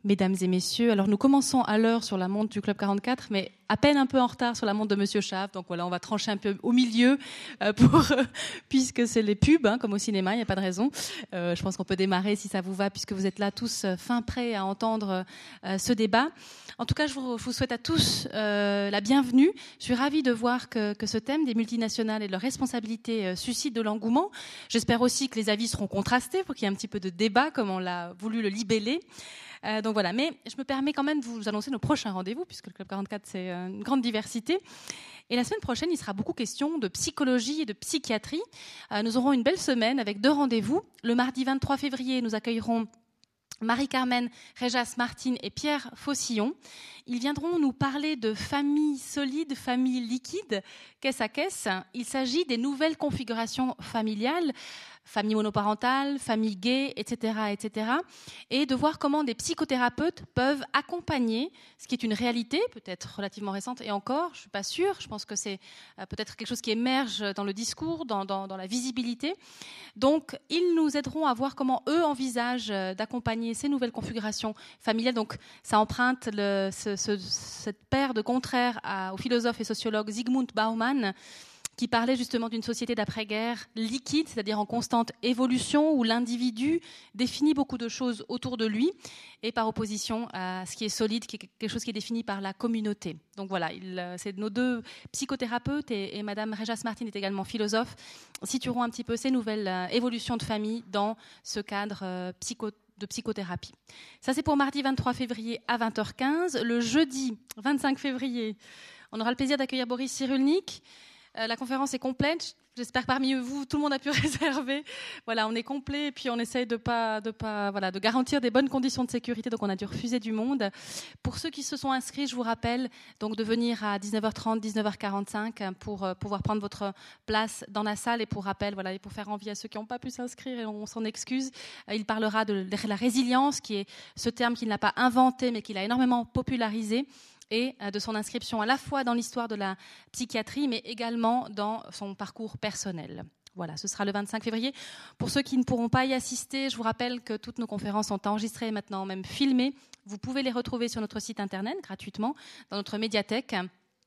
Mesdames et messieurs, alors nous commençons à l'heure sur la montre du Club 44, mais à peine un peu en retard sur la montre de Monsieur Schaaf. Donc voilà, on va trancher un peu au milieu puisque c'est les pubs, comme au cinéma, il n'y a pas de raison. Je pense qu'on peut démarrer si ça vous va, puisque vous êtes là tous fin prêts à entendre ce débat. En tout cas, je vous souhaite à tous la bienvenue. Je suis ravie de voir que ce thème des multinationales et de leur responsabilité suscite de l'engouement. J'espère aussi que les avis seront contrastés pour qu'il y ait un petit peu de débat, comme on l'a voulu le libeller. Donc voilà, mais je me permets quand même de vous annoncer nos prochains rendez-vous, puisque le Club 44, c'est une grande diversité. Et la semaine prochaine, il sera beaucoup question de psychologie et de psychiatrie. Nous aurons une belle semaine avec 2 rendez-vous. Le mardi 23 février, nous accueillerons Marie-Carmen Réjas-Martin et Pierre Faucillon. Ils viendront nous parler de famille solide, famille liquide. Qu'est-ce à qu'est-ce ? Il s'agit des nouvelles configurations familiales, famille monoparentale, famille gay, etc., etc. Et de voir comment des psychothérapeutes peuvent accompagner, ce qui est une réalité, peut-être relativement récente, et encore, je ne suis pas sûre, je pense que c'est peut-être quelque chose qui émerge dans le discours, dans la visibilité. Donc, ils nous aideront à voir comment eux envisagent d'accompagner ces nouvelles configurations familiales. Donc, ça emprunte cette paire de contraires au philosophe et sociologue Zygmunt Bauman, qui parlait justement d'une société d'après-guerre liquide, c'est-à-dire en constante évolution, où l'individu définit beaucoup de choses autour de lui, et par opposition à ce qui est solide, qui est quelque chose qui est défini par la communauté. Donc voilà, c'est nos 2 psychothérapeutes, et Madame Réjas-Martin est également philosophe, situeront un petit peu ces nouvelles évolutions de famille dans ce cadre de psychothérapie. Ça, c'est pour mardi 23 février à 20h15. Le jeudi 25 février, on aura le plaisir d'accueillir Boris Cyrulnik. La conférence est complète. J'espère que parmi vous, tout le monde a pu réserver. Voilà, on est complet et puis on essaye de garantir des bonnes conditions de sécurité. Donc, on a dû refuser du monde. Pour ceux qui se sont inscrits, je vous rappelle donc de venir à 19h30, 19h45 pour pouvoir prendre votre place dans la salle. Et pour rappel, et pour faire envie à ceux qui n'ont pas pu s'inscrire, et on s'en excuse, il parlera de la résilience, qui est ce terme qu'il n'a pas inventé, mais qu'il a énormément popularisé, et de son inscription à la fois dans l'histoire de la psychiatrie, mais également dans son parcours personnel. Voilà, ce sera le 25 février. Pour ceux qui ne pourront pas y assister, je vous rappelle que toutes nos conférences sont enregistrées et maintenant même filmées. Vous pouvez les retrouver sur notre site internet gratuitement, dans notre médiathèque.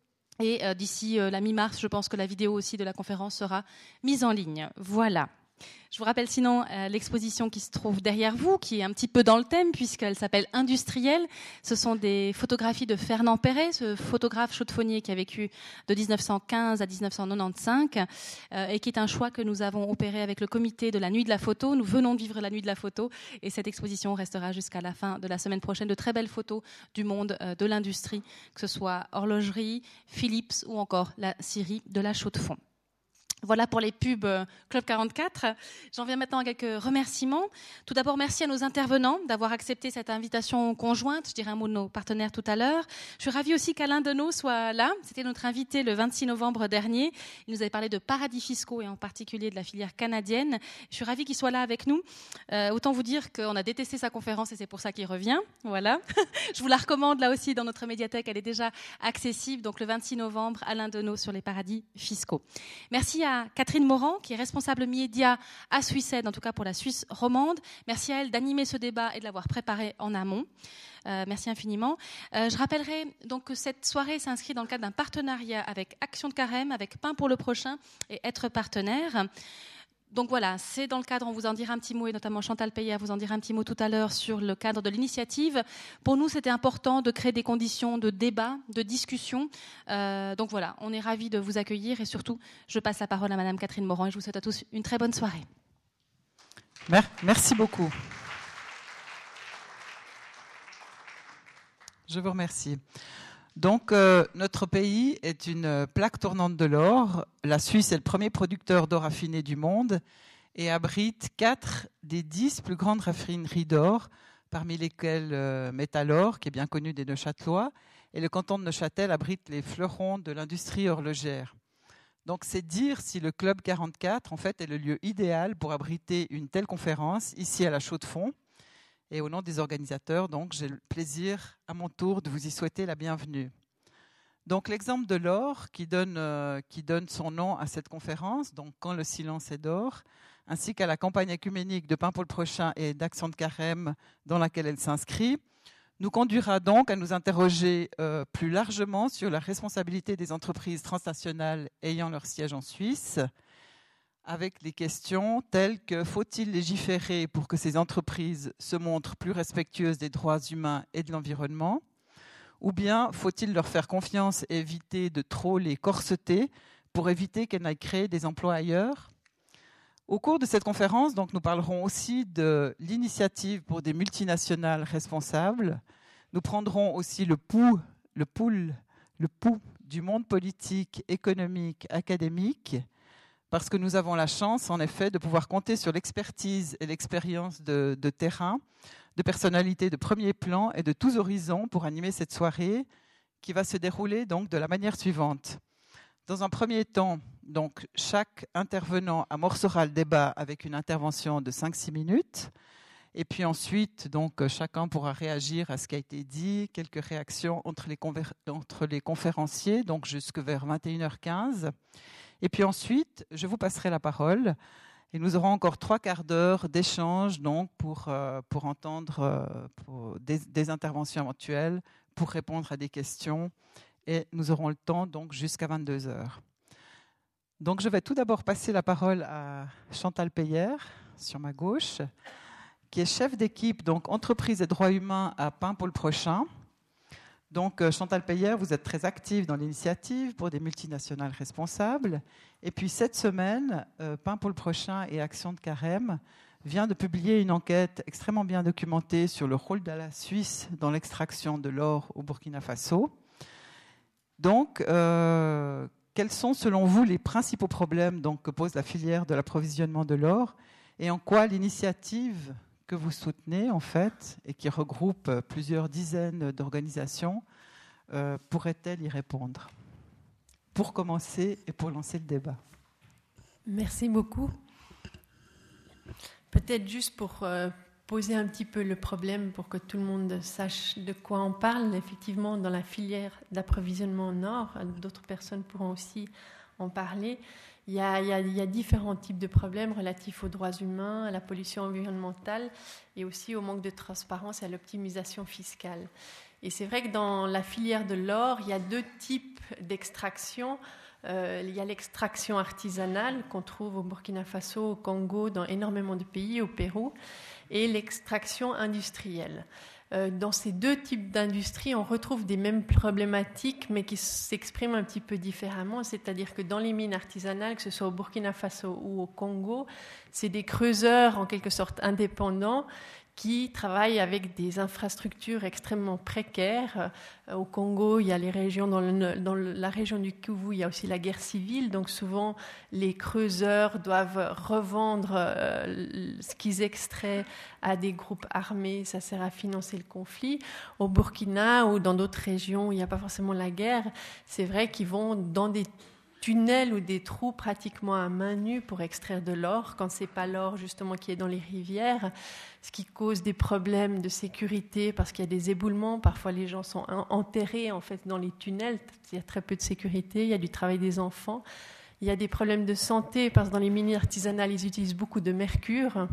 Et d'ici la mi-mars, je pense que la vidéo aussi de la conférence sera mise en ligne. Voilà. Je vous rappelle sinon l'exposition qui se trouve derrière vous, qui est un petit peu dans le thème, puisqu'elle s'appelle Industriel. Ce sont des photographies de Fernand Perret, ce photographe chaudefonnier qui a vécu de 1915 à 1995, et qui est un choix que nous avons opéré avec le comité de la Nuit de la Photo. Nous venons de vivre la Nuit de la Photo, et cette exposition restera jusqu'à la fin de la semaine prochaine. De très belles photos du monde de l'industrie, que ce soit horlogerie, Philips ou encore la scierie de la Chaux-de-Fonds. Voilà pour les pubs Club 44. J'en viens maintenant à quelques remerciements. Tout d'abord, merci à nos intervenants d'avoir accepté cette invitation conjointe. Je dirai un mot de nos partenaires tout à l'heure. Je suis ravie aussi qu'Alain Deneau soit là. C'était notre invité le 26 novembre dernier. Il nous avait parlé de paradis fiscaux et en particulier de la filière canadienne. Je suis ravie qu'il soit là avec nous. Autant vous dire qu'on a détesté sa conférence et c'est pour ça qu'il revient. Voilà. Je vous la recommande là aussi dans notre médiathèque. Elle est déjà accessible. Donc le 26 novembre, Alain Deneau sur les paradis fiscaux. Merci à Catherine Morand, qui est responsable média à Suissed, en tout cas pour la Suisse romande. Merci à elle d'animer ce débat et de l'avoir préparé en amont. Merci infiniment. Je rappellerai donc que cette soirée s'inscrit dans le cadre d'un partenariat avec Action de Carême, avec Pain pour le prochain et Être partenaire. Donc voilà, c'est dans le cadre, on vous en dira un petit mot, et notamment Chantal Payet vous en dira un petit mot tout à l'heure sur le cadre de l'initiative. Pour nous, c'était important de créer des conditions de débat, de discussion. Donc voilà, on est ravis de vous accueillir et surtout, je passe la parole à Madame Catherine Morand et je vous souhaite à tous une très bonne soirée. Merci beaucoup. Je vous remercie. Donc, notre pays est une plaque tournante de l'or. La Suisse est le premier producteur d'or raffiné du monde et abrite 4 des 10 plus grandes raffineries d'or, parmi lesquelles Métalor, qui est bien connu des Neuchâtelois, et le canton de Neuchâtel abrite les fleurons de l'industrie horlogère. Donc, c'est dire si le Club 44, en fait, est le lieu idéal pour abriter une telle conférence ici à la Chaux-de-Fonds. Et au nom des organisateurs, donc, j'ai le plaisir à mon tour de vous y souhaiter la bienvenue. Donc, l'exemple de l'or qui donne son nom à cette conférence, donc Quand le silence est d'or, ainsi qu'à la campagne œcuménique de Pain pour le prochain et d'Action de Carême dans laquelle elle s'inscrit, nous conduira donc à nous interroger plus largement sur la responsabilité des entreprises transnationales ayant leur siège en Suisse, avec des questions telles que faut-il légiférer pour que ces entreprises se montrent plus respectueuses des droits humains et de l'environnement, ou bien faut-il leur faire confiance et éviter de trop les corseter pour éviter qu'elles n'aillent créer des emplois ailleurs. Au cours de cette conférence, donc, nous parlerons aussi de l'initiative pour des multinationales responsables. Nous prendrons aussi le pouls du monde politique, économique, académique, parce que nous avons la chance, en effet, de pouvoir compter sur l'expertise et l'expérience de terrain, de personnalités de premier plan et de tous horizons pour animer cette soirée qui va se dérouler donc de la manière suivante. Dans un premier temps, donc, chaque intervenant amorcera le débat avec une intervention de 5-6 minutes. Et puis ensuite, donc, chacun pourra réagir à ce qui a été dit, quelques réactions entre les conférenciers, donc jusque vers 21h15. Et puis ensuite, je vous passerai la parole et nous aurons encore 3 quarts d'heure d'échange donc, pour entendre des interventions éventuelles, pour répondre à des questions. Et nous aurons le temps donc, jusqu'à 22h. Donc, je vais tout d'abord passer la parole à Chantal Peyer, sur ma gauche, qui est chef d'équipe donc entreprise et droits humains à Pain pour le prochain. Donc, Chantal Peyer, vous êtes très active dans l'initiative pour des multinationales responsables. Et puis, cette semaine, Pain pour le prochain et Action de Carême vient de publier une enquête extrêmement bien documentée sur le rôle de la Suisse dans l'extraction de l'or au Burkina Faso. Donc, quels sont, selon vous, les principaux problèmes donc, que pose la filière de l'approvisionnement de l'or et en quoi l'initiative que vous soutenez, en fait, et qui regroupe plusieurs dizaines d'organisations, pourrait-elle y répondre? Pour commencer et pour lancer le débat. Merci beaucoup. Peut-être juste pour poser un petit peu le problème, pour que tout le monde sache de quoi on parle. Effectivement, dans la filière d'approvisionnement en or, d'autres personnes pourront aussi en parler. Il y a différents types de problèmes relatifs aux droits humains, à la pollution environnementale et aussi au manque de transparence et à l'optimisation fiscale. Et c'est vrai que dans la filière de l'or, il y a 2 types d'extraction. Il y a l'extraction artisanale qu'on trouve au Burkina Faso, au Congo, dans énormément de pays, au Pérou, et l'extraction industrielle. Dans ces 2 types d'industries, on retrouve des mêmes problématiques, mais qui s'expriment un petit peu différemment. C'est-à-dire que dans les mines artisanales, que ce soit au Burkina Faso ou au Congo, c'est des creuseurs en quelque sorte indépendants qui travaillent avec des infrastructures extrêmement précaires. Au Congo, il y a les régions, dans la région du Kivu, il y a aussi la guerre civile. Donc souvent, les creuseurs doivent revendre ce qu'ils extraient à des groupes armés. Ça sert à financer le conflit. Au Burkina ou dans d'autres régions où il n'y a pas forcément la guerre, c'est vrai qu'ils vont dans des tunnels ou des trous pratiquement à main nue pour extraire de l'or, quand ce n'est pas l'or justement qui est dans les rivières, ce qui cause des problèmes de sécurité parce qu'il y a des éboulements, parfois les gens sont enterrés en fait dans les tunnels, il y a très peu de sécurité, il y a du travail des enfants, il y a des problèmes de santé parce que dans les mines artisanales ils utilisent beaucoup de mercure.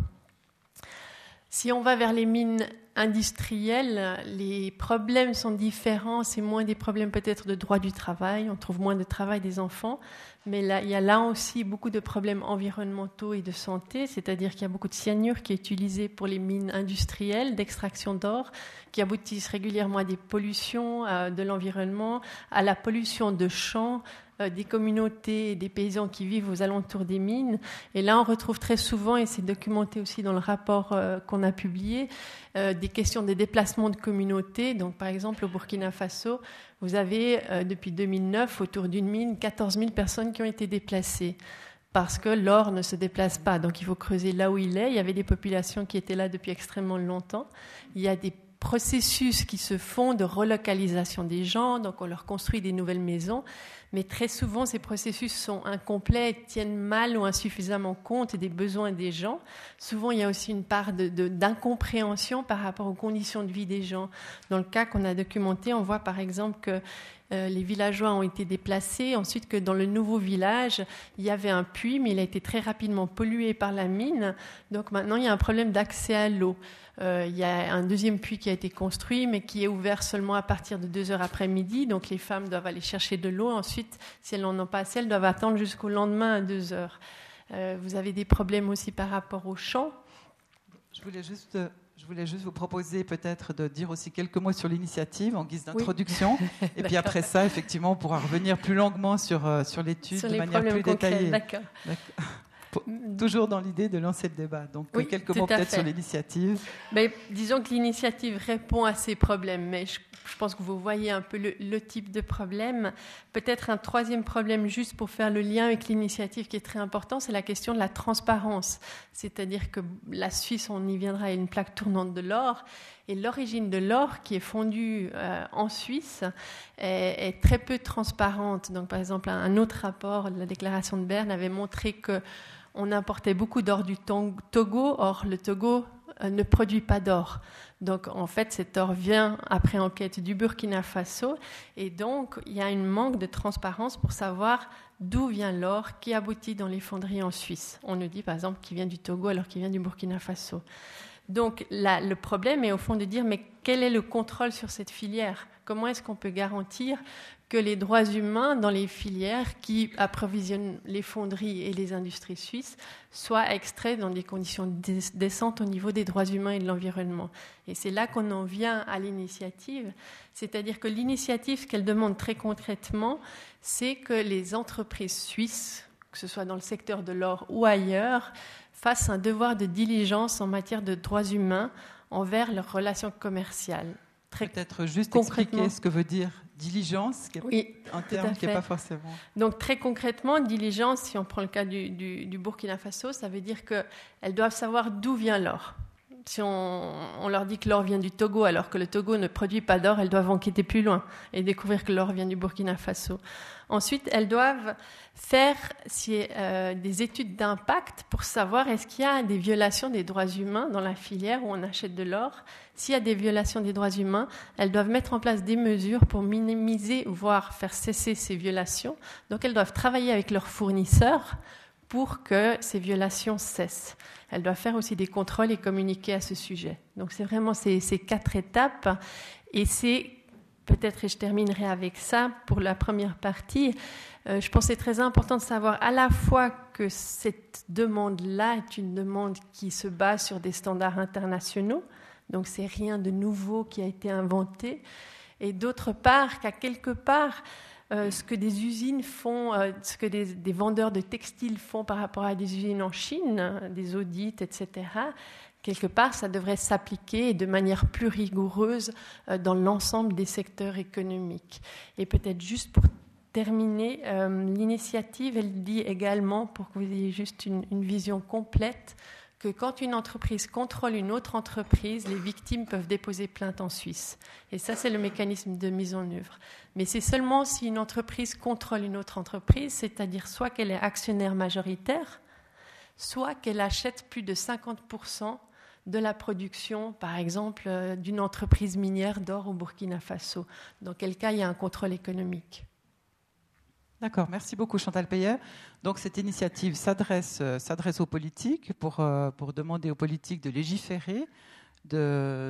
Si on va vers les mines industrielles, les problèmes sont différents. C'est moins des problèmes peut-être de droit du travail. On trouve moins de travail des enfants. Mais là, il y a là aussi beaucoup de problèmes environnementaux et de santé. C'est-à-dire qu'il y a beaucoup de cyanure qui est utilisé pour les mines industrielles d'extraction d'or, qui aboutissent régulièrement à des pollutions de l'environnement, à la pollution de champs, des communautés et des paysans qui vivent aux alentours des mines. Et là, on retrouve très souvent, et c'est documenté aussi dans le rapport qu'on a publié, des questions de déplacement de communautés. Donc, par exemple, au Burkina Faso, vous avez, depuis 2009, autour d'une mine, 14 000 personnes qui ont été déplacées parce que l'or ne se déplace pas. Donc, il faut creuser là où il est. Il y avait des populations qui étaient là depuis extrêmement longtemps. Il y a des processus qui se font de relocalisation des gens, donc on leur construit des nouvelles maisons, Mais très souvent, ces processus sont incomplets, tiennent mal ou insuffisamment compte des besoins des gens. Souvent, il y a aussi une part d'incompréhension par rapport aux conditions de vie des gens. Dans le cas qu'on a documenté, on voit par exemple que les villageois ont été déplacés, ensuite que dans le nouveau village, il y avait un puits, mais il a été très rapidement pollué par la mine. Donc maintenant, il y a un problème d'accès à l'eau. Il y a un deuxième puits qui a été construit, mais qui est ouvert seulement à partir de 2h après-midi. Donc les femmes doivent aller chercher de l'eau. Ensuite, si elles n'en ont pas assez, elles doivent attendre jusqu'au lendemain à 2h. Vous avez des problèmes aussi par rapport aux champs. Je voulais juste vous proposer peut-être de dire aussi quelques mots sur l'initiative en guise d'introduction. Oui. Et puis après ça, effectivement, on pourra revenir plus longuement sur l'étude de manière plus détaillée. D'accord. Toujours dans l'idée de lancer le débat. Donc, oui, quelques mots peut-être sur l'initiative. Disons que l'initiative répond à ces problèmes, mais je pense que vous voyez un peu le type de problème. Peut-être un troisième problème, juste pour faire le lien avec l'initiative qui est très important, c'est la question de la transparence. C'est-à-dire que la Suisse, on y viendra, est une plaque tournante de l'or. Et l'origine de l'or, qui est fondue en Suisse, est très peu transparente. Donc, par exemple, un autre rapport de la déclaration de Berne avait montré qu'on importait beaucoup d'or du Togo. Or, le Togo ne produit pas d'or. Donc, en fait, cet or vient, après enquête, du Burkina Faso. Et donc, il y a un manque de transparence pour savoir d'où vient l'or qui aboutit dans les fonderies en Suisse. On nous dit, par exemple, qu'il vient du Togo alors qu'il vient du Burkina Faso. Donc, le problème est au fond de dire, mais quel est le contrôle sur cette filière ? Comment est-ce qu'on peut garantir que les droits humains dans les filières qui approvisionnent les fonderies et les industries suisses soient extraits dans des conditions décentes au niveau des droits humains et de l'environnement ? Et c'est là qu'on en vient à l'initiative. C'est-à-dire que l'initiative, ce qu'elle demande très concrètement, c'est que les entreprises suisses, que ce soit dans le secteur de l'or ou ailleurs, fassent un devoir de diligence en matière de droits humains envers leurs relations commerciales. Peut-être juste expliquer ce que veut dire diligence, qui est oui, un terme qui n'est pas forcément... Donc très concrètement, diligence, si on prend le cas du Burkina Faso, ça veut dire qu'elles doivent savoir d'où vient l'or. Si on leur dit que l'or vient du Togo alors que le Togo ne produit pas d'or, elles doivent enquêter plus loin et découvrir que l'or vient du Burkina Faso. Ensuite, elles doivent faire des études d'impact pour savoir est-ce qu'il y a des violations des droits humains dans la filière où on achète de l'or. S'il y a des violations des droits humains, elles doivent mettre en place des mesures pour minimiser, voire faire cesser ces violations. Donc, elles doivent travailler avec leurs fournisseurs pour que ces violations cessent. Elles doivent faire aussi des contrôles et communiquer à ce sujet. Donc, c'est vraiment ces 4 étapes. Et c'est, peut-être, et je terminerai avec ça pour la première partie, je pense que c'est très important de savoir à la fois que cette demande-là est une demande qui se base sur des standards internationaux, donc c'est rien de nouveau qui a été inventé, et d'autre part qu'à quelque part, ce que des usines font, ce que des vendeurs de textiles font par rapport à des usines en Chine, des audits, etc., quelque part, ça devrait s'appliquer de manière plus rigoureuse dans l'ensemble des secteurs économiques. Et peut-être juste pour terminer, l'initiative, elle dit également, pour que vous ayez juste une vision complète, que quand une entreprise contrôle une autre entreprise, les victimes peuvent déposer plainte en Suisse. Et ça, c'est le mécanisme de mise en œuvre. Mais c'est seulement si une entreprise contrôle une autre entreprise, c'est-à-dire soit qu'elle est actionnaire majoritaire, soit qu'elle achète plus de 50% de la production, par exemple, d'une entreprise minière d'or au Burkina Faso. Dans quel cas il y a un contrôle économique. D'accord, merci beaucoup Chantal Peyer. Donc cette initiative s'adresse aux politiques pour demander aux politiques de légiférer, de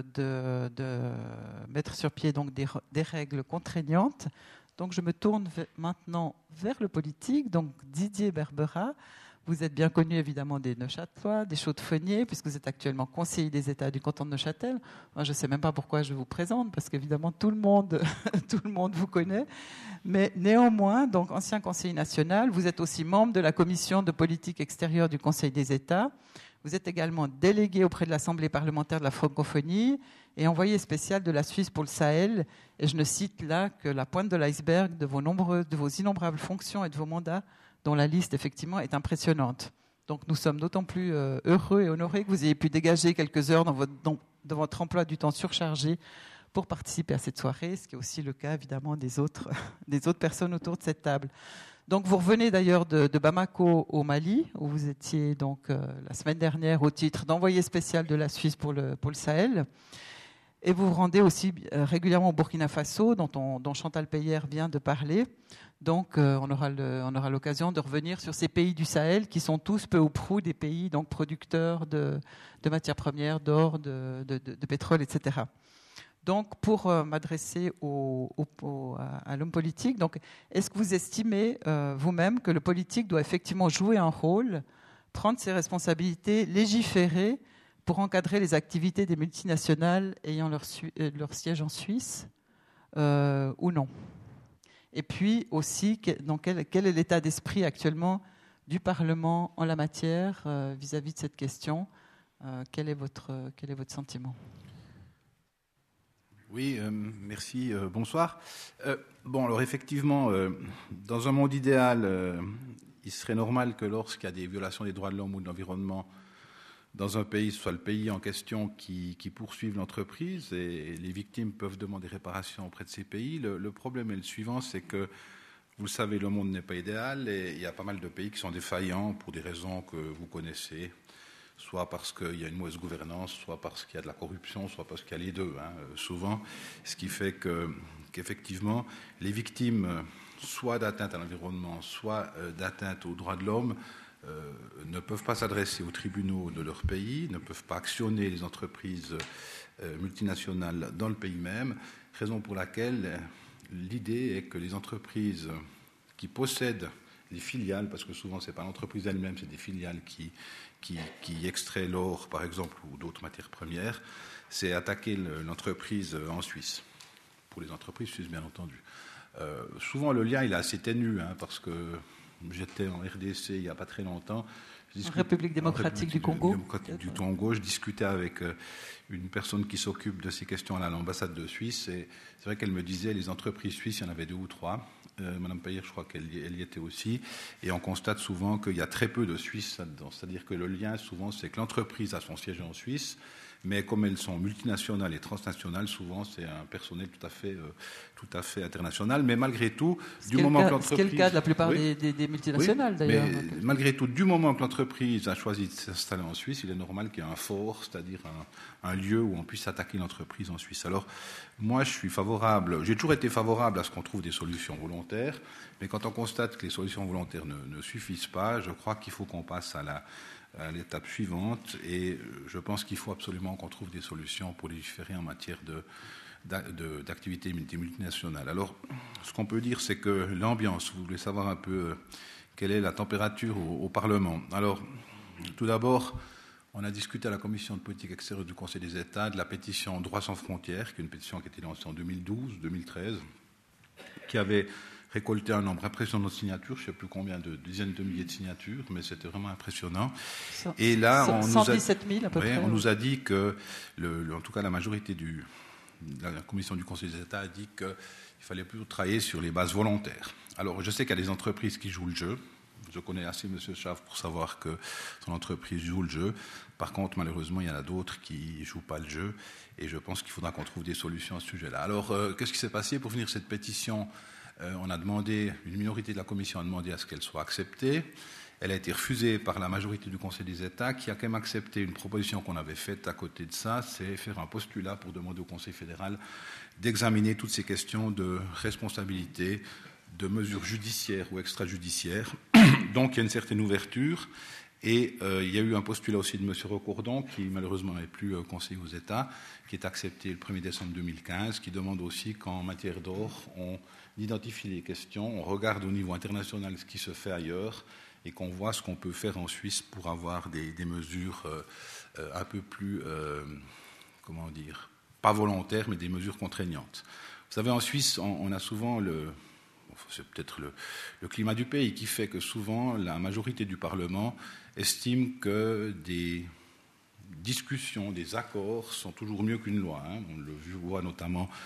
mettre sur pied donc des règles contraignantes. Donc je me tourne maintenant vers le politique. Donc Didier Berbera, vous êtes bien connu évidemment des Neuchâtelois, des Chaux-de-Fonniers, puisque vous êtes actuellement conseiller des États du canton de Neuchâtel. Moi, je ne sais même pas pourquoi je vous présente, parce qu'évidemment tout le monde vous connaît. Mais néanmoins, donc ancien conseiller national, vous êtes aussi membre de la commission de politique extérieure du Conseil des États. Vous êtes également délégué auprès de l'Assemblée parlementaire de la francophonie et envoyé spécial de la Suisse pour le Sahel. Et je ne cite là que la pointe de l'iceberg de vos innombrables fonctions et de vos mandats, dont la liste, effectivement, est impressionnante. Donc, nous sommes d'autant plus heureux et honorés que vous ayez pu dégager quelques heures dans votre emploi du temps surchargé pour participer à cette soirée, ce qui est aussi le cas évidemment des autres personnes autour de cette table. Donc vous revenez d'ailleurs de Bamako au Mali, où vous étiez donc la semaine dernière au titre d'envoyé spécial de la Suisse pour le Sahel. Et vous vous rendez aussi régulièrement au Burkina Faso, dont Chantal Peyer vient de parler. Donc on aura l'occasion de revenir sur ces pays du Sahel qui sont tous peu ou prou des pays donc, producteurs de matières premières, d'or, de pétrole, etc. Donc, pour m'adresser à l'homme politique, donc, est-ce que vous estimez vous-même que le politique doit effectivement jouer un rôle, prendre ses responsabilités, légiférer pour encadrer les activités des multinationales ayant leur siège en Suisse ou non? Et puis aussi, quel est l'état d'esprit actuellement du Parlement en la matière vis-à-vis de cette question? Quel est votre sentiment? Oui, merci, bonsoir. Alors effectivement, dans un monde idéal, il serait normal que lorsqu'il y a des violations des droits de l'homme ou de l'environnement dans un pays, ce soit le pays en question qui poursuive l'entreprise et les victimes peuvent demander réparation auprès de ces pays. Le problème est le suivant, c'est que, vous le savez, le monde n'est pas idéal et il y a pas mal de pays qui sont défaillants pour des raisons que vous connaissez, soit parce qu'il y a une mauvaise gouvernance, soit parce qu'il y a de la corruption, soit parce qu'il y a les deux, souvent. Ce qui fait qu'effectivement, les victimes, soit d'atteinte à l'environnement, soit d'atteinte aux droits de l'homme, ne peuvent pas s'adresser aux tribunaux de leur pays, ne peuvent pas actionner les entreprises multinationales dans le pays même, raison pour laquelle l'idée est que les entreprises qui possèdent les filiales, parce que souvent ce n'est pas l'entreprise elle-même, c'est des filiales qui extraient l'or, par exemple, ou d'autres matières premières, c'est attaquer l'entreprise en Suisse, pour les entreprises suisses, bien entendu. Souvent, le lien il est assez ténu, parce que j'étais en RDC il n'y a pas très longtemps. En République démocratique du Congo. Du Congo, je discutais avec une personne qui s'occupe de ces questions à l'ambassade de Suisse, et c'est vrai qu'elle me disait les entreprises suisses, il y en avait 2 ou 3. Madame Peyer, je crois qu'elle y était aussi, et on constate souvent qu'il y a très peu de Suisses là-dedans. C'est-à-dire que le lien, souvent, c'est que l'entreprise a son siège en Suisse, mais comme elles sont multinationales et transnationales, souvent c'est un personnel tout à fait international. Mais malgré tout, du moment que l'entreprise... Ce qui est le cas de la plupart des multinationales, d'ailleurs. Mais malgré tout, du moment que l'entreprise a choisi de s'installer en Suisse, il est normal qu'il y ait un fort, c'est-à-dire un lieu où on puisse attaquer l'entreprise en Suisse. Alors, moi, je suis favorable, j'ai toujours été favorable à ce qu'on trouve des solutions volontaires, mais quand on constate que les solutions volontaires ne suffisent pas, je crois qu'il faut qu'on passe à l'étape suivante, et je pense qu'il faut absolument qu'on trouve des solutions pour légiférer en matière d'activités multinationales. Alors, ce qu'on peut dire, c'est que l'ambiance, vous voulez savoir un peu quelle est la température au Parlement. Alors, tout d'abord, on a discuté à la Commission de politique extérieure du Conseil des États de la pétition Droits sans frontières, qui est une pétition qui a été lancée en 2012-2013, qui avait récolté un nombre impressionnant de signatures, je ne sais plus combien de dizaines de milliers de signatures, mais c'était vraiment impressionnant. Et là, 117 000 à peu près. On nous a dit que, en tout cas la majorité de la Commission du Conseil des États a dit qu'il fallait plutôt travailler sur les bases volontaires. Alors, je sais qu'il y a des entreprises qui jouent le jeu. Je connais assez M. Schaaf pour savoir que son entreprise joue le jeu. Par contre, malheureusement, il y en a d'autres qui ne jouent pas le jeu. Et je pense qu'il faudra qu'on trouve des solutions à ce sujet-là. Alors, qu'est-ce qui s'est passé pour finir cette pétition? On a demandé, une minorité de la Commission a demandé à ce qu'elle soit acceptée. Elle a été refusée par la majorité du Conseil des États, qui a quand même accepté une proposition qu'on avait faite à côté de ça, c'est faire un postulat pour demander au Conseil fédéral d'examiner toutes ces questions de responsabilité, de mesures judiciaires ou extrajudiciaires. Donc il y a une certaine ouverture. Et il y a eu un postulat aussi de M. Recourdon, qui malheureusement n'est plus conseiller aux États, qui est accepté le 1er décembre 2015, qui demande aussi qu'en matière d'or, on identifie les questions, on regarde au niveau international ce qui se fait ailleurs, et qu'on voit ce qu'on peut faire en Suisse pour avoir des mesures un peu plus, comment dire, pas volontaires, mais des mesures contraignantes. Vous savez, en Suisse, on a souvent c'est peut-être le climat du pays qui fait que souvent la majorité du Parlement estime que des discussions, des accords sont toujours mieux qu'une loi. On le voit notamment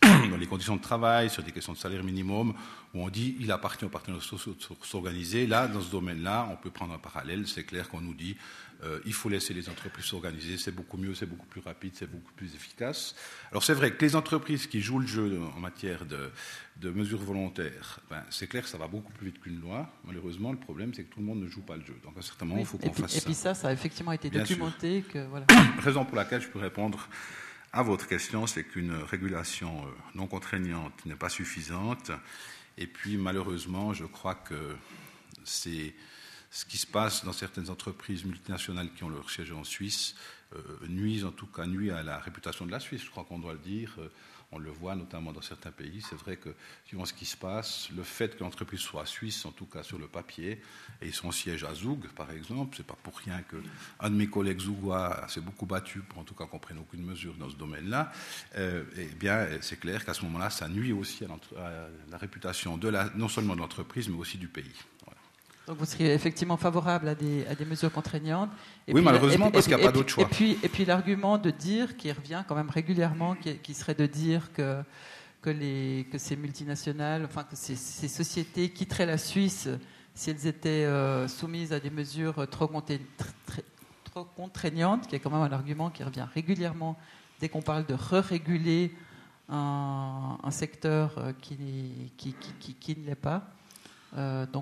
dans les conditions de travail, sur des questions de salaire minimum, où on dit il appartient aux partenaires sociaux de s'organiser. Là, dans ce domaine-là, on peut prendre un parallèle. C'est clair qu'on nous dit il faut laisser les entreprises s'organiser, c'est beaucoup mieux, c'est beaucoup plus rapide, c'est beaucoup plus efficace. Alors c'est vrai que les entreprises qui jouent le jeu en matière de mesures volontaires, c'est clair que ça va beaucoup plus vite qu'une loi. Malheureusement, le problème, c'est que tout le monde ne joue pas le jeu. Donc à un certain moment, il faut qu'on fasse ça. Et puis ça a effectivement été documenté. Voilà. Raison pour laquelle je peux répondre à votre question, c'est qu'une régulation non contraignante n'est pas suffisante. Et puis malheureusement, je crois que c'est ce qui se passe dans certaines entreprises multinationales qui ont leur siège en Suisse nuit à la réputation de la Suisse. Je crois qu'on doit le dire. On le voit notamment dans certains pays. C'est vrai que, suivant ce qui se passe, le fait que l'entreprise soit suisse, en tout cas sur le papier, et son siège à Zug, par exemple, c'est pas pour rien qu'un de mes collègues zougois s'est beaucoup battu pour, en tout cas, qu'on prenne aucune mesure dans ce domaine-là. Eh bien, c'est clair qu'à ce moment-là, ça nuit aussi à la réputation non seulement de l'entreprise, mais aussi du pays. Voilà. Donc vous seriez effectivement favorable à des mesures contraignantes. Et oui, malheureusement, parce qu'il n'y a pas d'autre choix. Et puis l'argument de dire, qui revient quand même régulièrement, qui serait de dire que ces multinationales, enfin que ces sociétés quitteraient la Suisse si elles étaient soumises à des mesures trop contraignantes, qui est quand même un argument qui revient régulièrement dès qu'on parle de re-réguler un secteur qui ne l'est pas. Donc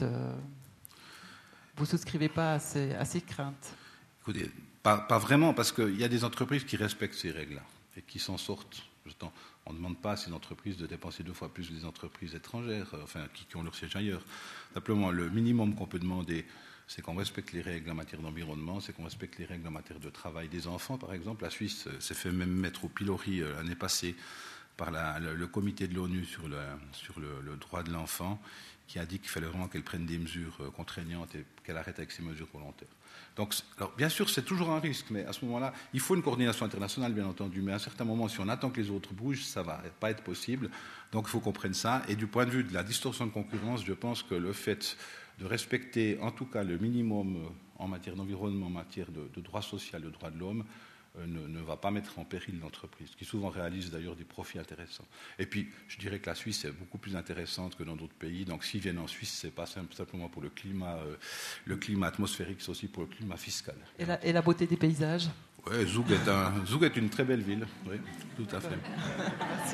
vous souscrivez pas à ces craintes? Écoutez, pas vraiment, parce qu'il y a des entreprises qui respectent ces règles-là et qui s'en sortent. On ne demande pas à ces entreprises de dépenser 2 fois plus que les entreprises étrangères, qui ont leur siège ailleurs. Simplement, le minimum qu'on peut demander, c'est qu'on respecte les règles en matière d'environnement, c'est qu'on respecte les règles en matière de travail des enfants, par exemple. La Suisse s'est fait même mettre au pilori l'année passée par le comité de l'ONU sur le droit de l'enfant, qui a dit qu'il fallait vraiment qu'elle prenne des mesures contraignantes et qu'elle arrête avec ces mesures volontaires. Donc, alors, bien sûr, c'est toujours un risque, mais à ce moment-là, il faut une coordination internationale, bien entendu, mais à un certain moment, si on attend que les autres bougent, ça ne va pas être possible. Donc, il faut qu'on prenne ça. Et du point de vue de la distorsion de concurrence, je pense que le fait de respecter, en tout cas, le minimum en matière d'environnement, en matière de droit social, de droit de l'homme, ne va pas mettre en péril l'entreprise, qui souvent réalise d'ailleurs des profits intéressants. Et puis, je dirais que la Suisse est beaucoup plus intéressante que dans d'autres pays. Donc, s'ils viennent en Suisse, ce n'est pas simplement pour le climat atmosphérique, c'est aussi pour le climat fiscal. Et la beauté des paysages? Oui, Zug est une très belle ville. Oui, tout à fait. Merci.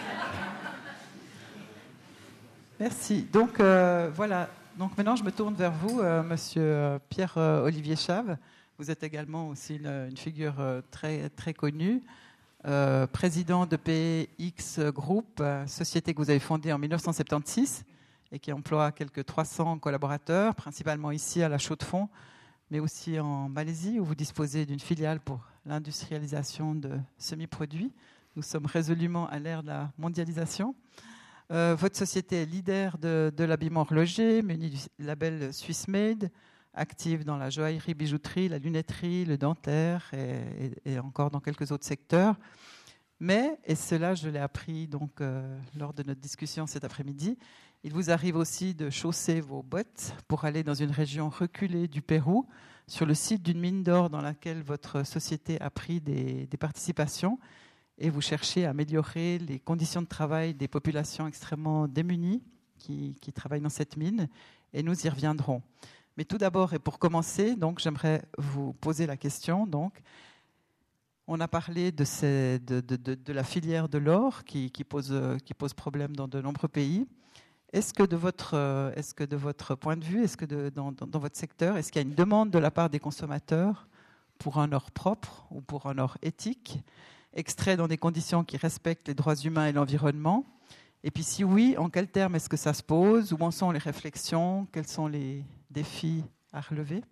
Merci. Donc, voilà. Donc, maintenant, je me tourne vers vous, monsieur Pierre-Olivier Chave. Vous êtes également aussi une figure très, très connue, président de PX Group, société que vous avez fondée en 1976 et qui emploie quelques 300 collaborateurs, principalement ici à la Chaux-de-Fonds, mais aussi en Malaisie, où vous disposez d'une filiale pour l'industrialisation de semi-produits. Nous sommes résolument à l'ère de la mondialisation. Votre société est leader de l'habillement horloger, munie du label Swiss Made, active dans la joaillerie, bijouterie, la lunetterie, le dentaire et encore dans quelques autres secteurs. Mais, et cela je l'ai appris donc, lors de notre discussion cet après-midi, il vous arrive aussi de chausser vos bottes pour aller dans une région reculée du Pérou, sur le site d'une mine d'or dans laquelle votre société a pris des participations, et vous cherchez à améliorer les conditions de travail des populations extrêmement démunies qui travaillent dans cette mine, et nous y reviendrons. Mais tout d'abord, et pour commencer, donc, j'aimerais vous poser la question. Donc, on a parlé de la filière de l'or qui pose problème dans de nombreux pays. Est-ce que de votre point de vue, dans votre secteur, est-ce qu'il y a une demande de la part des consommateurs pour un or propre ou pour un or éthique, extrait dans des conditions qui respectent les droits humains et l'environnement? Et puis si oui, en quels termes est-ce que ça se pose? Où en sont les réflexions? Quels sont les défis à relever?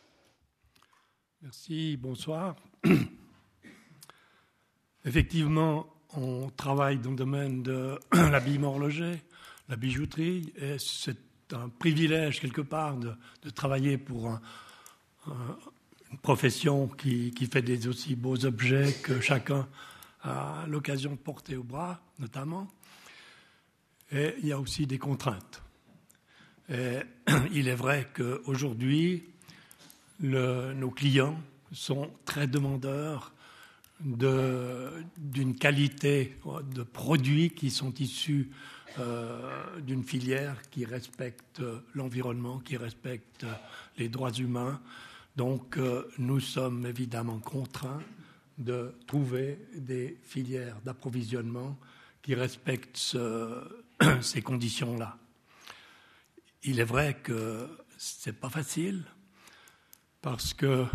Merci, bonsoir. Effectivement, on travaille dans le domaine de l'habillement horloger, la bijouterie, et c'est un privilège quelque part de travailler pour une profession qui fait des aussi beaux objets que chacun a l'occasion de porter au bras, notamment. Et il y a aussi des contraintes. Et il est vrai qu'aujourd'hui, nos clients sont très demandeurs d'une qualité de produits qui sont issus d'une filière qui respecte l'environnement, qui respecte les droits humains. Donc nous sommes évidemment contraints de trouver des filières d'approvisionnement qui respectent ces conditions-là. Il est vrai que ce n'est pas facile parce que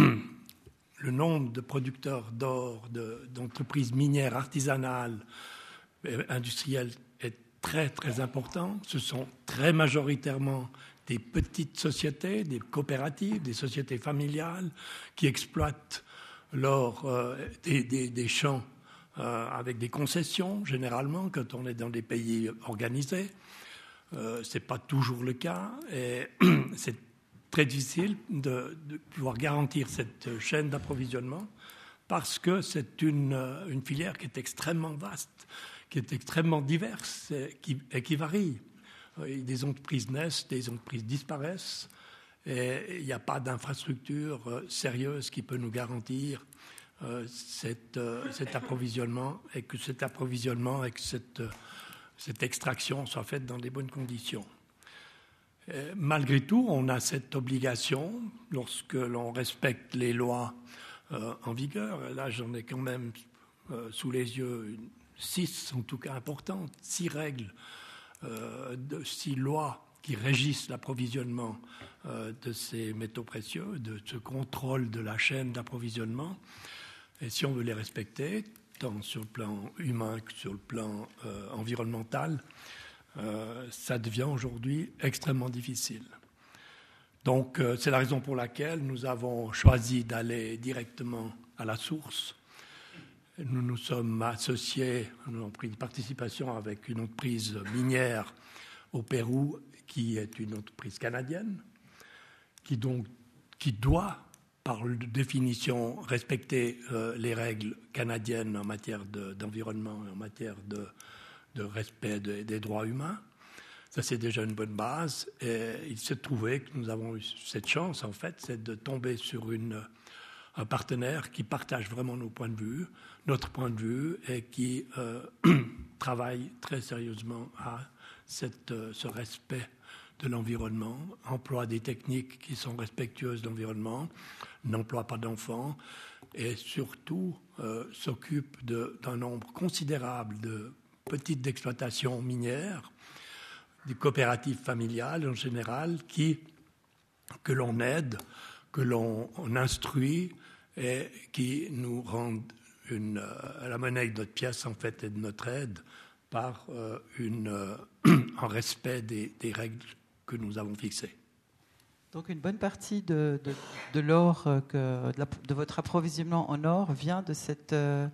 le nombre de producteurs d'or, d'entreprises minières artisanales, industrielles est très très important. Ce sont très majoritairement des petites sociétés, des coopératives, des sociétés familiales qui exploitent l'or des champs avec des concessions, généralement, quand on est dans des pays organisés. Ce n'est pas toujours le cas et c'est très difficile de pouvoir garantir cette chaîne d'approvisionnement parce que c'est une filière qui est extrêmement vaste, qui est extrêmement diverse et qui varie. Des entreprises naissent, des entreprises disparaissent et il n'y a pas d'infrastructure sérieuse qui peut nous garantir cet approvisionnement et que cet approvisionnement et que cette extraction soit faite dans des bonnes conditions. Malgré tout, on a cette obligation, lorsque l'on respecte les lois en vigueur, là j'en ai quand même sous les yeux 6, en tout cas importantes, 6 règles, 6 lois qui régissent l'approvisionnement de ces métaux précieux, de ce contrôle de la chaîne d'approvisionnement. Et si on veut les respecter, tant sur le plan humain que sur le plan environnemental, ça devient aujourd'hui extrêmement difficile. Donc c'est la raison pour laquelle nous avons choisi d'aller directement à la source. Nous nous sommes associés, nous avons pris une participation avec une entreprise minière au Pérou qui est une entreprise canadienne qui doit par définition respecter les règles canadiennes en matière d'environnement et en matière de respect des droits humains. Ça, c'est déjà une bonne base. Et il s'est trouvé que nous avons eu cette chance, en fait, c'est de tomber sur un partenaire qui partage vraiment notre point de vue, et qui travaille très sérieusement à ce respect de l'environnement, emploie des techniques qui sont respectueuses de l'environnement, n'emploie pas d'enfants et surtout s'occupe d'un nombre considérable de petites exploitations minières, des coopératives familiales en général, que l'on aide, que l'on instruit et qui nous rendent la monnaie de notre pièce en fait et de notre aide par un respect des règles que nous avons fixées. Donc une bonne partie de l'or, de votre approvisionnement en or vient de cette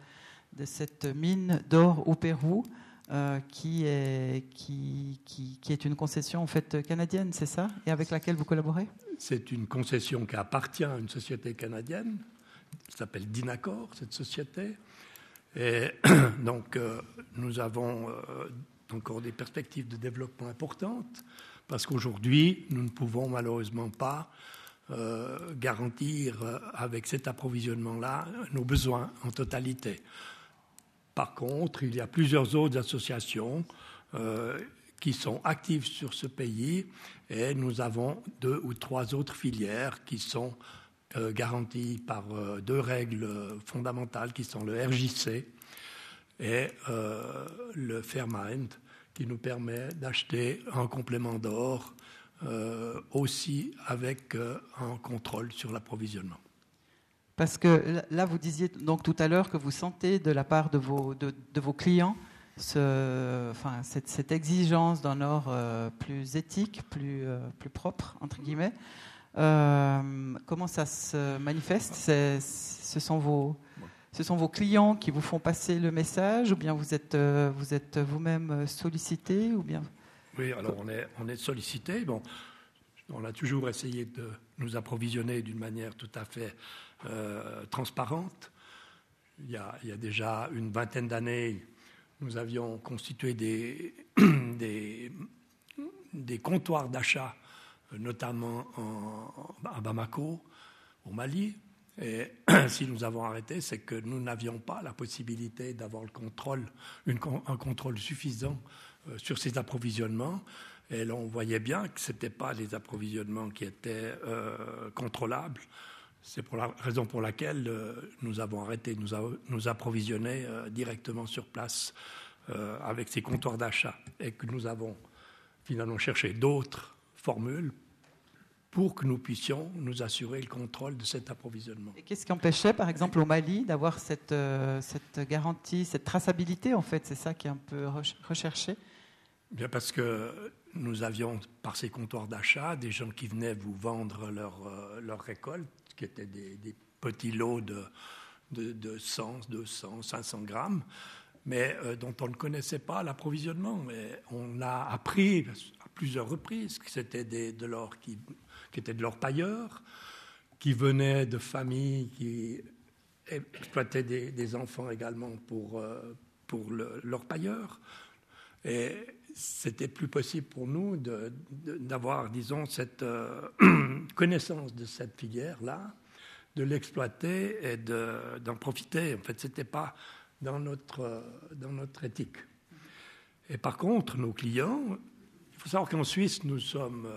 mine d'or au Pérou, qui est une concession en fait canadienne, c'est ça, et avec laquelle vous collaborez? C'est une concession qui appartient à une société canadienne, qui s'appelle Dinacor, cette société. Et donc nous avons encore des perspectives de développement importantes, parce qu'aujourd'hui, nous ne pouvons malheureusement pas garantir avec cet approvisionnement-là nos besoins en totalité. Par contre, il y a plusieurs autres associations qui sont actives sur ce pays et nous avons 2 ou 3 autres filières qui sont garanties par 2 règles fondamentales qui sont le RJC et le Fairmind, qui nous permet d'acheter un complément d'or aussi avec un contrôle sur l'approvisionnement. Parce que là, vous disiez donc tout à l'heure que vous sentez de la part de vos clients cette exigence d'un or plus éthique, plus propre, entre guillemets. Comment ça se manifeste? Ce sont vos clients qui vous font passer le message, ou bien vous êtes vous-même sollicité, ou bien? Oui, alors on est sollicité. Bon, on a toujours essayé de nous approvisionner d'une manière tout à fait transparente. Il y a déjà une vingtaine d'années, nous avions constitué des comptoirs d'achat, notamment à Bamako, au Mali. Et si nous avons arrêté, c'est que nous n'avions pas la possibilité d'avoir le contrôle, un contrôle suffisant sur ces approvisionnements. Et là, on voyait bien que ce n'étaient pas les approvisionnements qui étaient contrôlables. C'est pour la raison pour laquelle nous avons arrêté de nous approvisionner directement sur place avec ces comptoirs d'achat et que nous avons finalement cherché d'autres formules pour que nous puissions nous assurer le contrôle de cet approvisionnement. Et qu'est-ce qui empêchait, par exemple, au Mali, d'avoir cette garantie, cette traçabilité, en fait? C'est ça qui est un peu recherché? Bien parce que nous avions, par ces comptoirs d'achat, des gens qui venaient vous vendre leur récolte, qui étaient des petits lots de 100, 200, 500 grammes, mais dont on ne connaissait pas l'approvisionnement. Mais on a appris à plusieurs reprises que c'était de l'or qui étaient de l'or pailleur, qui venaient de familles qui exploitaient des enfants également pour l'or pailleur. Et c'était plus possible pour nous d'avoir, disons, cette connaissance de cette filière-là, de l'exploiter et d'en profiter. En fait, ce n'était pas dans notre éthique. Et par contre, nos clients, il faut savoir qu'en Suisse, nous sommes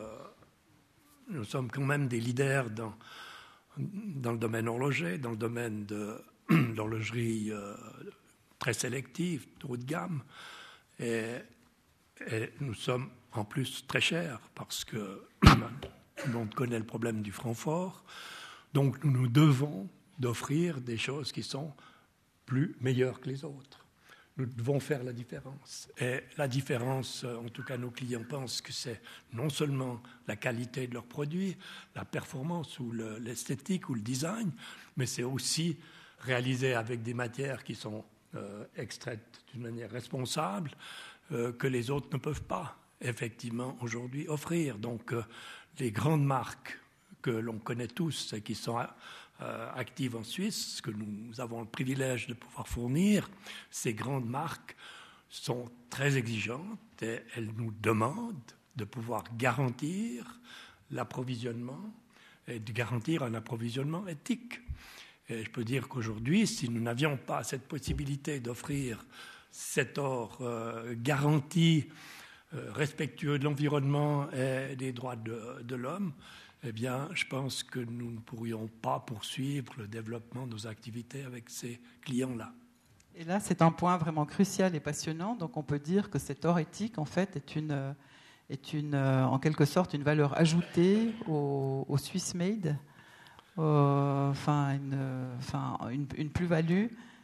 quand même des leaders dans le domaine horloger, dans le domaine de l'horlogerie très sélective, haut de gamme. Et nous sommes en plus très chers parce que tout le monde connaît le problème du franc fort. Donc nous nous devons d'offrir des choses qui sont meilleures que les autres. Nous devons faire la différence. Et la différence, en tout cas nos clients pensent que c'est non seulement la qualité de leurs produits, la performance ou l'esthétique ou le design, mais c'est aussi réalisé avec des matières qui sont extraites d'une manière responsable, que les autres ne peuvent pas effectivement aujourd'hui offrir. Donc les grandes marques que l'on connaît tous et qui sont actives en Suisse, que nous avons le privilège de pouvoir fournir, ces grandes marques sont très exigeantes et elles nous demandent de pouvoir garantir l'approvisionnement et de garantir un approvisionnement éthique. Et je peux dire qu'aujourd'hui, si nous n'avions pas cette possibilité d'offrir cet or garanti, respectueux de l'environnement et des droits de l'homme, eh bien, je pense que nous ne pourrions pas poursuivre le développement de nos activités avec ces clients-là. Et là, c'est un point vraiment crucial et passionnant. Donc, on peut dire que cet or éthique, en fait, est en quelque sorte une valeur ajoutée au Swiss Made, une plus-value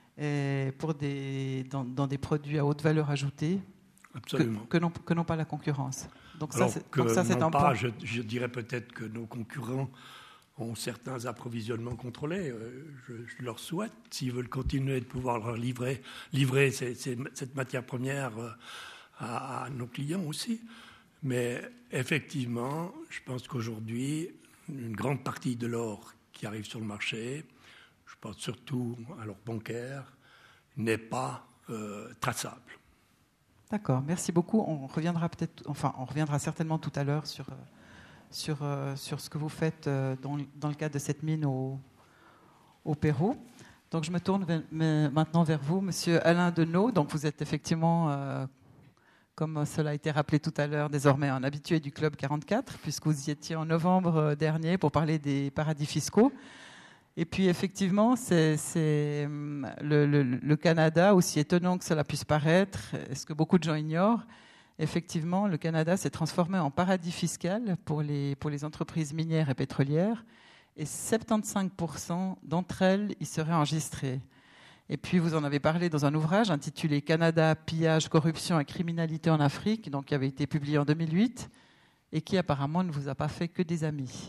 dans des produits à haute valeur ajoutée. Absolument. Que n'ont pas la concurrence. Donc alors ça, c'est un point. Je dirais peut-être que nos concurrents ont certains approvisionnements contrôlés. Je leur souhaite, s'ils veulent continuer de pouvoir leur livrer cette matière première à nos clients aussi. Mais effectivement, je pense qu'aujourd'hui, une grande partie de l'or qui arrive sur le marché, je pense surtout à l'or bancaire, n'est pas traçable. D'accord, merci beaucoup. On reviendra certainement tout à l'heure sur ce que vous faites dans le cadre de cette mine au Pérou. Donc je me tourne maintenant vers vous, Monsieur Alain Deneau. Donc vous êtes effectivement, comme cela a été rappelé tout à l'heure, désormais un habitué du Club 44, puisque vous y étiez en novembre dernier pour parler des paradis fiscaux. Et puis effectivement, c'est le Canada, aussi étonnant que cela puisse paraître, et ce que beaucoup de gens ignorent, effectivement, le Canada s'est transformé en paradis fiscal pour les entreprises minières et pétrolières, et 75% d'entre elles y seraient enregistrées. Et puis vous en avez parlé dans un ouvrage intitulé « Canada, pillage, corruption et criminalité en Afrique », donc qui avait été publié en 2008, et qui apparemment ne vous a pas fait que des amis.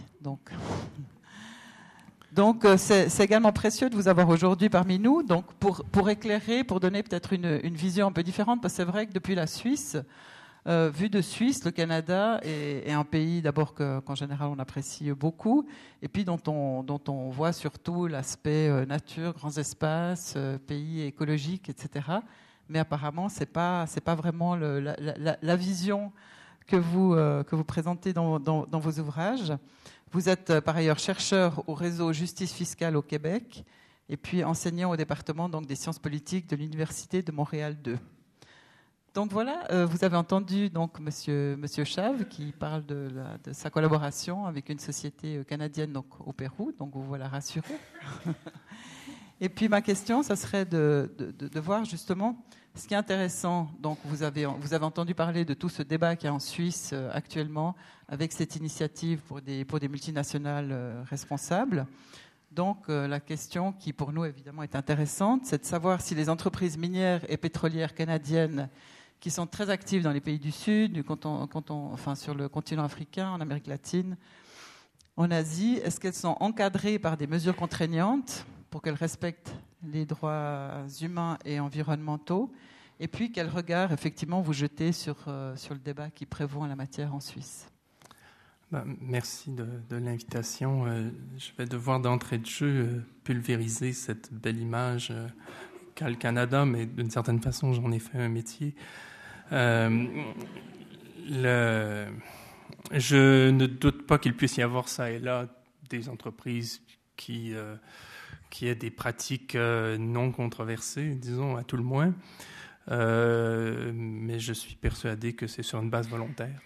Donc, c'est également précieux de vous avoir aujourd'hui parmi nous, donc pour éclairer, pour donner peut-être une vision un peu différente, parce que c'est vrai que depuis la Suisse, vu de Suisse, le Canada est un pays d'abord qu'en général on apprécie beaucoup, et puis dont on voit surtout l'aspect nature, grands espaces, pays écologique, etc. Mais apparemment, c'est pas vraiment la vision que vous présentez dans vos ouvrages. Vous êtes par ailleurs chercheur au réseau Justice fiscale au Québec et puis enseignant au département donc, des sciences politiques de l'Université de Montréal 2. Donc voilà, vous avez entendu donc Monsieur Chave qui parle de sa collaboration avec une société canadienne donc, au Pérou, donc vous voilà rassuré. Et puis ma question, ça serait de voir justement ce qui est intéressant. Donc vous avez entendu parler de tout ce débat qu'il y a en Suisse actuellement avec cette initiative pour des multinationales responsables. Donc la question qui pour nous évidemment est intéressante, c'est de savoir si les entreprises minières et pétrolières canadiennes qui sont très actives dans les pays du Sud, enfin sur le continent africain, en Amérique latine, en Asie, est-ce qu'elles sont encadrées par des mesures contraignantes pour qu'elles respectent les droits humains et environnementaux? Et puis, quel regard, effectivement, vous jetez sur le débat qui prévaut en la matière en Suisse? Merci de l'invitation. Je vais devoir d'entrée de jeu pulvériser cette belle image qu'a le Canada, mais d'une certaine façon, j'en ai fait un métier. Je ne doute pas qu'il puisse y avoir ça et là des entreprises qui aient des pratiques non controversées, disons, à tout le moins. Mais je suis persuadé que c'est sur une base volontaire.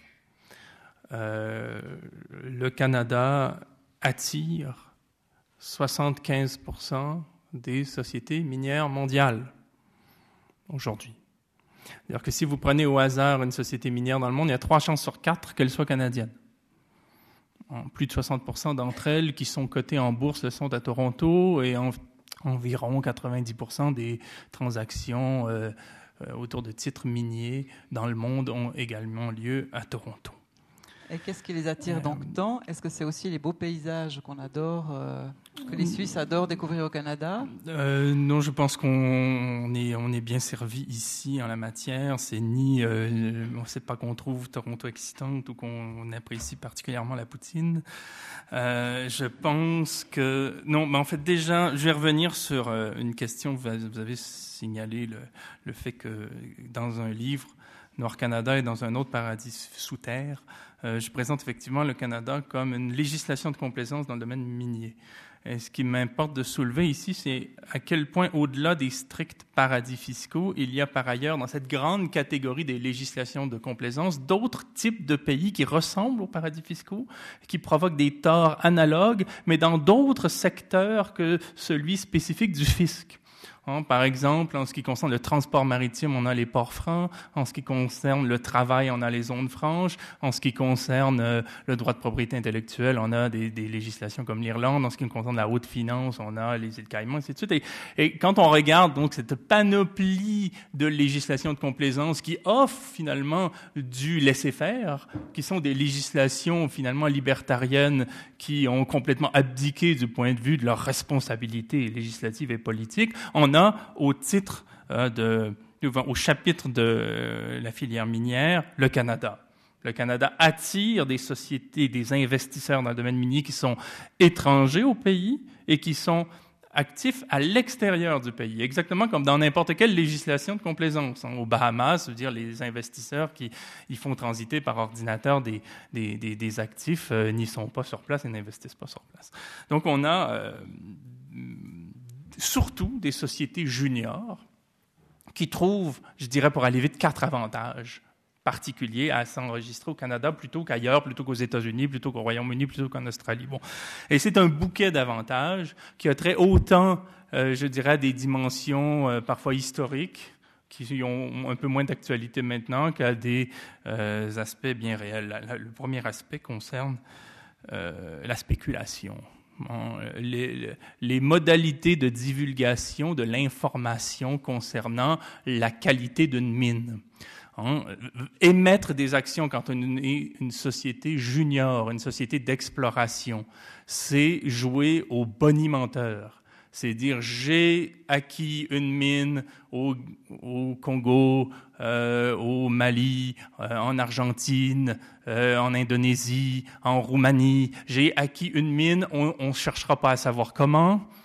Le Canada attire 75% des sociétés minières mondiales aujourd'hui. C'est-à-dire que si vous prenez au hasard une société minière dans le monde, il y a 3 chances sur 4 qu'elle soit canadienne. Plus de 60% d'entre elles qui sont cotées en bourse le sont à Toronto et environ 90% des transactions autour de titres miniers dans le monde ont également lieu à Toronto. Et qu'est-ce qui les attire donc tant? Est-ce que c'est aussi les beaux paysages qu'on adore, que les Suisses adorent découvrir au Canada? Non, je pense qu'on est bien servi ici en la matière. C'est ni, on ne sait pas qu'on trouve Toronto excitante ou qu'on apprécie particulièrement la poutine. Je pense que non, mais en fait déjà, je vais revenir sur une question. Vous avez signalé le fait que dans un livre, Noir Canada est dans un autre paradis sous terre. Je présente effectivement le Canada comme une législation de complaisance dans le domaine minier. Et ce qui m'importe de soulever ici, c'est à quel point, au-delà des stricts paradis fiscaux, il y a par ailleurs, dans cette grande catégorie des législations de complaisance, d'autres types de pays qui ressemblent aux paradis fiscaux, qui provoquent des torts analogues, mais dans d'autres secteurs que celui spécifique du fisc. Par exemple, en ce qui concerne le transport maritime, on a les ports francs. En ce qui concerne le travail, on a les zones franches. En ce qui concerne le droit de propriété intellectuelle, on a des législations comme l'Irlande. En ce qui concerne la haute finance, on a les îles Caïmans, ainsi de suite. Et quand on regarde donc cette panoplie de législations de complaisance qui offrent finalement du laisser-faire, qui sont des législations finalement libertariennes qui ont complètement abdiqué du point de vue de leur responsabilité législative et politique, on a au titre au chapitre de la filière minière, le Canada. Le Canada attire des sociétés, des investisseurs dans le domaine minier qui sont étrangers au pays et qui sont actifs à l'extérieur du pays, exactement comme dans n'importe quelle législation de complaisance. Aux Bahamas, je veux dire, les investisseurs qui y font transiter par ordinateur des actifs n'y sont pas sur place et n'investissent pas sur place. Donc on a surtout des sociétés juniors qui trouvent, je dirais pour aller vite, 4 avantages particuliers à s'enregistrer au Canada plutôt qu'ailleurs, plutôt qu'aux États-Unis, plutôt qu'au Royaume-Uni, plutôt qu'en Australie. Bon. Et c'est un bouquet d'avantages qui a trait autant, je dirais, à des dimensions parfois historiques, qui ont un peu moins d'actualité maintenant, qu'à des aspects bien réels. Le premier aspect concerne la spéculation. Les modalités de divulgation de l'information concernant la qualité d'une mine. Émettre des actions quand on est une société junior, une société d'exploration, c'est jouer au bonimenteur. C'est dire, j'ai acquis une mine au Congo, au Mali, en Argentine, en Indonésie, en Roumanie. J'ai acquis une mine, on ne cherchera pas à savoir comment.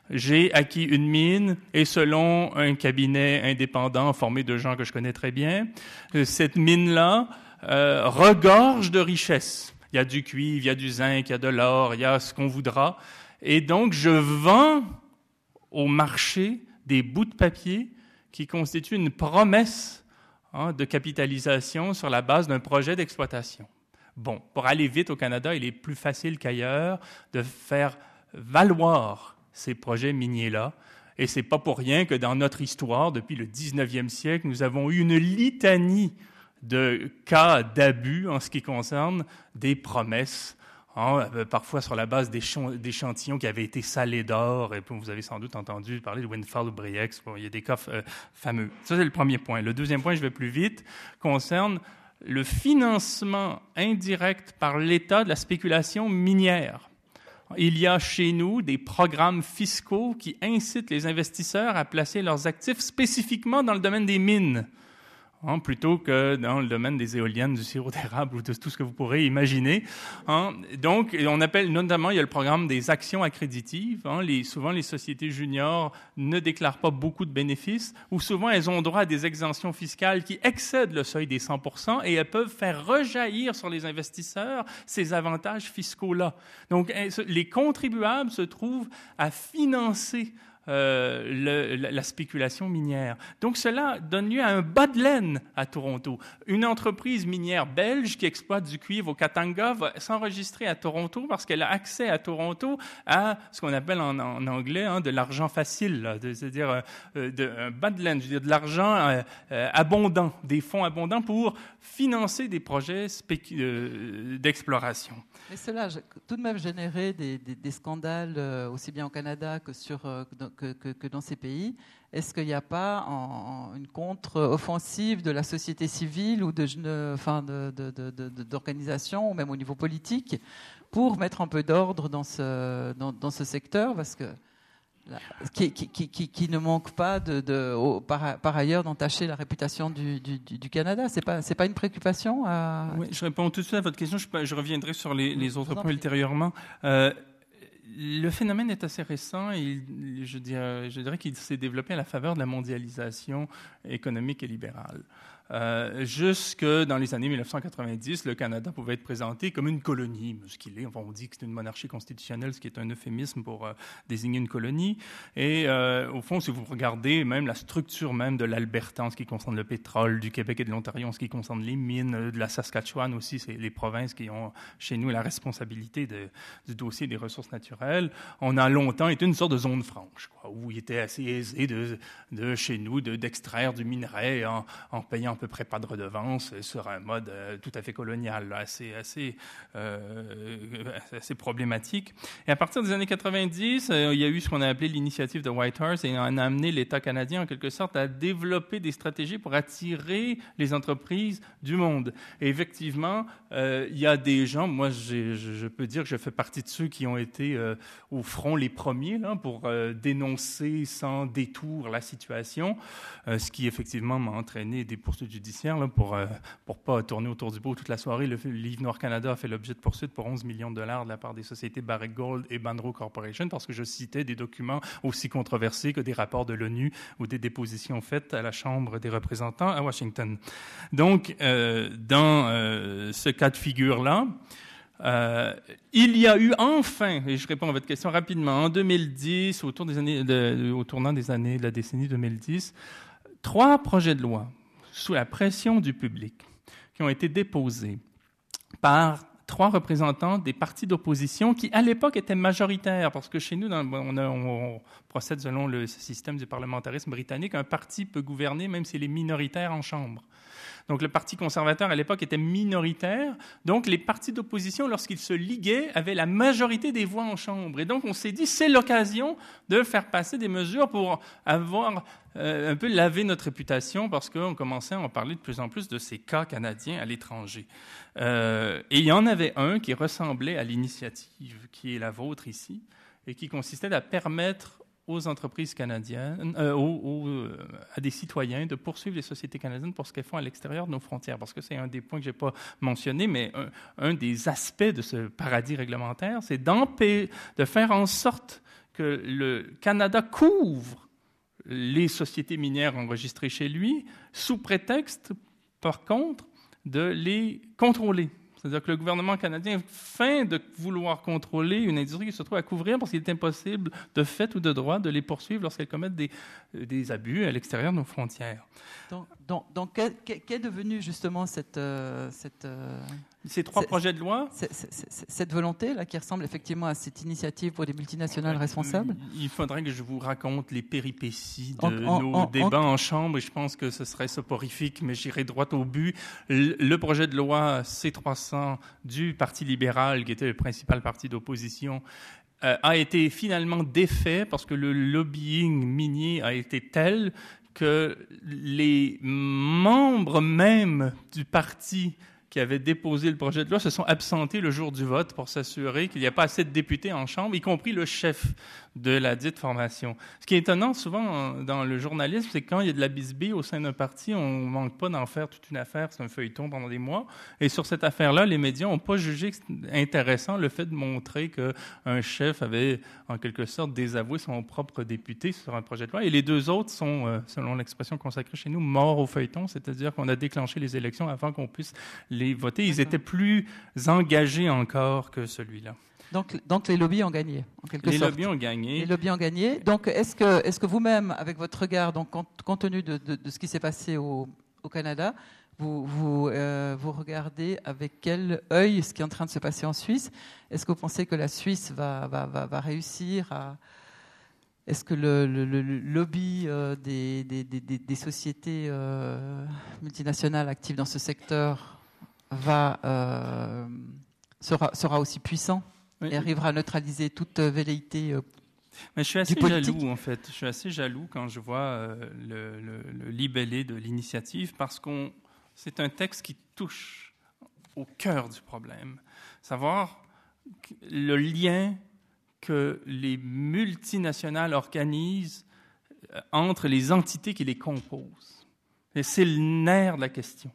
j'ai acquis une mine et selon un cabinet indépendant formé de gens que je connais très bien, cette mine-là regorge de richesses. Il y a du cuivre, il y a du zinc, il y a de l'or, il y a ce qu'on voudra. Et donc, je vends au marché des bouts de papier qui constituent une promesse de capitalisation sur la base d'un projet d'exploitation. Bon, pour aller vite au Canada, il est plus facile qu'ailleurs de faire valoir ces projets miniers-là. Et ce n'est pas pour rien que dans notre histoire, depuis le 19e siècle, nous avons eu une litanie de cas d'abus en ce qui concerne des promesses, parfois sur la base d'échantillons qui avaient été salés d'or. Et vous avez sans doute entendu parler de Windfall ou Bre-X. Il y a des cas fameux. Ça, c'est le premier point. Le deuxième point, je vais plus vite, concerne le financement indirect par l'État de la spéculation minière. Il y a chez nous des programmes fiscaux qui incitent les investisseurs à placer leurs actifs spécifiquement dans le domaine des mines, plutôt que dans le domaine des éoliennes, du sirop d'érable ou de tout ce que vous pourrez imaginer. Donc, on appelle notamment, il y a le programme des actions accréditives. Souvent, les sociétés juniors ne déclarent pas beaucoup de bénéfices, ou souvent, elles ont droit à des exemptions fiscales qui excèdent le seuil des 100%, et elles peuvent faire rejaillir sur les investisseurs ces avantages fiscaux-là. Donc, les contribuables se trouvent à financer la spéculation minière. Donc, cela donne lieu à un bas de laine à Toronto. Une entreprise minière belge qui exploite du cuivre au Katanga va s'enregistrer à Toronto parce qu'elle a accès à Toronto à ce qu'on appelle en anglais de l'argent facile, c'est-à-dire un bas de laine, je veux dire de l'argent abondant, des fonds abondants pour financer des projets d'exploration. Mais cela a tout de même généré des scandales aussi bien au Canada que dans ces pays. Est-ce qu'il n'y a pas une contre-offensive de la société civile ou d'organisations, ou même au niveau politique, pour mettre un peu d'ordre dans ce secteur, parce que qui ne manque pas par ailleurs d'entacher la réputation du Canada. C'est pas une préoccupation Oui, je réponds tout de suite à votre question. Je reviendrai sur les autres points ultérieurement. Le phénomène est assez récent et je dirais qu'il s'est développé à la faveur de la mondialisation économique et libérale. Jusque dans les années 1990, le Canada pouvait être présenté comme une colonie, ce qu'il est. Enfin, on dit que c'est une monarchie constitutionnelle, ce qui est un euphémisme pour désigner une colonie. Et au fond, si vous regardez même la structure même de l'Alberta en ce qui concerne le pétrole, du Québec et de l'Ontario en ce qui concerne les mines, de la Saskatchewan aussi, c'est les provinces qui ont chez nous la responsabilité du dossier des ressources naturelles. On a longtemps été une sorte de zone franche, où il était assez aisé de chez nous d'extraire du minerai en payant à peu près pas de redevance sur un mode tout à fait colonial, assez problématique. Et à partir des années 90, il y a eu ce qu'on a appelé l'initiative de Whitehorse et on a amené l'État canadien en quelque sorte à développer des stratégies pour attirer les entreprises du monde. Et effectivement, il y a des gens, moi je peux dire que je fais partie de ceux qui ont été au front les premiers pour dénoncer sans détour la situation, ce qui effectivement m'a entraîné des poursuites judiciaires pour pas tourner autour du pot toute la soirée. Le Livre Noir Canada a fait l'objet de poursuites pour 11 millions de dollars de la part des sociétés Barrick Gold et Banro Corporation parce que je citais des documents aussi controversés que des rapports de l'ONU ou des dépositions faites à la Chambre des représentants à Washington. Donc, dans ce cas de figure-là, il y a eu enfin, et je réponds à votre question rapidement, en 2010, au tournant des années de la décennie 2010, 3 projets de loi sous la pression du public qui ont été déposés par 3 représentants des partis d'opposition qui, à l'époque, étaient majoritaires, parce que chez nous, on procède selon le système du parlementarisme britannique, un parti peut gouverner même s'il est minoritaire en chambre. Donc, le Parti conservateur, à l'époque, était minoritaire. Donc, les partis d'opposition, lorsqu'ils se liguaient, avaient la majorité des voix en chambre. Et donc, on s'est dit, c'est l'occasion de faire passer des mesures pour avoir un peu lavé notre réputation parce qu'on commençait à en parler de plus en plus de ces cas canadiens à l'étranger. Et il y en avait un qui ressemblait à l'initiative qui est la vôtre ici et qui consistait à permettre aux entreprises canadiennes, à des citoyens de poursuivre les sociétés canadiennes pour ce qu'elles font à l'extérieur de nos frontières. Parce que c'est un des points que je n'ai pas mentionné, mais un des aspects de ce paradis réglementaire, c'est de faire en sorte que le Canada couvre les sociétés minières enregistrées chez lui sous prétexte, par contre, de les contrôler. C'est-à-dire que le gouvernement canadien feint de vouloir contrôler une industrie qui se trouve à couvrir parce qu'il est impossible, de fait ou de droit, de les poursuivre lorsqu'elles commettent des abus à l'extérieur de nos frontières. Donc qu'est devenue justement ces trois projets de loi, cette volonté là qui ressemble effectivement à cette initiative pour les multinationales responsables? Il faudrait que je vous raconte les péripéties de nos débats en chambre et je pense que ce serait soporifique, mais j'irai droit au but. Le projet de loi C-300 du Parti libéral, qui était le principal parti d'opposition, a été finalement défait parce que le lobbying minier a été tel que les membres même du parti qui avaient déposé le projet de loi se sont absentés le jour du vote pour s'assurer qu'il n'y a pas assez de députés en Chambre, y compris le chef de la dite formation. Ce qui est étonnant souvent dans le journalisme, c'est que quand il y a de la bisbille au sein d'un parti, on ne manque pas d'en faire toute une affaire, c'est un feuilleton pendant des mois. Et sur cette affaire-là, les médias n'ont pas jugé intéressant le fait de montrer qu'un chef avait en quelque sorte désavoué son propre député sur un projet de loi. Et les deux autres sont, selon l'expression consacrée chez nous, morts au feuilleton, c'est-à-dire qu'on a déclenché les élections avant qu'on puisse les voter. Ils étaient plus engagés encore que celui-là. Donc les lobbies ont gagné, en quelque sorte. Les lobbies ont gagné. Les lobbies ont gagné. Donc est-ce que vous-même, avec votre regard, donc compte tenu de ce qui s'est passé au Canada, vous regardez avec quel œil ce qui est en train de se passer en Suisse? Est-ce que vous pensez que la Suisse va réussir à... Est-ce que le lobby des sociétés multinationales actives dans ce secteur sera aussi puissant et arrivera à neutraliser toute velléité Mais je suis assez jaloux, en fait. Je suis assez jaloux quand je vois le libellé de l'initiative parce que c'est un texte qui touche au cœur du problème. Savoir le lien que les multinationales organisent entre les entités qui les composent. Et c'est le nerf de la question.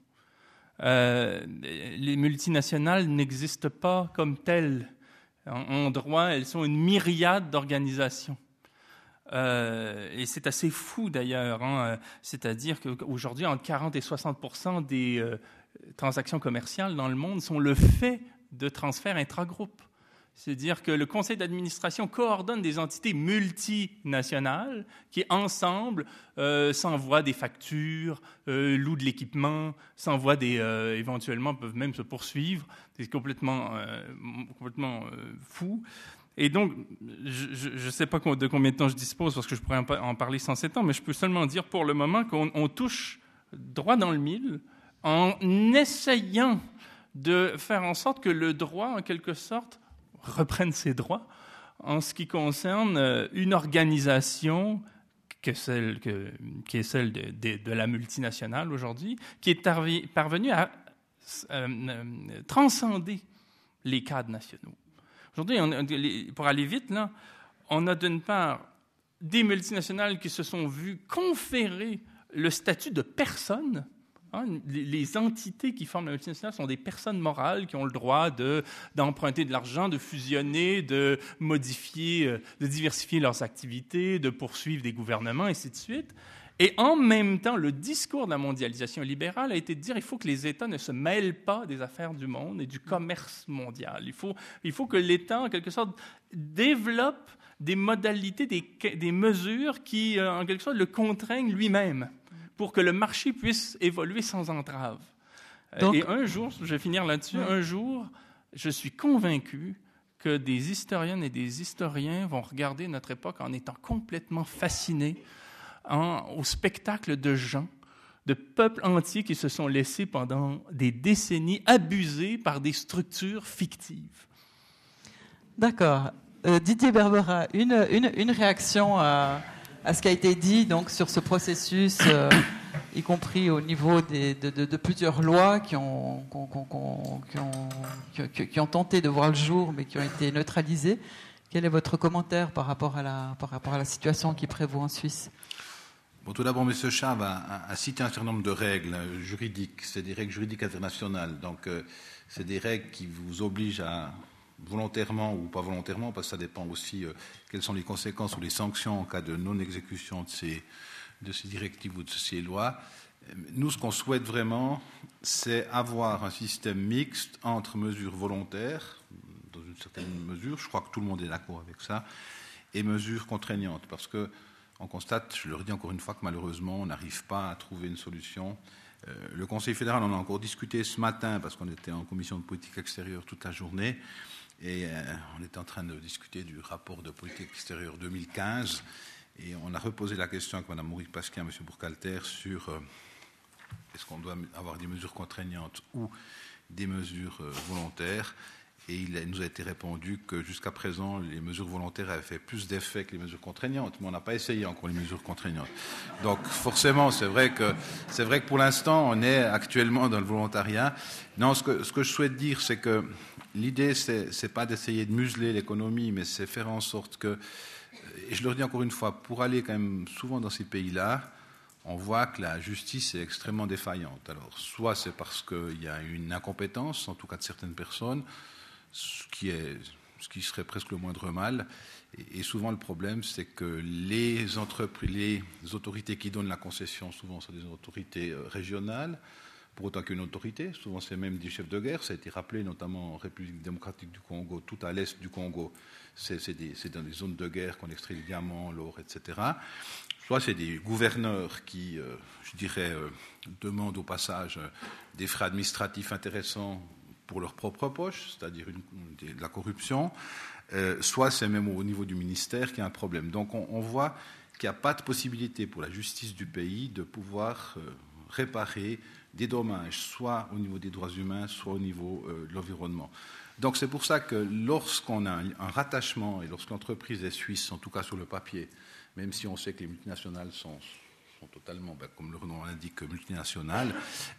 Les multinationales n'existent pas comme telles. En droit, elles sont une myriade d'organisations. Et c'est assez fou d'ailleurs. C'est-à-dire qu'aujourd'hui, entre 40 et 60% des transactions commerciales dans le monde sont le fait de transferts intragroupes. C'est-à-dire que le conseil d'administration coordonne des entités multinationales qui, ensemble, s'envoient des factures, louent de l'équipement, éventuellement peuvent même se poursuivre. C'est complètement fou. Et donc, je ne sais pas de combien de temps je dispose parce que je pourrais en parler sans s'étendre, mais je peux seulement dire pour le moment qu'on touche droit dans le mille en essayant de faire en sorte que le droit, en quelque sorte, reprenne ses droits en ce qui concerne une organisation qui est celle de la multinationale aujourd'hui, qui est parvenue à transcender les cadres nationaux. Aujourd'hui, pour aller vite, là, on a d'une part des multinationales qui se sont vues conférer le statut de personne. Les entités qui forment la multinationale sont des personnes morales qui ont le droit d'emprunter de l'argent, de fusionner, de modifier, de diversifier leurs activités, de poursuivre des gouvernements, et ainsi de suite. Et en même temps, le discours de la mondialisation libérale a été de dire qu'il faut que les États ne se mêlent pas des affaires du monde et du commerce mondial. Il faut que l'État, en quelque sorte, développe des modalités, des mesures qui, en quelque sorte, le contraignent lui-même, pour que le marché puisse évoluer sans entrave. Et un jour, je vais finir là-dessus, un jour, je suis convaincu que des historiennes et des historiens vont regarder notre époque en étant complètement fascinés au spectacle de gens, de peuples entiers qui se sont laissés pendant des décennies abuser par des structures fictives. D'accord. Didier Berbera, une réaction à ce qui a été dit donc, sur ce processus, y compris au niveau de plusieurs lois qui ont tenté de voir le jour, mais qui ont été neutralisées. Quel est votre commentaire par rapport à la situation qui prévaut en Suisse? Bon, tout d'abord, M. Chaves a cité un certain nombre de règles juridiques. C'est des règles juridiques internationales. Donc, c'est des règles qui vous obligent à volontairement ou pas volontairement, parce que ça dépend aussi quelles sont les conséquences ou les sanctions en cas de non-exécution de ces directives ou de ces lois. Nous, ce qu'on souhaite vraiment, c'est avoir un système mixte entre mesures volontaires, dans une certaine mesure, je crois que tout le monde est d'accord avec ça, et mesures contraignantes, parce qu'on constate, je le redis encore une fois, que malheureusement, on n'arrive pas à trouver une solution. Le Conseil fédéral en a encore discuté ce matin, parce qu'on était en commission de politique extérieure toute la journée, et on était en train de discuter du rapport de politique extérieure 2015, et on a reposé la question avec Mme Maurice Pasquier, M. Bourcalter, sur est-ce qu'on doit avoir des mesures contraignantes ou des mesures volontaires. Et il nous a été répondu que jusqu'à présent, les mesures volontaires avaient fait plus d'effet que les mesures contraignantes, mais on n'a pas essayé encore les mesures contraignantes. Donc forcément, c'est vrai que pour l'instant, on est actuellement dans le volontariat. Non, ce que je souhaite dire, c'est que l'idée, c'est pas d'essayer de museler l'économie, mais c'est faire en sorte que, et je le redis encore une fois, pour aller quand même souvent dans ces pays-là, on voit que la justice est extrêmement défaillante. Alors, soit c'est parce qu'il y a une incompétence, en tout cas de certaines personnes, ce qui serait presque le moindre mal. Et souvent, le problème, c'est que les autorités qui donnent la concession, souvent, sont des autorités régionales, pour autant qu'une autorité. Souvent, c'est même des chefs de guerre. Ça a été rappelé, notamment en République démocratique du Congo, tout à l'est du Congo. C'est dans des zones de guerre qu'on extrait les diamants, l'or, etc. Soit c'est des gouverneurs qui, demandent au passage des frais administratifs intéressants pour leur propre poche, c'est-à-dire de la corruption, soit c'est même au niveau du ministère qu'il y a un problème. Donc on voit qu'il n'y a pas de possibilité pour la justice du pays de pouvoir réparer des dommages, soit au niveau des droits humains, soit au niveau de l'environnement. Donc c'est pour ça que lorsqu'on a un rattachement et lorsque l'entreprise est suisse, en tout cas sur le papier, même si on sait que les multinationales sont totalement, comme le nom l'indique, multinationales,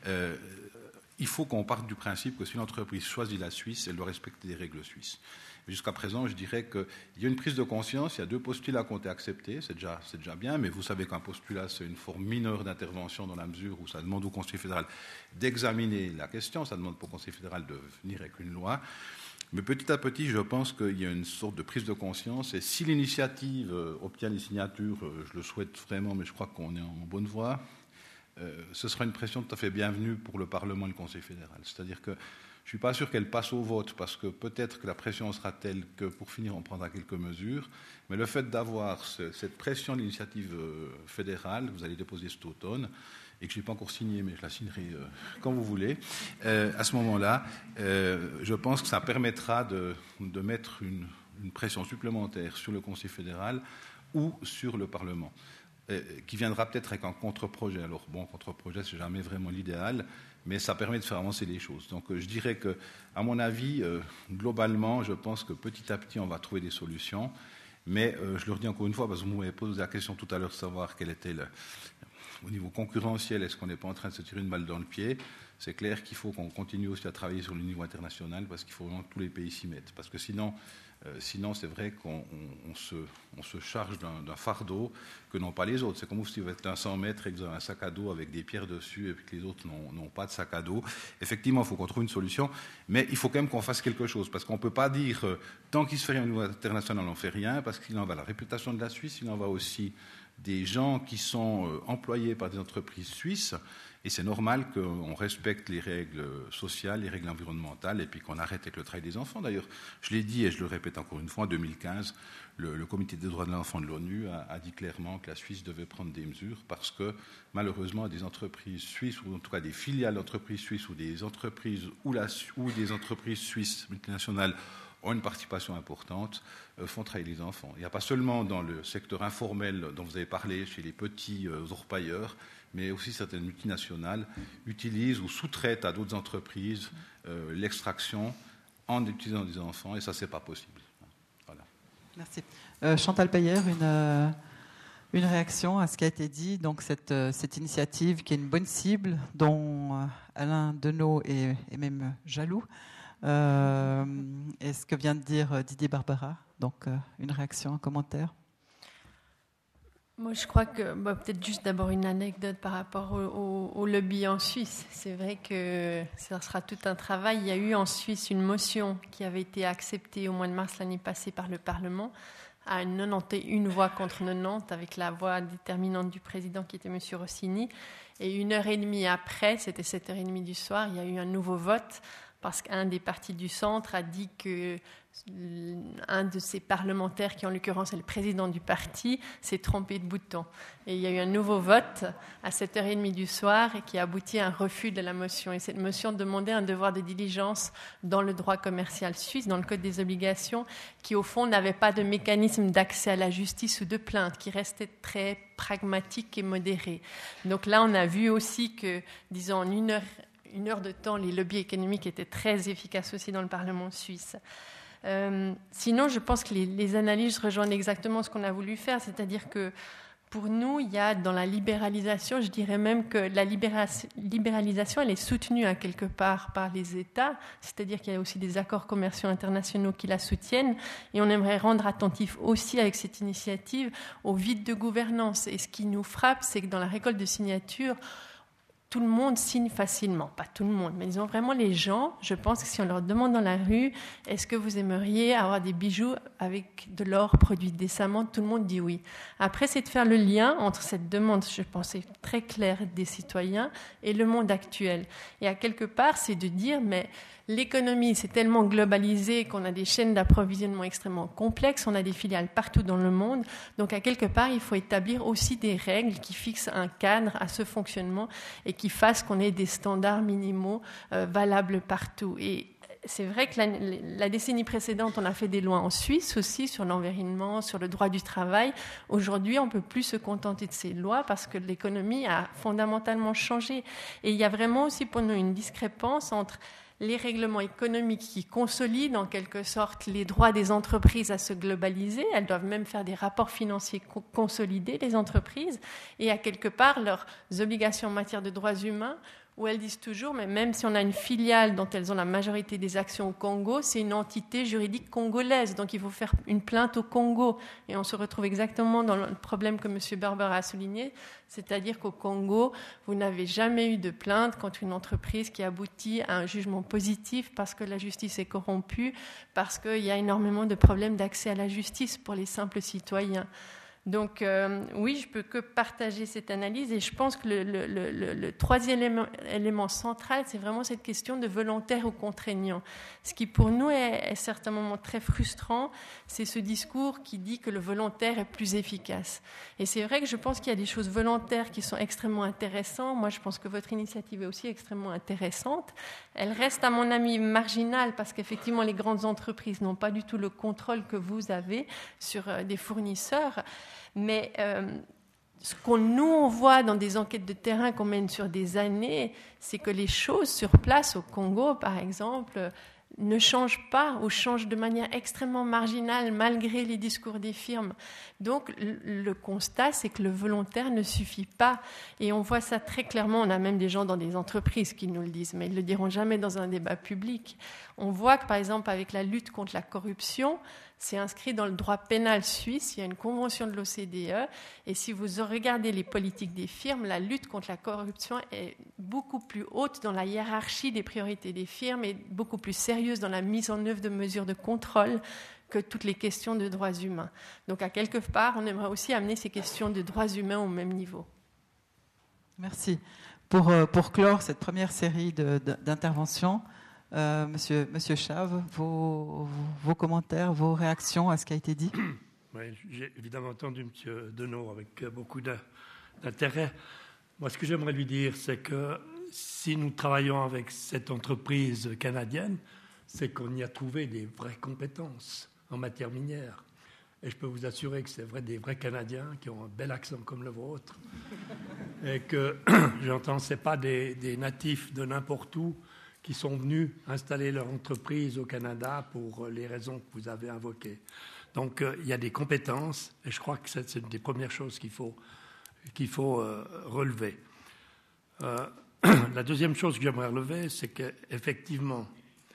il faut qu'on parte du principe que si l'entreprise choisit la Suisse, elle doit respecter les règles suisses. Jusqu'à présent, je dirais qu'il y a une prise de conscience, il y a 2 postulats qui ont été acceptés, c'est déjà bien, mais vous savez qu'un postulat, c'est une forme mineure d'intervention dans la mesure où ça demande au Conseil fédéral d'examiner la question, ça demande pas au Conseil fédéral de venir avec une loi. Mais petit à petit, je pense qu'il y a une sorte de prise de conscience, et si l'initiative obtient les signatures, je le souhaite vraiment, mais je crois qu'on est en bonne voie, ce sera une pression tout à fait bienvenue pour le Parlement et le Conseil fédéral. C'est-à-dire que je ne suis pas sûr qu'elle passe au vote, parce que peut-être que la pression sera telle que, pour finir, on prendra quelques mesures. Mais le fait d'avoir cette pression de l'initiative fédérale, vous allez déposer cet automne, et que je n'ai pas encore signée, mais je la signerai quand vous voulez, à ce moment-là, je pense que ça permettra de mettre une pression supplémentaire sur le Conseil fédéral ou sur le Parlement, qui viendra peut-être avec un contre-projet. Alors bon, contre-projet, c'est jamais vraiment l'idéal, mais ça permet de faire avancer les choses. Donc je dirais que, à mon avis, globalement, je pense que petit à petit, on va trouver des solutions. Mais je le redis encore une fois, parce que vous m'avez posé la question tout à l'heure de savoir quel était au niveau concurrentiel, est-ce qu'on n'est pas en train de se tirer une balle dans le pied? C'est clair qu'il faut qu'on continue aussi à travailler sur le niveau international, parce qu'il faut vraiment que tous les pays s'y mettent. Parce que sinon c'est vrai qu'on se charge d'un fardeau que n'ont pas les autres. C'est comme si vous êtes un 100 mètres et que vous avez un sac à dos avec des pierres dessus et puis que les autres n'ont pas de sac à dos. Effectivement, il faut qu'on trouve une solution, mais il faut quand même qu'on fasse quelque chose, parce qu'on ne peut pas dire tant qu'il se fait rien au niveau international, on ne fait rien, parce qu'il en va de la réputation de la Suisse, il en va aussi des gens qui sont employés par des entreprises suisses. Et c'est normal qu'on respecte les règles sociales, les règles environnementales, et puis qu'on arrête avec le travail des enfants. D'ailleurs, je l'ai dit et je le répète encore une fois, en 2015, le Comité des droits de l'enfant de l'ONU a dit clairement que la Suisse devait prendre des mesures parce que, malheureusement, des entreprises suisses, ou en tout cas des filiales d'entreprises suisses, ou des entreprises suisses multinationales ont une participation importante, font travailler les enfants. Il n'y a pas seulement dans le secteur informel dont vous avez parlé, chez les petits orpailleurs, mais aussi certaines multinationales utilisent ou sous-traitent à d'autres entreprises l'extraction en utilisant des enfants, et ça, c'est pas possible. Voilà. Merci. Chantal Payer, une réaction à ce qui a été dit. Donc cette initiative qui est une bonne cible, dont Alain Deneau est même jaloux. Et ce que vient de dire Didier Barbara. Donc une réaction, un commentaire. Moi, je crois que, peut-être juste d'abord une anecdote par rapport au lobby en Suisse. C'est vrai que ça sera tout un travail. Il y a eu en Suisse une motion qui avait été acceptée au mois de mars l'année passée par le Parlement à 91 voix contre 90, avec la voix déterminante du président qui était M. Rossini. Et 1h30 après, c'était 7h30 du soir, il y a eu un nouveau vote parce qu'un des partis du centre a dit que un de ces parlementaires, qui en l'occurrence est le président du parti, s'est trompé de bouton. Et il y a eu un nouveau vote à 7h30 du soir et qui a abouti à un refus de la motion. Et cette motion demandait un devoir de diligence dans le droit commercial suisse, dans le Code des obligations, qui au fond n'avait pas de mécanisme d'accès à la justice ou de plainte, qui restait très pragmatique et modéré. Donc là, on a vu aussi que, disons, en une heure de temps, les lobbies économiques étaient très efficaces aussi dans le Parlement suisse. Sinon, je pense que les analyses rejoignent exactement ce qu'on a voulu faire, c'est-à-dire que pour nous, il y a dans la libéralisation, je dirais même que la libéralisation, elle est soutenue à quelque part par les États, c'est-à-dire qu'il y a aussi des accords commerciaux internationaux qui la soutiennent, et on aimerait rendre attentif aussi avec cette initiative au vide de gouvernance. Et ce qui nous frappe, c'est que dans la récolte de signatures, tout le monde signe facilement, pas tout le monde, mais disons vraiment les gens, je pense que si on leur demande dans la rue, est-ce que vous aimeriez avoir des bijoux avec de l'or produit décemment, tout le monde dit oui. Après, c'est de faire le lien entre cette demande, je pense, très claire des citoyens et le monde actuel. Et à quelque part, c'est de dire, mais l'économie, c'est tellement globalisé qu'on a des chaînes d'approvisionnement extrêmement complexes, on a des filiales partout dans le monde. Donc, à quelque part, il faut établir aussi des règles qui fixent un cadre à ce fonctionnement et qui fassent qu'on ait des standards minimaux valables partout. Et c'est vrai que la décennie précédente, on a fait des lois en Suisse aussi sur l'environnement, sur le droit du travail. Aujourd'hui, on ne peut plus se contenter de ces lois parce que l'économie a fondamentalement changé. Et il y a vraiment aussi pour nous une discrépance entre les règlements économiques qui consolident en quelque sorte les droits des entreprises à se globaliser. Elles doivent même faire des rapports financiers consolidés, les entreprises, et à quelque part leurs obligations en matière de droits humains, où elles disent toujours, mais même si on a une filiale dont elles ont la majorité des actions au Congo, c'est une entité juridique congolaise, donc il faut faire une plainte au Congo. Et on se retrouve exactement dans le problème que M. Berber a souligné, c'est-à-dire qu'au Congo, vous n'avez jamais eu de plainte contre une entreprise qui aboutit à un jugement positif parce que la justice est corrompue, parce qu'il y a énormément de problèmes d'accès à la justice pour les simples citoyens. Donc oui, je peux que partager cette analyse et je pense que le troisième élément central, c'est vraiment cette question de volontaire ou contraignant. Ce qui pour nous est certainement très frustrant, c'est ce discours qui dit que le volontaire est plus efficace. Et c'est vrai que je pense qu'il y a des choses volontaires qui sont extrêmement intéressantes. Moi, je pense que votre initiative est aussi extrêmement intéressante. Elle reste, à mon avis, marginale parce qu'effectivement, les grandes entreprises n'ont pas du tout le contrôle que vous avez sur des fournisseurs. Mais ce qu'on on voit dans des enquêtes de terrain qu'on mène sur des années, c'est que les choses sur place au Congo, par exemple, ne changent pas ou changent de manière extrêmement marginale malgré les discours des firmes. Donc le constat, c'est que le volontaire ne suffit pas. Et on voit ça très clairement. On a même des gens dans des entreprises qui nous le disent, mais ils ne le diront jamais dans un débat public. On voit que, par exemple, avec la lutte contre la corruption, c'est inscrit dans le droit pénal suisse. Il y a une convention de l'OCDE. Et si vous regardez les politiques des firmes, la lutte contre la corruption est beaucoup plus haute dans la hiérarchie des priorités des firmes et beaucoup plus sérieuse dans la mise en œuvre de mesures de contrôle que toutes les questions de droits humains. Donc, à quelque part, on aimerait aussi amener ces questions de droits humains au même niveau. Merci. Pour clore cette première série d'interventions, Monsieur Chave, vos commentaires, vos réactions à ce qui a été dit? Oui, j'ai évidemment entendu M. Denot avec beaucoup d'intérêt. Moi, ce que j'aimerais lui dire, c'est que si nous travaillons avec cette entreprise canadienne, c'est qu'on y a trouvé des vraies compétences en matière minière. Et je peux vous assurer que c'est des vrais Canadiens qui ont un bel accent comme le vôtre. Et que, j'entends, ce n'est pas des natifs de n'importe où qui sont venus installer leur entreprise au Canada pour les raisons que vous avez invoquées. Donc, il y a des compétences, et je crois que c'est une des premières choses qu'il faut relever. La deuxième chose que j'aimerais relever, c'est qu'effectivement,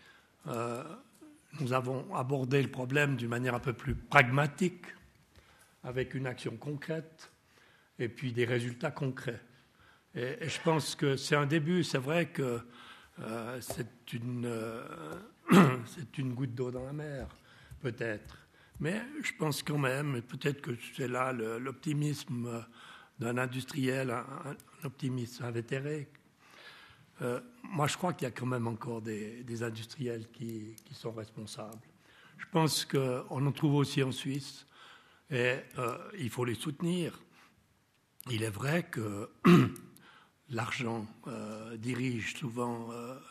nous avons abordé le problème d'une manière un peu plus pragmatique, avec une action concrète. et puis des résultats concrets. Et je pense que c'est un début. C'est vrai que c'est une goutte d'eau dans la mer, peut-être. Mais je pense quand même, et peut-être que c'est là l'optimisme d'un industriel, un optimisme invétéré. Moi, je crois qu'il y a quand même encore des industriels qui sont responsables. Je pense qu'on en trouve aussi en Suisse et il faut les soutenir. Il est vrai que l'argent dirige souvent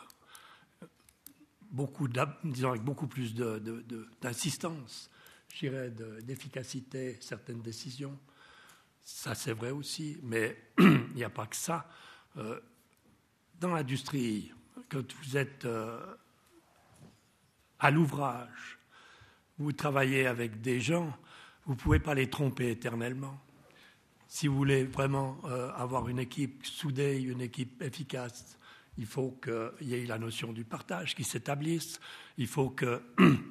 avec beaucoup plus d'insistance, je dirais, d'efficacité, certaines décisions. Ça, c'est vrai aussi, mais il n'y a pas que ça. Dans l'industrie, quand vous êtes à l'ouvrage, vous travaillez avec des gens, vous ne pouvez pas les tromper éternellement. Si vous voulez vraiment avoir une équipe soudée, une équipe efficace, il faut qu'il y ait la notion du partage qui s'établisse. Il faut que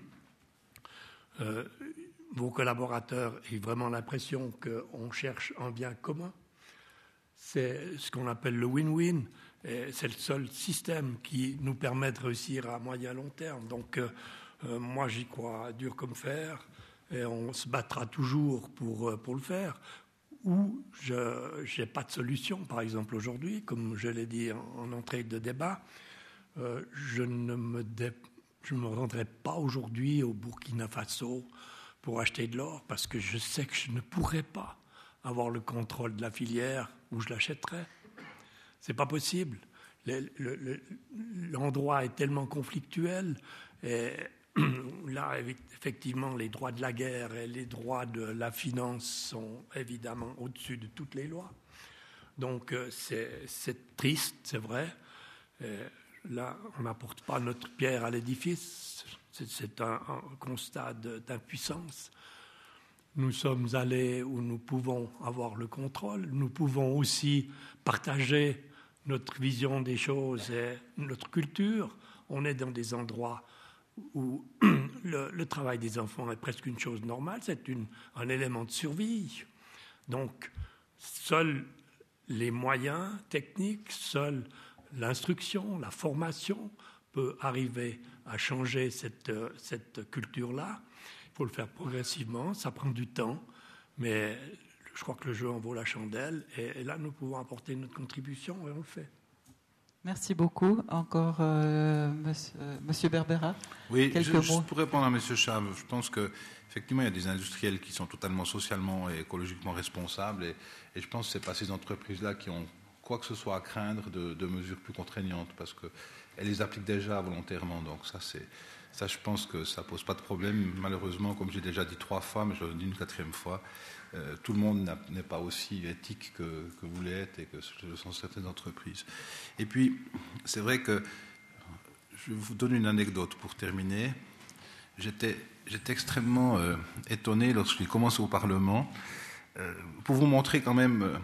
vos collaborateurs aient vraiment l'impression qu'on cherche un bien commun. C'est ce qu'on appelle le win-win. Et c'est le seul système qui nous permet de réussir à moyen long terme. Donc, moi, j'y crois dur comme fer, et on se battra toujours pour le faire. Ou je n'ai pas de solution, par exemple, aujourd'hui, comme je l'ai dit en entrée de débat, je ne me rendrai pas aujourd'hui au Burkina Faso pour acheter de l'or, parce que je sais que je ne pourrai pas avoir le contrôle de la filière où je l'achèterai. C'est pas possible. L'endroit est tellement conflictuel. Et là, effectivement, les droits de la guerre et les droits de la finance sont évidemment au-dessus de toutes les lois. Donc, c'est triste, c'est vrai. Et là, on n'apporte pas notre pierre à l'édifice. C'est un constat d'impuissance. Nous sommes allés où nous pouvons avoir le contrôle. Nous pouvons aussi partager notre vision des choses et notre culture. On est dans des endroits où le travail des enfants est presque une chose normale. C'est un élément de survie. Donc, seuls les moyens techniques, seule l'instruction, la formation peut arriver à changer cette culture-là. Il faut le faire progressivement, ça prend du temps, mais je crois que le jeu en vaut la chandelle, et là, nous pouvons apporter notre contribution, et on le fait. Merci beaucoup. Encore, Monsieur Berbera. Oui, quelques mots. Juste pour répondre à Monsieur Chave, je pense qu'effectivement, il y a des industriels qui sont totalement socialement et écologiquement responsables, et je pense que ce n'est pas ces entreprises-là qui ont quoi que ce soit à craindre de mesures plus contraignantes, parce qu'elles les appliquent déjà volontairement. Donc ça, je pense que ça ne pose pas de problème. Malheureusement, comme j'ai déjà dit 3 fois, mais je le dis une 4e fois, tout le monde n'est pas aussi éthique que vous l'êtes et que ce sont certaines entreprises. Et puis, c'est vrai que je vous donne une anecdote pour terminer. J'étais extrêmement étonné lorsque j'ai commencé au Parlement, pour vous montrer quand même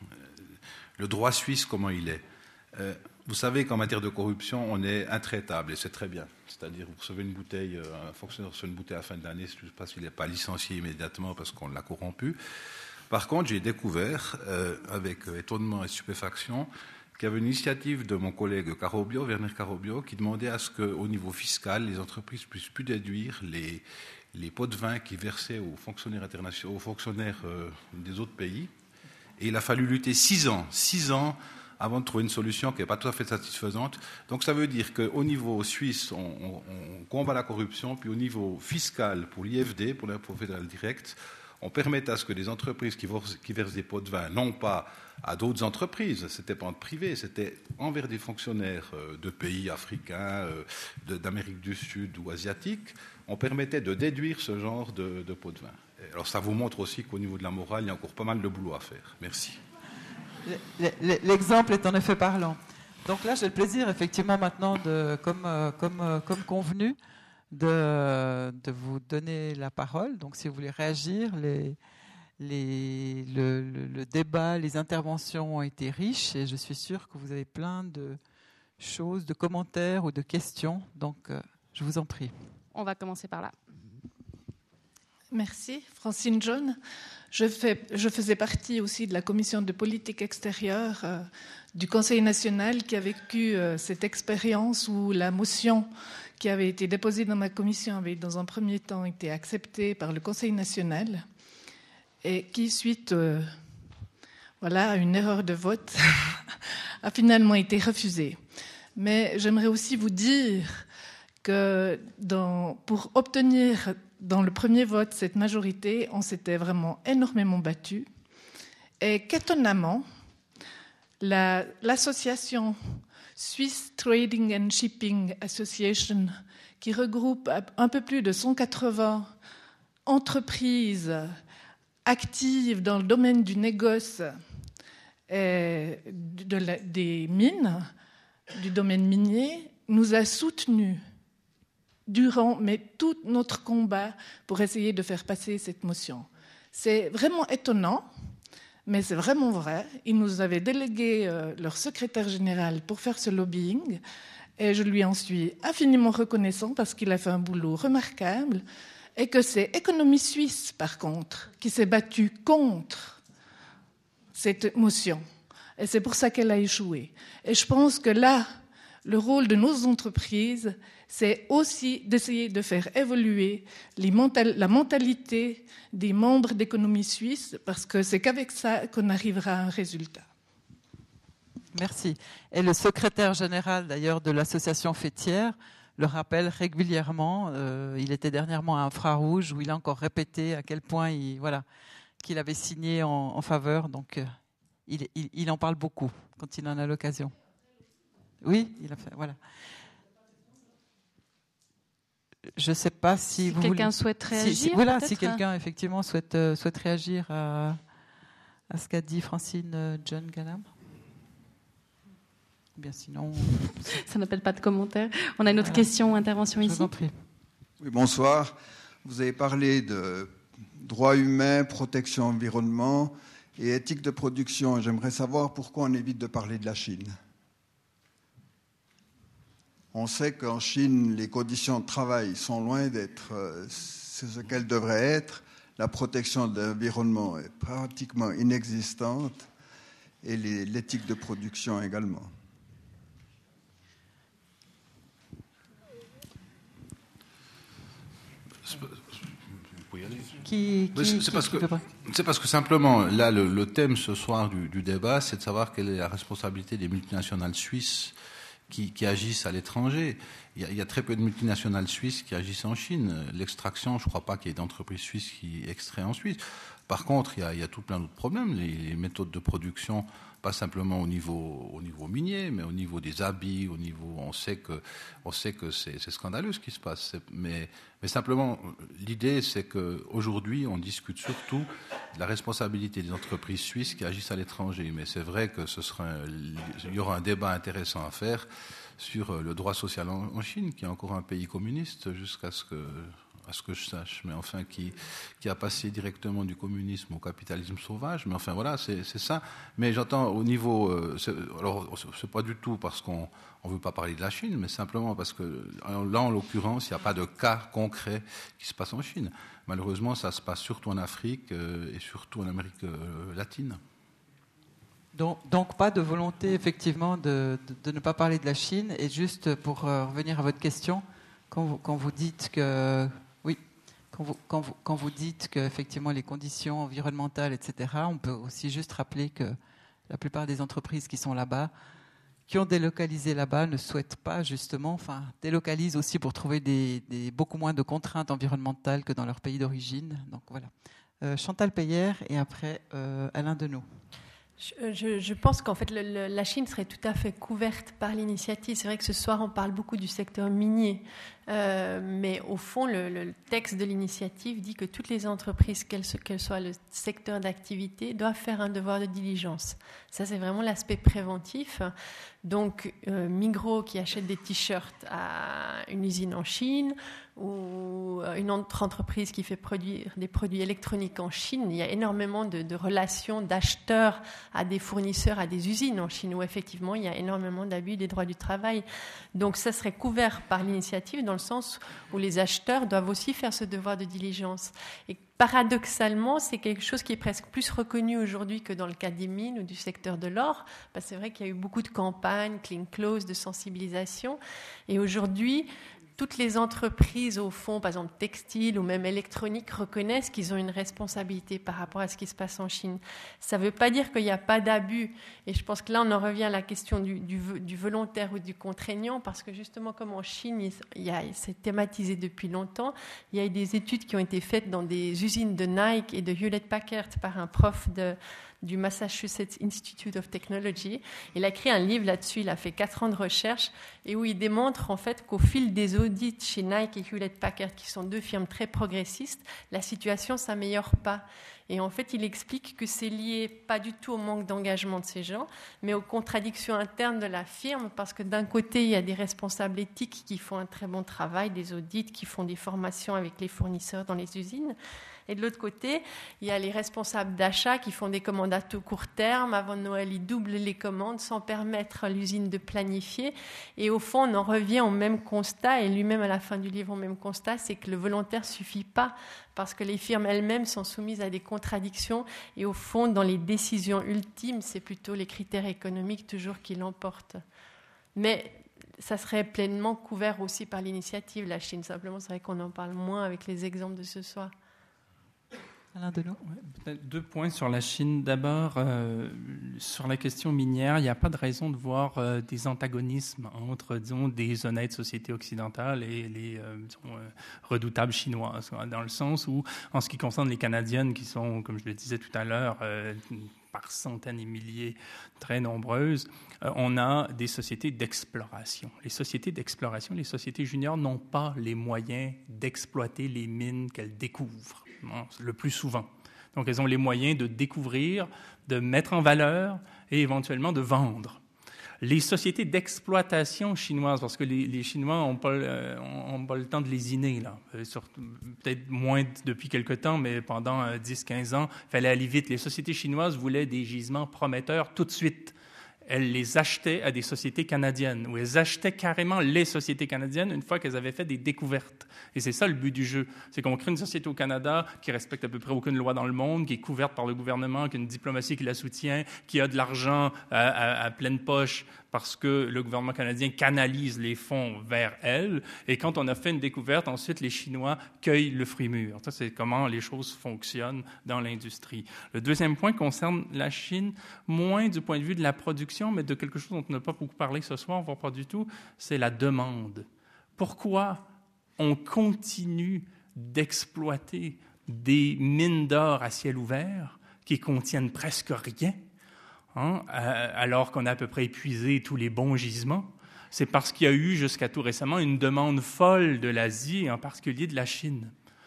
le droit suisse, comment il est. Vous savez qu'en matière de corruption, on est intraitable, et c'est très bien. C'est-à-dire, vous recevez une bouteille, un fonctionnaire reçoit une bouteille à la fin de l'année, je ne sais pas s'il n'est pas licencié immédiatement parce qu'on l'a corrompu. Par contre, j'ai découvert, avec étonnement et stupéfaction, qu'il y avait une initiative de mon collègue Werner Carobio, qui demandait à ce qu'au niveau fiscal, les entreprises puissent plus déduire les pots de vin qui versaient aux fonctionnaires internationaux, aux fonctionnaires des autres pays. Et il a fallu lutter 6 ans avant de trouver une solution qui n'est pas tout à fait satisfaisante. Donc ça veut dire qu'au niveau suisse, on combat la corruption, puis au niveau fiscal, pour l'IFD, pour l'impôt fédéral direct, on permet à ce que les entreprises qui versent des pots de vin, non pas à d'autres entreprises, c'était pas privé, c'était envers des fonctionnaires de pays africains, d'Amérique du Sud ou asiatiques, on permettait de déduire ce genre de pots de vin. Alors ça vous montre aussi qu'au niveau de la morale, il y a encore pas mal de boulot à faire. Merci. L'exemple est en effet parlant. Donc là, j'ai le plaisir, effectivement, maintenant, comme convenu, de vous donner la parole. Donc, si vous voulez réagir, le débat, les interventions ont été riches, et je suis sûre que vous avez plein de choses, de commentaires ou de questions. Donc, je vous en prie. On va commencer par là. Merci. Francine John. Je faisais partie aussi de la commission de politique extérieure du Conseil national qui a vécu cette expérience où la motion qui avait été déposée dans ma commission avait dans un premier temps été acceptée par le Conseil national et qui, suite à une erreur de vote, a finalement été refusée. Mais j'aimerais aussi vous dire que pour obtenir dans le premier vote cette majorité, on s'était vraiment énormément battu et qu'étonnamment, l'association Swiss Trading and Shipping Association, qui regroupe un peu plus de 180 entreprises actives dans le domaine du négoce et des mines, du domaine minier, nous a soutenus durant tout notre combat pour essayer de faire passer cette motion. C'est vraiment étonnant, mais c'est vraiment vrai. Ils nous avaient délégué leur secrétaire général pour faire ce lobbying et je lui en suis infiniment reconnaissant parce qu'il a fait un boulot remarquable et que c'est Économie Suisse, par contre, qui s'est battue contre cette motion. Et c'est pour ça qu'elle a échoué. Et je pense que là, le rôle de nos entreprises, c'est aussi d'essayer de faire évoluer la mentalité des membres d'Économie Suisse, parce que c'est qu'avec ça qu'on arrivera à un résultat. Merci. Et le secrétaire général, d'ailleurs, de l'association fêtière le rappelle régulièrement. Il était dernièrement à Infrarouge, où il a encore répété à quel point qu'il avait signé en faveur. Donc, il en parle beaucoup quand il en a l'occasion. Oui, il a fait, voilà. Je ne sais pas si quelqu'un souhaite réagir. Si quelqu'un effectivement souhaite réagir à ce qu'a dit Francine John Galam. Bien sinon, ça n'appelle pas de commentaire. On a une autre question, intervention ici. Je vous en prie. Oui, bonsoir. Vous avez parlé de droits humains, protection environnement et éthique de production. J'aimerais savoir pourquoi on évite de parler de la Chine. On sait qu'en Chine, les conditions de travail sont loin d'être ce qu'elles devraient être. La protection de l'environnement est pratiquement inexistante et l'éthique de production également. C'est parce que simplement, là, le thème ce soir du débat, c'est de savoir quelle est la responsabilité des multinationales suisses qui agissent à l'étranger. Il y a très peu de multinationales suisses qui agissent en Chine. L'extraction, je ne crois pas qu'il y ait d'entreprises suisses qui extraient en Suisse. Par contre, il y a tout plein d'autres problèmes. Les méthodes de production, pas simplement au niveau minier, mais au niveau des habits, on sait que c'est scandaleux ce qui se passe. Mais simplement, l'idée, c'est qu'aujourd'hui, on discute surtout de la responsabilité des entreprises suisses qui agissent à l'étranger. Mais c'est vrai que il y aura un débat intéressant à faire sur le droit social en Chine, qui est encore un pays communiste jusqu'à ce que je sache, mais enfin qui a passé directement du communisme au capitalisme sauvage. Mais enfin voilà, c'est ça. Mais j'entends au niveau, alors c'est pas du tout parce qu'on veut pas parler de la Chine, mais simplement parce que là en l'occurrence, il n'y a pas de cas concret qui se passe en Chine. Malheureusement, ça se passe surtout en Afrique et surtout en Amérique latine. Donc pas de volonté effectivement de ne pas parler de la Chine. Et juste pour revenir à votre question, quand vous dites que quand vous dites qu'effectivement les conditions environnementales, etc., on peut aussi juste rappeler que la plupart des entreprises qui sont là-bas, qui ont délocalisé là-bas, ne souhaitent pas justement, délocalisent aussi pour trouver beaucoup moins de contraintes environnementales que dans leur pays d'origine. Donc voilà. Chantal Peyer et après Alain Deneau. Je pense qu'en fait, la Chine serait tout à fait couverte par l'initiative. C'est vrai que ce soir, on parle beaucoup du secteur minier. Mais au fond, le texte de l'initiative dit que toutes les entreprises, quel soit le secteur d'activité, doivent faire un devoir de diligence. Ça, c'est vraiment l'aspect préventif. Donc, Migros qui achète des t-shirts à une usine en Chine ou une autre entreprise qui fait produire des produits électroniques en Chine, il y a énormément de relations d'acheteurs à des fournisseurs, à des usines en Chine, où effectivement il y a énormément d'abus des droits du travail. Donc ça serait couvert par l'initiative dans le sens où les acheteurs doivent aussi faire ce devoir de diligence. Et paradoxalement, c'est quelque chose qui est presque plus reconnu aujourd'hui que dans le cas des mines ou du secteur de l'or. Parce que c'est vrai qu'il y a eu beaucoup de campagnes, clean close, de sensibilisation. Et aujourd'hui, toutes les entreprises, au fond, par exemple textiles ou même électroniques, reconnaissent qu'ils ont une responsabilité par rapport à ce qui se passe en Chine. Ça ne veut pas dire qu'il n'y a pas d'abus. Et je pense que là, on en revient à la question du volontaire ou du contraignant, parce que justement, comme en Chine, c'est thématisé depuis longtemps, il y a eu des études qui ont été faites dans des usines de Nike et de Hewlett-Packard par un prof du Massachusetts Institute of Technology. Il a écrit un livre là-dessus, il a fait 4 ans de recherche, et où il démontre en fait qu'au fil des audits chez Nike et Hewlett-Packard, qui sont 2 firmes très progressistes, la situation ne s'améliore pas. Et en fait, il explique que c'est lié pas du tout au manque d'engagement de ces gens, mais aux contradictions internes de la firme, parce que d'un côté, il y a des responsables éthiques qui font un très bon travail, des audits, qui font des formations avec les fournisseurs dans les usines. Et de l'autre côté, il y a les responsables d'achat qui font des commandes à tout court terme. Avant Noël, ils doublent les commandes sans permettre à l'usine de planifier. Et au fond, on en revient au même constat, et lui-même à la fin du livre au même constat, c'est que le volontaire ne suffit pas, parce que les firmes elles-mêmes sont soumises à des contradictions. Et au fond, dans les décisions ultimes, c'est plutôt les critères économiques toujours qui l'emportent. Mais ça serait pleinement couvert aussi par l'initiative, la Chine. Simplement, c'est vrai qu'on en parle moins avec les exemples de ce soir. Alain Delon. Peut-être 2 points sur la Chine. D'abord, sur la question minière, il n'y a pas de raison de voir des antagonismes entre, disons, des honnêtes sociétés occidentales et les redoutables chinoises, dans le sens où, en ce qui concerne les Canadiennes, qui sont, comme je le disais tout à l'heure, par centaines et milliers, très nombreuses, on a des sociétés d'exploration. Les sociétés d'exploration, les sociétés juniors n'ont pas les moyens d'exploiter les mines qu'elles découvrent, le plus souvent. Donc, elles ont les moyens de découvrir, de mettre en valeur et éventuellement de vendre. Les sociétés d'exploitation chinoises, parce que les Chinois n'ont pas le temps de lésiner, là. Peut-être moins depuis quelque temps, mais pendant 10-15 ans, il fallait aller vite. Les sociétés chinoises voulaient des gisements prometteurs tout de suite. Elles les achetaient à des sociétés canadiennes, ou elles achetaient carrément les sociétés canadiennes une fois qu'elles avaient fait des découvertes. Et c'est ça le but du jeu. C'est qu'on crée une société au Canada qui respecte à peu près aucune loi dans le monde, qui est couverte par le gouvernement, qui a une diplomatie qui la soutient, qui a de l'argent à pleine poche parce que le gouvernement canadien canalise les fonds vers elle. Et quand on a fait une découverte, ensuite, les Chinois cueillent le fruit mûr. Ça, c'est comment les choses fonctionnent dans l'industrie. Le deuxième point concerne la Chine, moins du point de vue de la production, mais de quelque chose dont on n'a pas beaucoup parlé ce soir, voire pas du tout, c'est la demande. Pourquoi on continue d'exploiter des mines d'or à ciel ouvert qui contiennent presque rien, alors qu'on a à peu près épuisé tous les bons gisements? C'est parce qu'il y a eu jusqu'à tout récemment une demande folle de l'Asie, et en particulier de la Chine.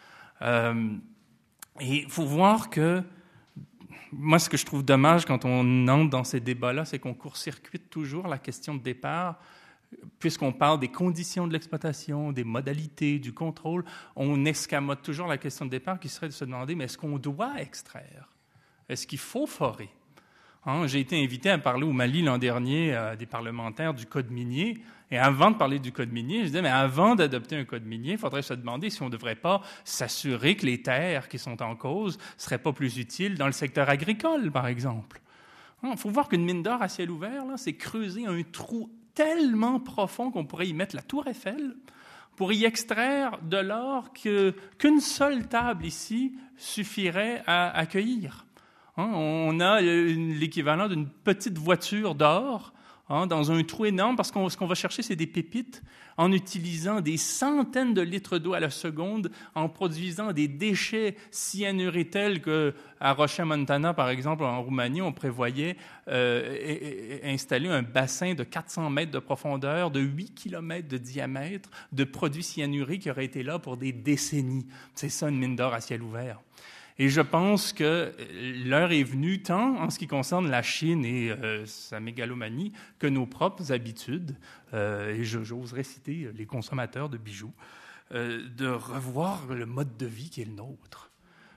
Et il faut voir que, moi, ce que je trouve dommage quand on entre dans ces débats-là, c'est qu'on court-circuite toujours la question de départ. Puisqu'on parle des conditions de l'exploitation, des modalités, du contrôle, on escamote toujours la question de départ qui serait de se demander, mais est-ce qu'on doit extraire? Est-ce qu'il faut forer? J'ai été invité à parler au Mali l'an dernier à des parlementaires du code minier. Et avant de parler du code minier, je disais, mais avant d'adopter un code minier, il faudrait se demander si on ne devrait pas s'assurer que les terres qui sont en cause ne seraient pas plus utiles dans le secteur agricole, par exemple. Il faut voir qu'une mine d'or à ciel ouvert, là, c'est creuser un trou tellement profond qu'on pourrait y mettre la tour Eiffel pour y extraire de l'or qu'une seule table ici suffirait à accueillir. On a l'équivalent d'une petite voiture d'or dans un trou énorme, parce ce qu'on va chercher, c'est des pépites, en utilisant des centaines de litres d'eau à la seconde, en produisant des déchets cyanurés tels qu'à Rocha Montana, par exemple, en Roumanie, on prévoyait installer un bassin de 400 mètres de profondeur, de 8 kilomètres de diamètre, de produits cyanurés qui auraient été là pour des décennies. C'est ça, une mine d'or à ciel ouvert. Et je pense que l'heure est venue, tant en ce qui concerne la Chine et sa mégalomanie, que nos propres habitudes, et j'oserais citer les consommateurs de bijoux, de revoir le mode de vie qui est le nôtre.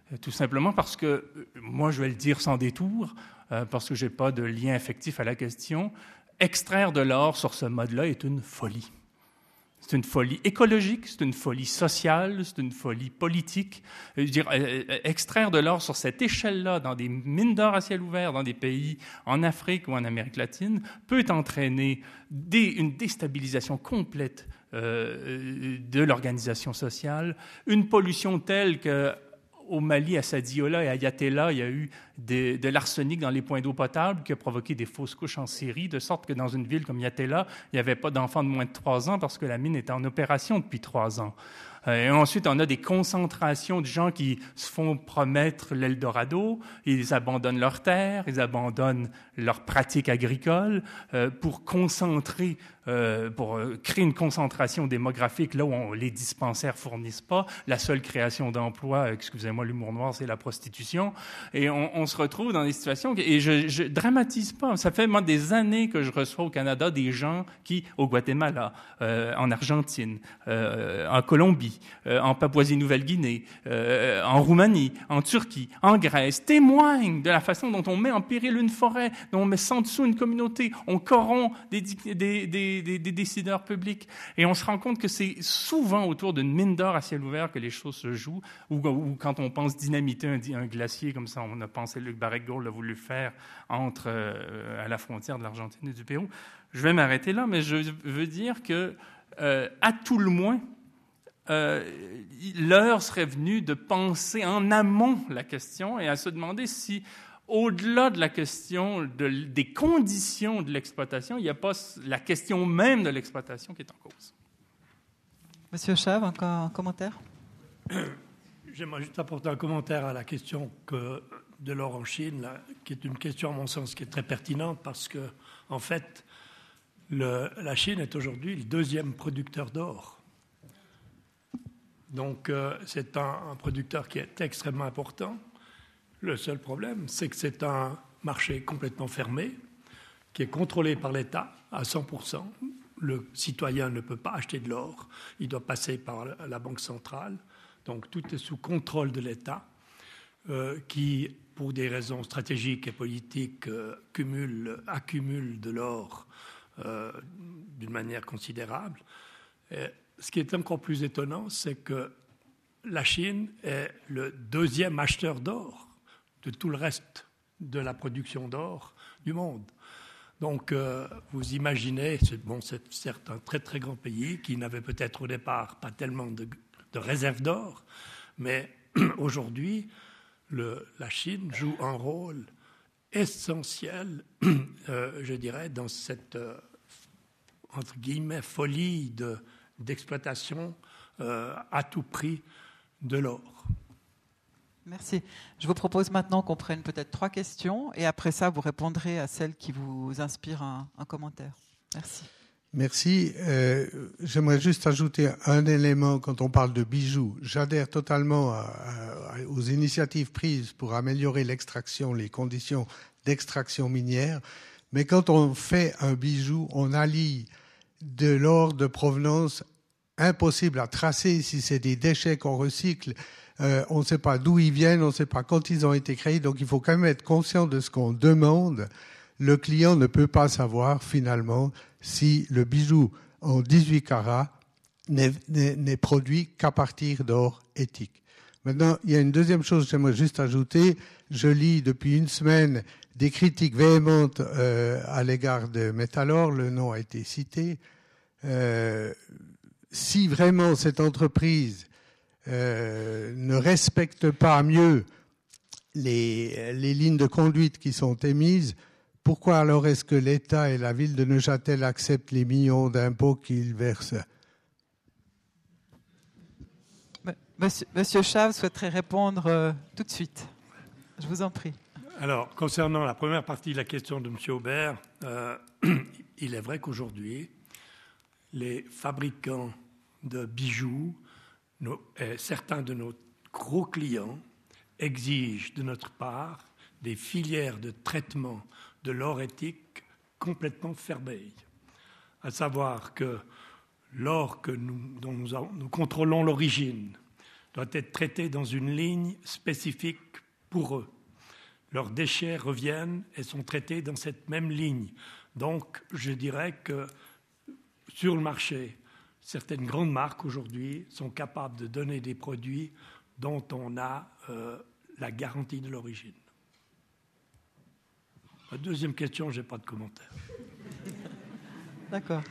Tout simplement parce que, moi je vais le dire sans détour, parce que je n'ai pas de lien affectif à la question, extraire de l'or sur ce mode-là est une folie. C'est une folie écologique, c'est une folie sociale, c'est une folie politique. Je veux dire, extraire de l'or sur cette échelle-là, dans des mines d'or à ciel ouvert, dans des pays en Afrique ou en Amérique latine, peut entraîner une déstabilisation complète de l'organisation sociale, une pollution telle que au Mali, à Sadiola et à Yatela, il y a eu de l'arsenic dans les points d'eau potable qui a provoqué des fausses couches en série, de sorte que dans une ville comme Yatela, il n'y avait pas d'enfants de moins de 3 ans parce que la mine était en opération depuis 3 ans. Et ensuite, on a des concentrations de gens qui se font promettre l'Eldorado, ils abandonnent leurs terres, ils abandonnent leurs pratiques agricoles pour concentrer, pour créer une concentration démographique là où les dispensaires fournissent pas. La seule création d'emplois, excusez-moi l'humour noir, c'est la prostitution. Et on se retrouve dans des situations, et je dramatise pas, ça fait moi des années que je reçois au Canada des gens qui, au Guatemala, en Argentine, en Colombie, en Papouasie-Nouvelle-Guinée, en Roumanie, en Turquie, en Grèce, témoignent de la façon dont on met en péril une forêt, dont on met sans dessous une communauté, on corrompt des décideurs publics. Et on se rend compte que c'est souvent autour d'une mine d'or à ciel ouvert que les choses se jouent, ou quand on pense dynamiter un glacier, comme ça on a pensé, Luc Barrick-Gould l'a voulu faire à la frontière de l'Argentine et du Pérou. Je vais m'arrêter là, mais je veux dire que, à tout le moins, l'heure serait venue de penser en amont la question et à se demander si, au-delà de la question des conditions de l'exploitation, il n'y a pas la question même de l'exploitation qui est en cause. Monsieur Chave, encore un commentaire? J'aimerais juste apporter un commentaire à la question de l'or en Chine, là, qui est une question, à mon sens, qui est très pertinente parce que, en fait, la Chine est aujourd'hui le 2e producteur d'or. Donc, c'est un producteur qui est extrêmement important. Le seul problème, c'est que c'est un marché complètement fermé, qui est contrôlé par l'État à 100%. Le citoyen ne peut pas acheter de l'or, il doit passer par la Banque centrale. Donc, tout est sous contrôle de l'État, qui, pour des raisons stratégiques et politiques, accumule de l'or d'une manière considérable. Ce qui est encore plus étonnant, c'est que la Chine est le 2e acheteur d'or de tout le reste de la production d'or du monde. Donc, vous imaginez, c'est certes un très très grand pays qui n'avait peut-être au départ pas tellement de réserves d'or, mais aujourd'hui, la Chine joue un rôle essentiel, je dirais, dans cette, entre guillemets, folie d'exploitation à tout prix de l'or. Merci. Je vous propose maintenant qu'on prenne peut-être 3 questions et après ça, vous répondrez à celles qui vous inspirent un commentaire. Merci. Merci. J'aimerais juste ajouter un élément quand on parle de bijoux. J'adhère totalement aux initiatives prises pour améliorer l'extraction, les conditions d'extraction minière. Mais quand on fait un bijou, on allie de l'or de provenance impossible à tracer si c'est des déchets qu'on recycle. On ne sait pas d'où ils viennent, on ne sait pas quand ils ont été créés. Donc il faut quand même être conscient de ce qu'on demande. Le client ne peut pas savoir finalement si le bijou en 18 carats n'est produit qu'à partir d'or éthique. Maintenant, il y a une deuxième chose que j'aimerais juste ajouter. Je lis depuis une semaine des critiques véhémentes à l'égard de Metalor. Le nom a été cité. Si vraiment cette entreprise ne respecte pas mieux les lignes de conduite qui sont émises, pourquoi alors est-ce que l'État et la ville de Neuchâtel acceptent les millions d'impôts qu'ils versent? Monsieur Chave souhaiterait répondre tout de suite. Je vous en prie. Alors, concernant la première partie de la question de M. Aubert, il est vrai qu'aujourd'hui, les fabricants de bijoux, certains de nos gros clients exigent de notre part des filières de traitement de l'or éthique complètement fermées. À savoir que l'or dont nous contrôlons l'origine doit être traité dans une ligne spécifique pour eux. Leurs déchets reviennent et sont traités dans cette même ligne. Donc, je dirais que sur le marché, certaines grandes marques aujourd'hui sont capables de donner des produits dont on a la garantie de l'origine. La deuxième question, je n'ai pas de commentaire. D'accord.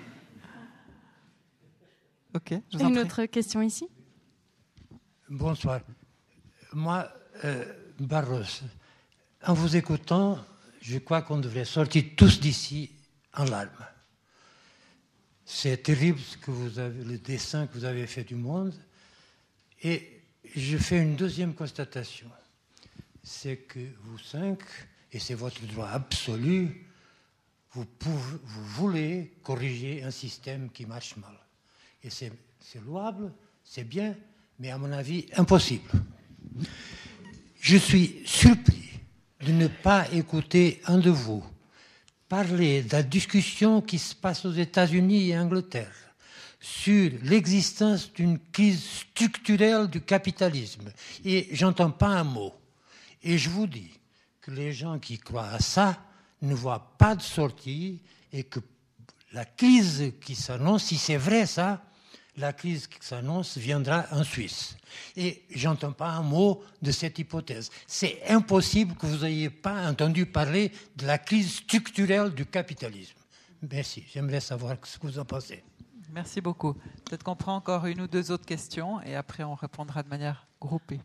Ok, je vous en en prie. prie. Une autre question ici. Bonsoir. Moi, Barros, en vous écoutant, je crois qu'on devrait sortir tous d'ici en larmes. C'est terrible ce que vous avez, le dessin que vous avez fait du monde. Et je fais une deuxième constatation. C'est que vous cinq, et c'est votre droit absolu, vous voulez corriger un système qui marche mal. Et c'est louable, c'est bien, mais à mon avis, impossible. Je suis surpris de ne pas écouter un de vous parler de la discussion qui se passe aux États-Unis et en Angleterre sur l'existence d'une crise structurelle du capitalisme. Et j'entends pas un mot. Et je vous dis que les gens qui croient à ça ne voient pas de sortie et que la crise qui s'annonce, si c'est vrai ça, la crise qui s'annonce viendra en Suisse. Et j'entends pas un mot de cette hypothèse. C'est impossible que vous n'ayez pas entendu parler de la crise structurelle du capitalisme. Merci. J'aimerais savoir ce que vous en pensez. Merci beaucoup. Peut-être qu'on prend encore une ou deux autres questions et après on répondra de manière groupée.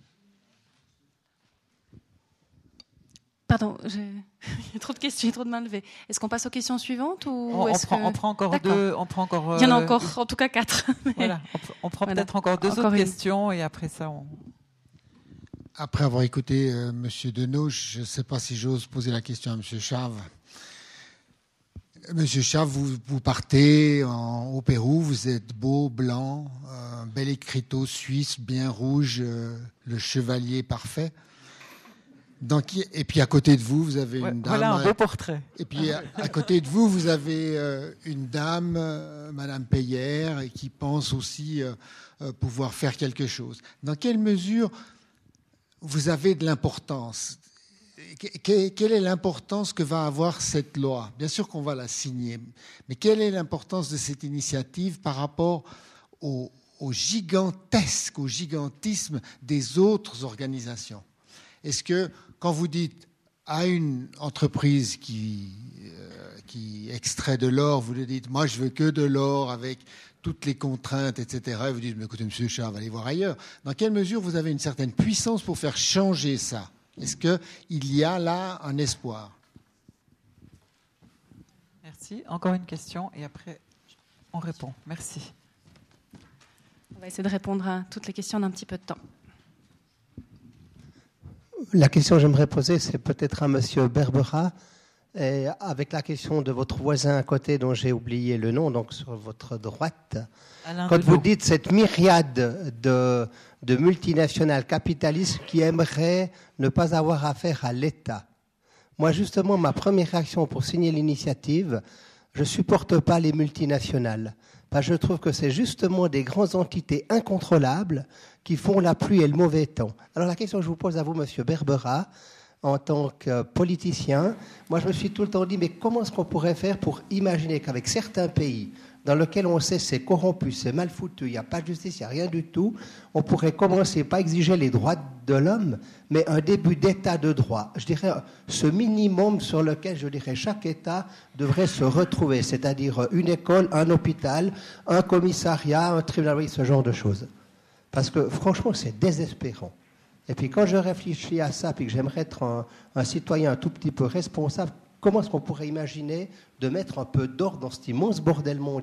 Pardon, il y a trop de questions, il y a trop de mains levées. Est-ce qu'on passe aux questions suivantes ou on prend encore deux. On prend encore, il y en a encore, en tout cas 4. Mais... Voilà, on prend voilà. peut-être encore deux encore autres une. questions et après ça, on... Après avoir écouté M. Deneau, je ne sais pas si j'ose poser la question à M. Chave. Monsieur Chave, vous partez au Pérou, vous êtes beau, blanc, un bel écriteau suisse, bien rouge, le chevalier parfait. Donc, et puis à côté de vous, vous avez une dame. Voilà un beau portrait. Et puis à côté de vous, vous avez une dame, Madame Payère, qui pense aussi pouvoir faire quelque chose. Dans quelle mesure vous avez de l'importance ? Quelle est l'importance que va avoir cette loi ? Bien sûr qu'on va la signer, mais quelle est l'importance de cette initiative par rapport au gigantesque, au gigantisme des autres organisations ? Est-ce que, quand vous dites à une entreprise qui extrait de l'or, vous lui dites « moi, je veux que de l'or avec toutes les contraintes, etc. » et vous dites « mais écoutez, monsieur Chave, allez voir ailleurs ». Dans quelle mesure vous avez une certaine puissance pour faire changer ça ? Est-ce qu'il y a là un espoir ? Merci. Encore une question et après, on répond. Merci. On va essayer de répondre à toutes les questions en un petit peu de temps. La question que j'aimerais poser, c'est peut-être à M. Berbera, et avec la question de votre voisin à côté, dont j'ai oublié le nom, donc sur votre droite. Alain Quand Delvaux. vous dites cette myriade de multinationales capitalistes qui aimeraient ne pas avoir affaire à l'État. Moi, justement, ma première réaction pour signer l'initiative, je ne supporte pas les multinationales. Parce que je trouve que c'est justement des grandes entités incontrôlables qui font la pluie et le mauvais temps. Alors la question que je vous pose à vous, M. Berbera, en tant que politicien, moi je me suis tout le temps dit, mais comment est-ce qu'on pourrait faire pour imaginer qu'avec certains pays dans lesquels on sait c'est corrompu, c'est mal foutu, il n'y a pas de justice, il n'y a rien du tout, on pourrait commencer, pas exiger les droits de l'homme, mais un début d'état de droit. Je dirais ce minimum sur lequel, je dirais, chaque État devrait se retrouver, c'est-à-dire une école, un hôpital, un commissariat, un tribunal, oui, ce genre de choses. Parce que franchement, c'est désespérant. Et puis quand je réfléchis à ça, puis que j'aimerais être un citoyen un tout petit peu responsable, comment est-ce qu'on pourrait imaginer de mettre un peu d'ordre dans cet immense bordel mondial ?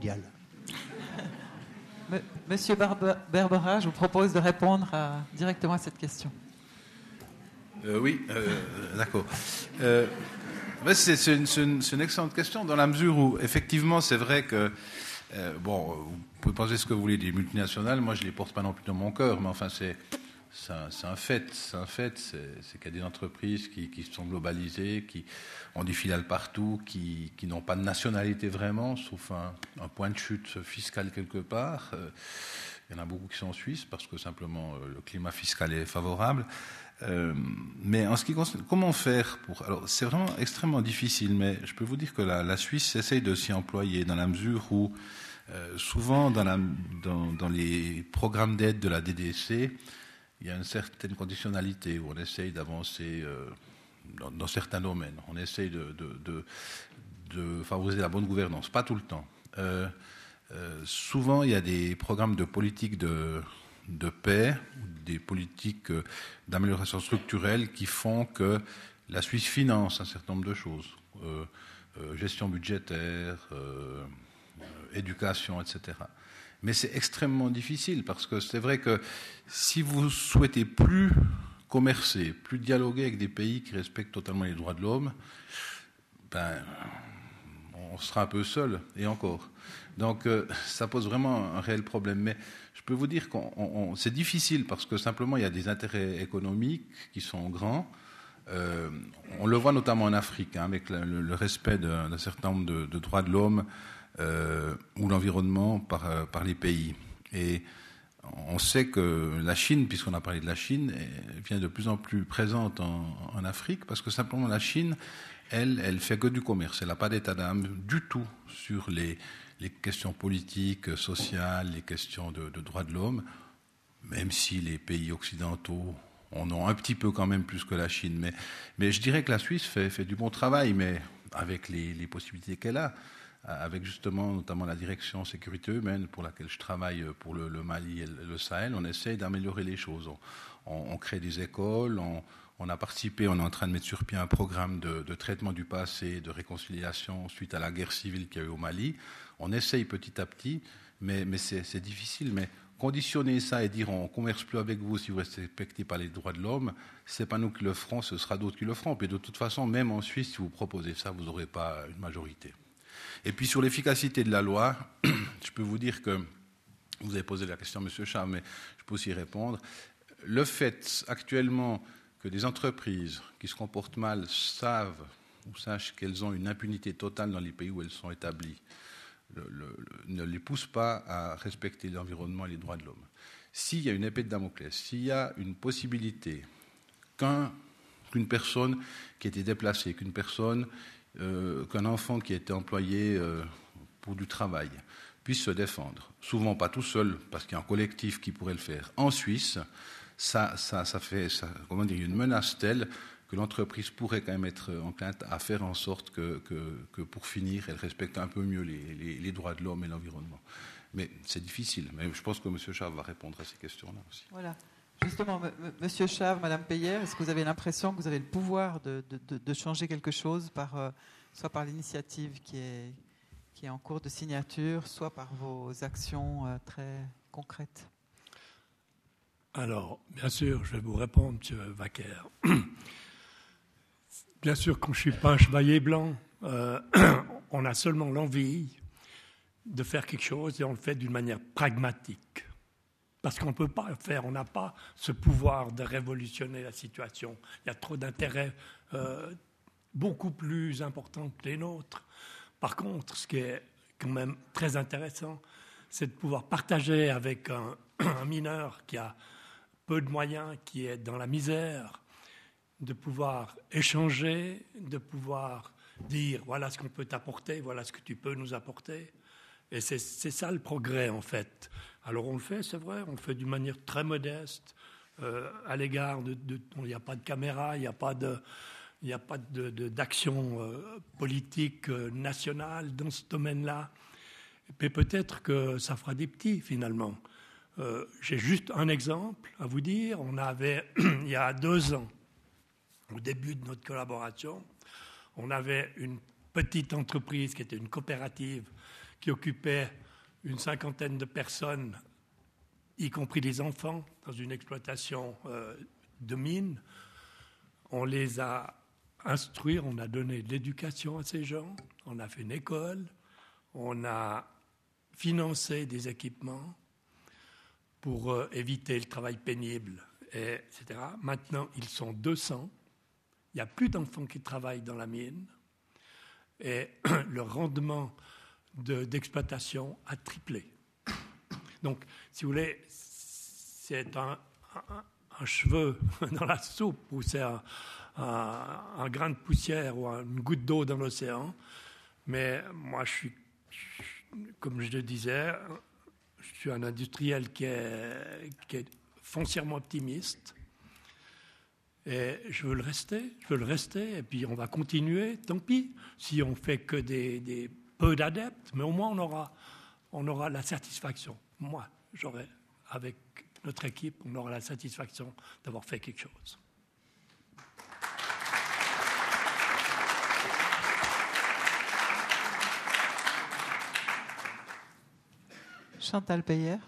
Monsieur Berbera, je vous propose de répondre directement à cette question. Oui, d'accord. C'est une excellente question dans la mesure où, effectivement, c'est vrai que, bon, vous pouvez penser ce que vous voulez des multinationales, moi je ne les porte pas non plus dans mon cœur, mais enfin c'est un fait. C'est qu'il y a des entreprises qui sont globalisées, qui ont des filiales partout, qui n'ont pas de nationalité vraiment, sauf un point de chute fiscal quelque part, Il y en a beaucoup qui sont en Suisse parce que simplement le climat fiscal est favorable. Mais en ce qui concerne comment faire pour... Alors c'est vraiment extrêmement difficile, mais je peux vous dire que la Suisse essaye de s'y employer dans la mesure où souvent dans les programmes d'aide de la DDC, il y a une certaine conditionnalité où on essaye d'avancer dans certains domaines. On essaye de favoriser la bonne gouvernance, pas tout le temps. Souvent, il y a des programmes de politique de paix, des politiques d'amélioration structurelle qui font que la Suisse finance un certain nombre de choses. Gestion budgétaire, éducation, etc. Mais c'est extrêmement difficile parce que c'est vrai que si vous souhaitez plus commercer, plus dialoguer avec des pays qui respectent totalement les droits de l'homme, ben, on sera un peu seul, et encore. Donc ça pose vraiment un réel problème. Mais je peux vous dire que c'est difficile parce que simplement il y a des intérêts économiques qui sont grands. On le voit notamment en Afrique, hein, avec le respect d'un certain nombre de droits de l'homme ou l'environnement par les pays. Et on sait que la Chine, puisqu'on a parlé de la Chine, vient de plus en plus présente en Afrique parce que simplement la Chine, elle fait que du commerce. Elle n'a pas d'état d'âme du tout sur les questions politiques, sociales, les questions de droits de l'homme, même si les pays occidentaux en ont un petit peu quand même plus que la Chine. Mais je dirais que la Suisse fait du bon travail, mais avec les possibilités qu'elle a, avec justement notamment la direction sécurité humaine pour laquelle je travaille pour le Mali et le Sahel, on essaye d'améliorer les choses. On crée des écoles, on a participé, on est en train de mettre sur pied un programme de traitement du passé, de réconciliation suite à la guerre civile qu'il y a eu au Mali. On essaye petit à petit, mais c'est difficile. Mais conditionner ça et dire on ne commerce plus avec vous si vous ne respectez pas les droits de l'homme, ce n'est pas nous qui le ferons, ce sera d'autres qui le feront. Et de toute façon, même en Suisse, si vous proposez ça, vous n'aurez pas une majorité. Et puis sur l'efficacité de la loi, je peux vous dire que, vous avez posé la question à M. Chaves, mais je peux aussi y répondre. Le fait actuellement que des entreprises qui se comportent mal sachent qu'elles ont une impunité totale dans les pays où elles sont établies, ne les pousse pas à respecter l'environnement et les droits de l'homme. S'il y a une épée de Damoclès, s'il y a une possibilité qu'une personne qui a été déplacée, qu'un enfant qui a été employé pour du travail puisse se défendre, souvent pas tout seul, parce qu'il y a un collectif qui pourrait le faire. En Suisse, ça fait une menace telle que l'entreprise pourrait quand même être encline à faire en sorte que pour finir, elle respecte un peu mieux les droits de l'homme et l'environnement. Mais c'est difficile. Mais je pense que M. Chaves va répondre à ces questions-là aussi. Voilà. Justement, M. Chaves, Mme Peyer, est-ce que vous avez l'impression que vous avez le pouvoir de changer quelque chose, soit par l'initiative qui est en cours de signature, soit par vos actions très concrètes? Alors, bien sûr, je vais vous répondre, M. Wacker. Bien sûr, quand je ne suis pas un chevalier blanc, on a seulement l'envie de faire quelque chose et on le fait d'une manière pragmatique. Parce qu'on ne peut pas le faire, on n'a pas ce pouvoir de révolutionner la situation. Il y a trop d'intérêts beaucoup plus importants que les nôtres. Par contre, ce qui est quand même très intéressant, c'est de pouvoir partager avec un mineur qui a peu de moyens, qui est dans la misère, de pouvoir échanger, de pouvoir dire voilà ce qu'on peut t'apporter, voilà ce que tu peux nous apporter. Et c'est ça le progrès, en fait. Alors on le fait, c'est vrai, on le fait d'une manière très modeste, à l'égard il n'y a pas de caméra, il n'y a pas d'action politique nationale dans ce domaine-là. Mais peut-être que ça fera des petits, finalement. J'ai juste un exemple à vous dire. On avait, il y a 2 ans, au début de notre collaboration, on avait une petite entreprise qui était une coopérative qui occupait une 50aine de personnes, y compris des enfants, dans une exploitation de mines. On les a instruits, on a donné de l'éducation à ces gens, on a fait une école, on a financé des équipements pour éviter le travail pénible, etc. Maintenant, ils sont 200. Il n'y a plus d'enfants qui travaillent dans la mine. Et le rendement d'exploitation a triplé. Donc, si vous voulez, c'est un cheveu dans la soupe ou c'est un grain de poussière ou une goutte d'eau dans l'océan. Mais moi, comme je le disais, je suis un industriel qui est foncièrement optimiste. Et je veux le rester, et puis on va continuer, tant pis, si on fait que des peu d'adeptes, mais au moins on aura la satisfaction. Moi, avec notre équipe, on aura la satisfaction d'avoir fait quelque chose. Chantal Peyer.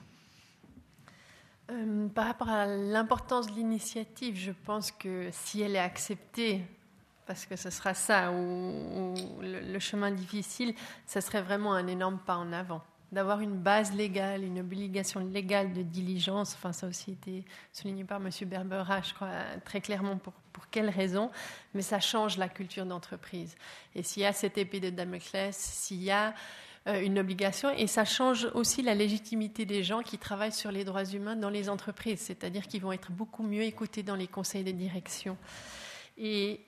Par rapport à l'importance de l'initiative, je pense que si elle est acceptée, parce que ce sera ça, ou le chemin difficile, ce serait vraiment un énorme pas en avant. D'avoir une base légale, une obligation légale de diligence, enfin ça a aussi été souligné par M. Berbera, je crois, très clairement pour quelles raisons, mais ça change la culture d'entreprise. Et s'il y a cette épée de Damoclès, s'il y a une obligation, et ça change aussi la légitimité des gens qui travaillent sur les droits humains dans les entreprises, c'est-à-dire qu'ils vont être beaucoup mieux écoutés dans les conseils de direction. Et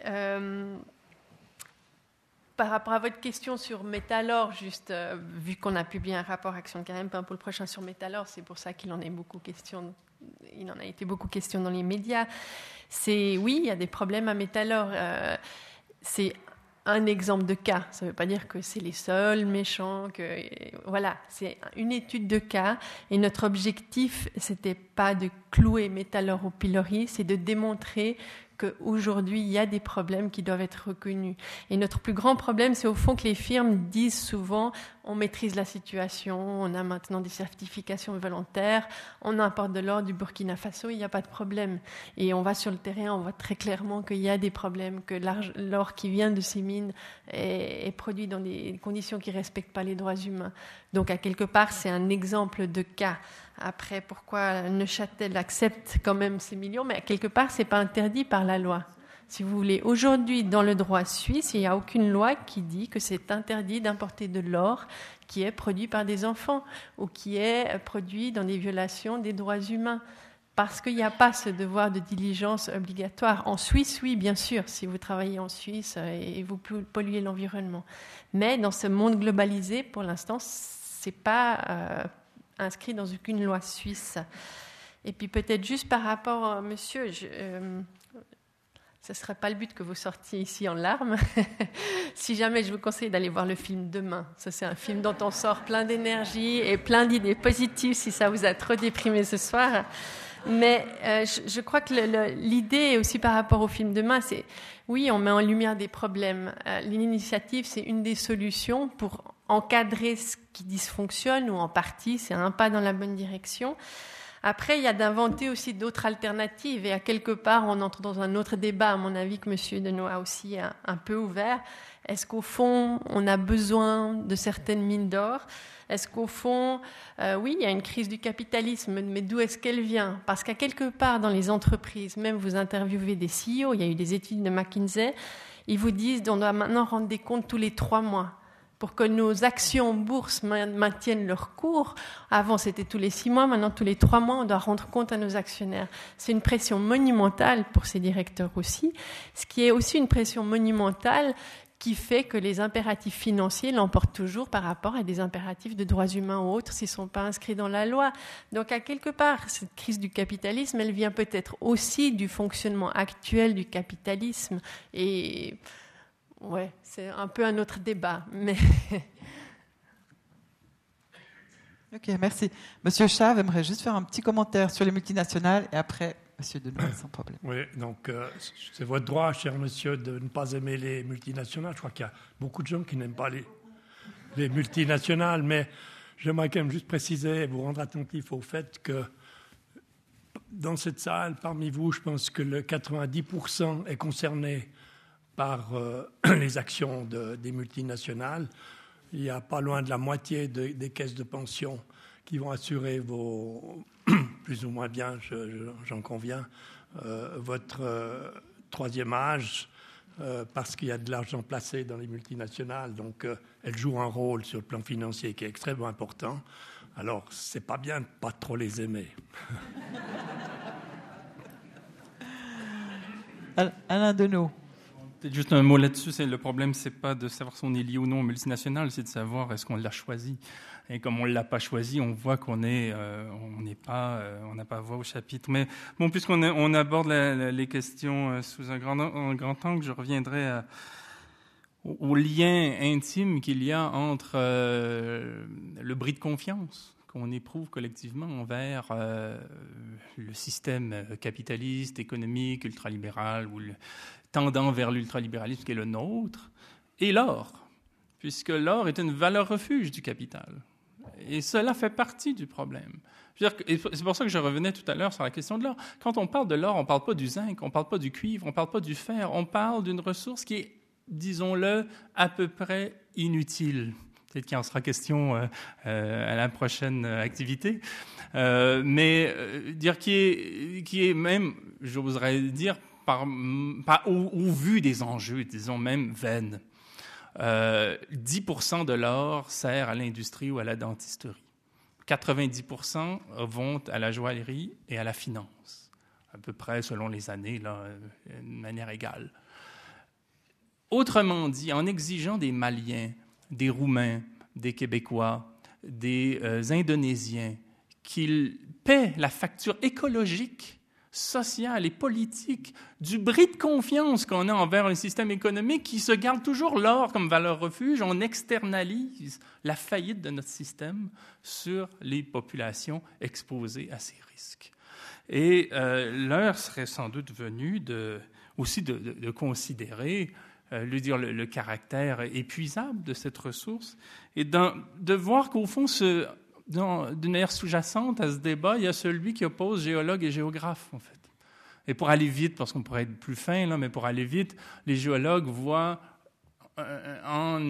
par rapport à votre question sur Métalor, juste vu qu'on a publié un rapport Action de Carême pour le prochain sur Métalor, c'est pour ça qu'il en a été beaucoup question dans les médias. Oui, il y a des problèmes à Métalor. C'est un exemple de cas. Ça ne veut pas dire que c'est les seuls méchants. Voilà, c'est une étude de cas. Et notre objectif, c'était pas de clouer Métalor au pilori, c'est de démontrer qu'aujourd'hui, il y a des problèmes qui doivent être reconnus. Et notre plus grand problème, c'est au fond que les firmes disent souvent on maîtrise la situation, on a maintenant des certifications volontaires, on importe de l'or du Burkina Faso, il n'y a pas de problème. Et on va sur le terrain, on voit très clairement qu'il y a des problèmes, que l'or qui vient de ces mines est produit dans des conditions qui ne respectent pas les droits humains. Donc, à quelque part, c'est un exemple de cas. Après, pourquoi Neuchâtel accepte quand même ces millions? Mais à quelque part, ce n'est pas interdit par la loi. Si vous voulez, aujourd'hui, dans le droit suisse, il n'y a aucune loi qui dit que c'est interdit d'importer de l'or qui est produit par des enfants ou qui est produit dans des violations des droits humains. Parce qu'il n'y a pas ce devoir de diligence obligatoire. En Suisse, oui, bien sûr, si vous travaillez en Suisse et vous polluez l'environnement. Mais dans ce monde globalisé, pour l'instant, ce n'est pas inscrit dans aucune loi suisse. Et puis peut-être juste par rapport à monsieur, ce ne serait pas le but que vous sortiez ici en larmes. Si jamais, je vous conseille d'aller voir le film Demain. Ça, c'est un film dont on sort plein d'énergie et plein d'idées positives si ça vous a trop déprimé ce soir. Mais je crois que l'idée aussi par rapport au film Demain, c'est oui, on met en lumière des problèmes. L'initiative, c'est une des solutions pour encadrer ce qui dysfonctionne ou en partie, c'est un pas dans la bonne direction. Après, il y a d'inventer aussi d'autres alternatives et à quelque part, on entre dans un autre débat, à mon avis, que M. Deneau a aussi un peu ouvert. Est-ce qu'au fond, on a besoin de certaines mines d'or ? Est-ce qu'au fond, oui, il y a une crise du capitalisme, mais d'où est-ce qu'elle vient ? Parce qu'à quelque part, dans les entreprises, même vous interviewez des CEO, il y a eu des études de McKinsey, ils vous disent qu'on doit maintenant rendre des comptes tous les 3 mois. Pour que nos actions en bourse maintiennent leur cours. Avant, c'était tous les 6 mois, maintenant tous les 3 mois, on doit rendre compte à nos actionnaires. C'est une pression monumentale pour ces directeurs aussi, ce qui est aussi une pression monumentale qui fait que les impératifs financiers l'emportent toujours par rapport à des impératifs de droits humains ou autres s'ils ne sont pas inscrits dans la loi. Donc, à quelque part, cette crise du capitalisme, elle vient peut-être aussi du fonctionnement actuel du capitalisme et... ouais, c'est un peu un autre débat, mais... Ok, merci. Monsieur Chave aimerait juste faire un petit commentaire sur les multinationales et après, Monsieur Deneau, sans problème. Oui, donc c'est votre droit, cher monsieur, de ne pas aimer les multinationales. Je crois qu'il y a beaucoup de gens qui n'aiment pas les multinationales, mais j'aimerais quand même juste préciser et vous rendre attentif au fait que dans cette salle, parmi vous, je pense que le 90% est concerné par les actions des multinationales. Il y a pas loin de la moitié des caisses de pension qui vont assurer plus ou moins bien, j'en conviens, votre troisième âge, parce qu'il y a de l'argent placé dans les multinationales. Donc, elles jouent un rôle sur le plan financier qui est extrêmement important. Alors, c'est pas bien de pas trop les aimer. Alain Deneau. Peut-être juste un mot là-dessus. Le problème, c'est pas de savoir si on est lié ou non aux multinationales, c'est de savoir est-ce qu'on l'a choisi. Et comme on ne l'a pas choisi, on voit qu'on n'a pas voix au chapitre. Mais bon, puisqu'on aborde les questions sous un grand angle, je reviendrai au lien intime qu'il y a entre le bris de confiance qu'on éprouve collectivement envers le système capitaliste, économique, ultralibéral, ou tendant vers l'ultralibéralisme qui est le nôtre, et l'or, puisque l'or est une valeur refuge du capital. Et cela fait partie du problème. C'est pour ça que je revenais tout à l'heure sur la question de l'or. Quand on parle de l'or, on ne parle pas du zinc, on ne parle pas du cuivre, on ne parle pas du fer, on parle d'une ressource qui est, disons-le, à peu près inutile. Peut-être qu'il en sera question à la prochaine activité. Dire qui est même, j'oserais dire, au vu des enjeux, disons même vaine. 10% de l'or sert à l'industrie ou à la dentisterie. 90% vont à la joaillerie et à la finance, à peu près selon les années, de manière égale. Autrement dit, en exigeant des Maliens, des Roumains, des Québécois, des Indonésiens qu'ils paient la facture écologique, sociale et politique du bris de confiance qu'on a envers un système économique qui se garde toujours l'or comme valeur refuge, on externalise la faillite de notre système sur les populations exposées à ces risques. Et l'heure serait sans doute venue aussi de considérer le caractère épuisable de cette ressource et de voir qu'au fond, d'une manière sous-jacente à ce débat, il y a celui qui oppose géologue et géographe, en fait. Et pour aller vite, parce qu'on pourrait être plus fin, là, mais pour aller vite, les géologues voient un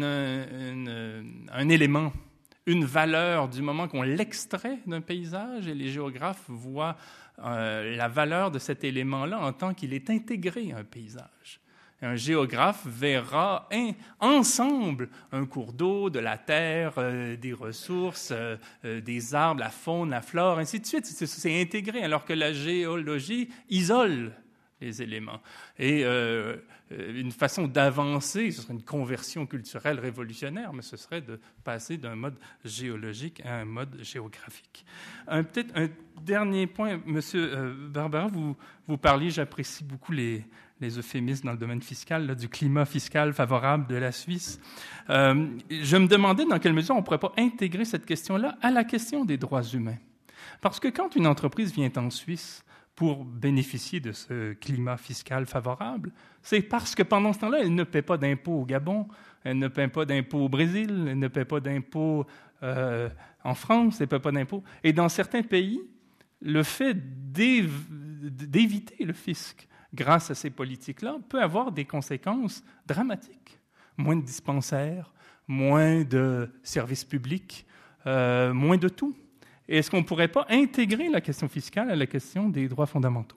élément, une valeur du moment qu'on l'extrait d'un paysage, et les géographes voient la valeur de cet élément-là en tant qu'il est intégré à un paysage. Un géographe verra ensemble un cours d'eau, de la terre, des ressources, des arbres, la faune, la flore, ainsi de suite. C'est intégré, alors que la géologie isole les éléments. Et une façon d'avancer, ce serait une conversion culturelle révolutionnaire, mais ce serait de passer d'un mode géologique à un mode géographique. Peut-être un dernier point, Monsieur Barbara, vous parliez, j'apprécie beaucoup les euphémismes dans le domaine fiscal, du climat fiscal favorable de la Suisse. Je me demandais dans quelle mesure on ne pourrait pas intégrer cette question-là à la question des droits humains. Parce que quand une entreprise vient en Suisse pour bénéficier de ce climat fiscal favorable, c'est parce que pendant ce temps-là, elle ne paie pas d'impôts au Gabon, elle ne paie pas d'impôts au Brésil, elle ne paie pas d'impôts en France, elle ne paie pas d'impôts. Et dans certains pays, le fait d'éviter le fisc grâce à ces politiques-là, peut avoir des conséquences dramatiques. Moins de dispensaires, moins de services publics, moins de tout. Et est-ce qu'on ne pourrait pas intégrer la question fiscale à la question des droits fondamentaux?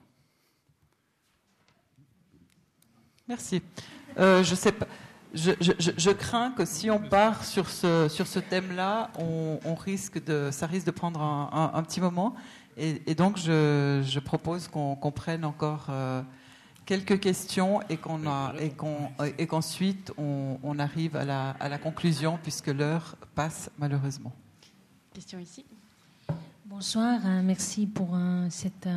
Merci. Je sais pas. Je crains que si on part sur ce thème-là, ça risque de prendre un petit moment. Et donc, je propose qu'on prenne encore quelques questions et qu'ensuite on arrive à la conclusion, puisque l'heure passe malheureusement. Question ici. Bonsoir, merci pour cet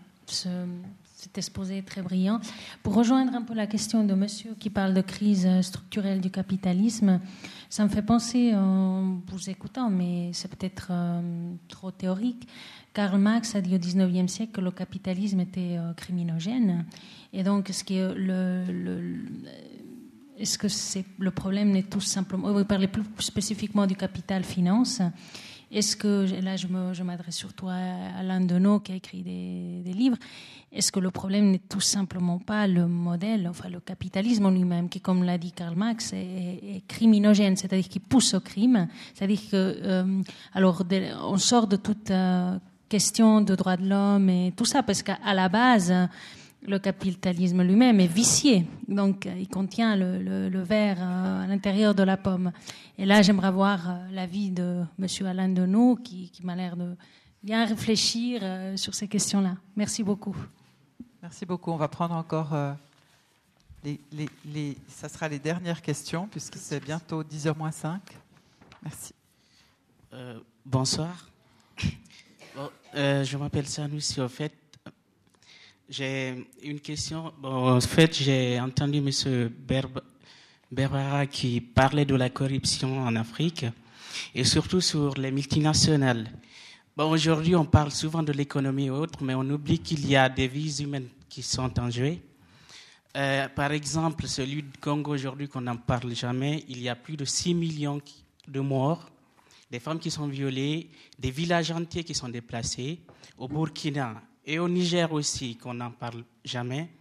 exposé très brillant. Pour rejoindre un peu la question de monsieur qui parle de crise structurelle du capitalisme, ça me fait penser, en vous écoutant, mais c'est peut-être trop théorique, Karl Marx a dit au XIXe siècle que le capitalisme était criminogène. Et donc, est-ce que le problème n'est tout simplement... Vous parlez plus spécifiquement du capital-finance. Est-ce que, là je m'adresse surtout à Alain Deneau qui a écrit des livres, est-ce que le problème n'est tout simplement pas le modèle, enfin le capitalisme en lui-même, qui, comme l'a dit Karl Marx, est criminogène, c'est-à-dire qu'il pousse au crime, c'est-à-dire que, on sort de toute question de droits de l'homme et tout ça, parce qu'à la base, le capitalisme lui-même est vicié. Donc, il contient le verre à l'intérieur de la pomme. Et là, j'aimerais avoir l'avis de M. Alain Deneau, qui m'a l'air de bien réfléchir sur ces questions-là. Merci beaucoup. Merci beaucoup. On va prendre encore... ça sera les dernières questions, puisque c'est bientôt 10h-5. Merci. Bonsoir. Je m'appelle Sanoussi. En fait, j'ai une question. En fait, j'ai entendu M. Berbera qui parlait de la corruption en Afrique et surtout sur les multinationales. Aujourd'hui, on parle souvent de l'économie et autres, mais on oublie qu'il y a des vies humaines qui sont en jeu. Par exemple, celui du Congo aujourd'hui, qu'on n'en parle jamais, il y a plus de 6 millions de morts, des femmes qui sont violées, des villages entiers qui sont déplacés, au Burkina et au Niger aussi, qu'on n'en parle jamais.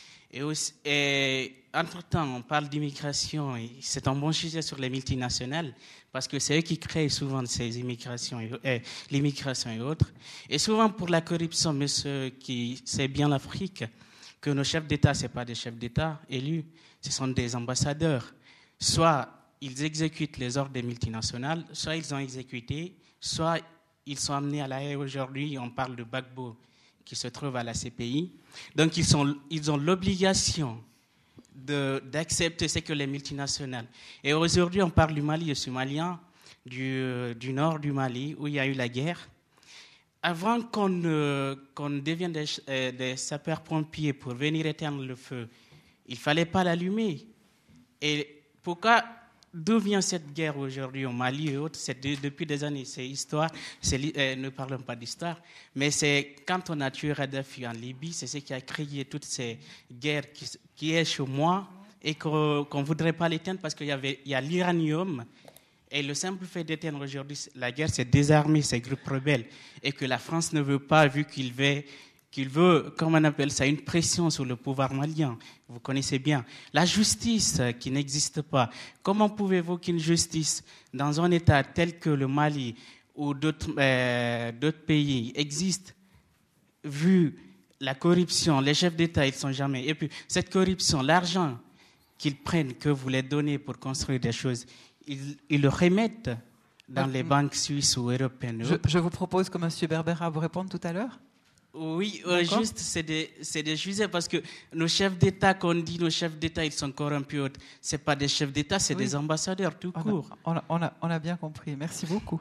Et entre-temps, on parle d'immigration, et c'est un bon sujet sur les multinationales, parce que c'est eux qui créent souvent ces immigrations, l'immigration et autres. Et souvent pour la corruption, monsieur qui sait bien l'Afrique, que nos chefs d'État, ce n'est pas des chefs d'État élus, ce sont des ambassadeurs. Soit ils exécutent les ordres des multinationales, soit ils ont exécuté, soit ils sont amenés à la haie aujourd'hui, on parle de Gbagbo qui se trouve à la CPI. Donc ils ont l'obligation d'accepter ce que les multinationales. Et aujourd'hui, on parle du Mali, je suis malien, du nord du Mali, où il y a eu la guerre. Avant qu'on devienne des sapeurs-pompiers pour venir éteindre le feu, il ne fallait pas l'allumer. Et pourquoi, d'où vient cette guerre aujourd'hui au Mali et autres? C'est depuis des années, c'est histoire, ne parlons pas d'histoire, mais c'est quand on a tué Kadhafi en Libye, c'est ce qui a créé toutes ces guerres qui est chez moi et qu'on ne voudrait pas l'éteindre parce qu'il y a l'uranium. Et le simple fait d'éteindre aujourd'hui la guerre, c'est désarmer ces groupes rebelles. Et que la France ne veut pas, vu qu'il veut, comment on appelle ça, une pression sur le pouvoir malien. Vous connaissez bien. La justice qui n'existe pas. Comment pouvez-vous qu'une justice dans un État tel que le Mali ou d'autres pays existe, vu la corruption, les chefs d'État, ils ne sont jamais. Et puis, cette corruption, l'argent qu'ils prennent, que vous les donnez pour construire des choses, ils le remettent dans les banques suisses ou européennes. Je vous propose que M. Berbera vous réponde tout à l'heure. Oui, juste, c'est des juges, parce que nos chefs d'État, qu'on dit nos chefs d'État, ils sont corrompus. Ce n'est pas des chefs d'État, c'est des ambassadeurs tout court. On a bien compris. Merci beaucoup.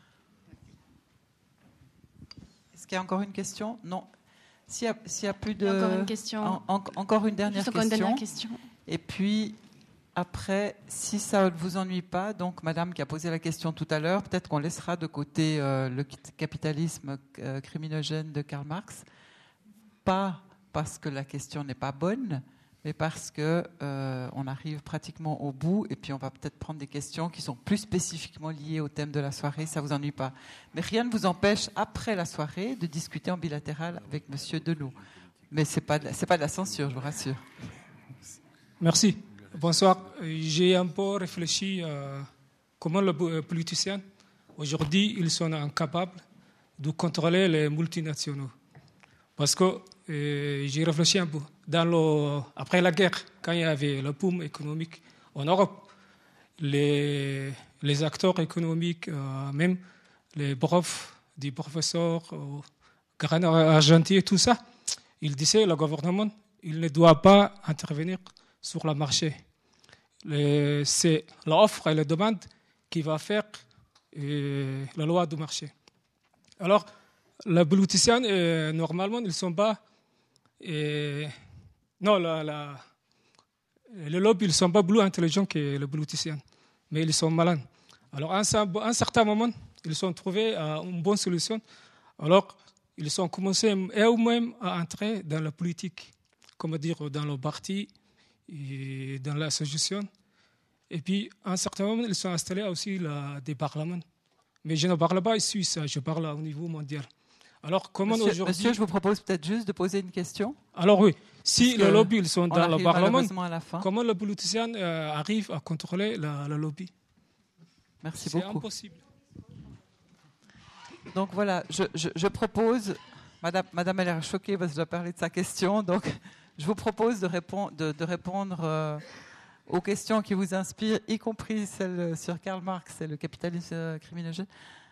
Est-ce qu'il y a encore une question? Non. S'il y a plus de... Encore une question. Encore une dernière question. Et puis... Après, si ça ne vous ennuie pas, donc Madame qui a posé la question tout à l'heure, peut-être qu'on laissera de côté le capitalisme criminogène de Karl Marx, pas parce que la question n'est pas bonne, mais parce qu'on arrive pratiquement au bout, et puis on va peut-être prendre des questions qui sont plus spécifiquement liées au thème de la soirée, ça ne vous ennuie pas. Mais rien ne vous empêche, après la soirée, de discuter en bilatéral avec M. Deneau. Mais ce n'est pas de la censure, je vous rassure. Merci. Bonsoir. J'ai un peu réfléchi à comment les politiciens, aujourd'hui, ils sont incapables de contrôler les multinationaux. Parce que j'ai réfléchi un peu. Après la guerre, quand il y avait le boom économique en Europe, les acteurs économiques, même les profs, des professeurs, grands argentiers, tout ça, ils disaient le gouvernement, il ne doit pas intervenir sur le marché. C'est l'offre et la demande qui va faire la loi du marché. Alors, les politiciens, normalement, ils ne sont pas... non, les lobbies, ils ne sont pas plus intelligents que les politiciens, mais ils sont malins. Alors, à un certain moment, ils ont trouvé une bonne solution. Alors, ils ont commencé eux-mêmes à entrer dans la politique, comment dire, dans le parti, et dans l'association. Et puis, à un certain moment, ils sont installés aussi des parlements. Mais je ne parle pas ici, je parle au niveau mondial. Alors, comment aujourd'hui... Monsieur, je vous propose peut-être juste de poser une question. Alors oui, si les lobbies ils sont dans le Parlement, comment les politiciens arrivent à contrôler le lobby? Merci beaucoup. C'est impossible. Donc voilà, je propose Madame a l'air choquée parce que je dois parler de sa question. Donc, je vous propose de répondre aux questions qui vous inspirent, y compris celle sur Karl Marx et le capitalisme criminogène.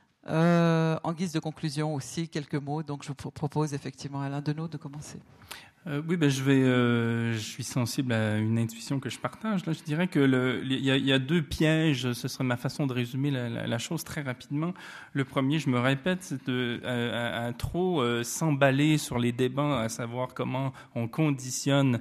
En guise de conclusion aussi, quelques mots. Donc, je vous propose effectivement à l'un de nous de commencer. Oui, je suis sensible à une intuition que je partage. Là, je dirais que il y a deux pièges. Ce serait ma façon de résumer la chose très rapidement. Le premier, je me répète, c'est à trop s'emballer sur les débats, à savoir comment on conditionne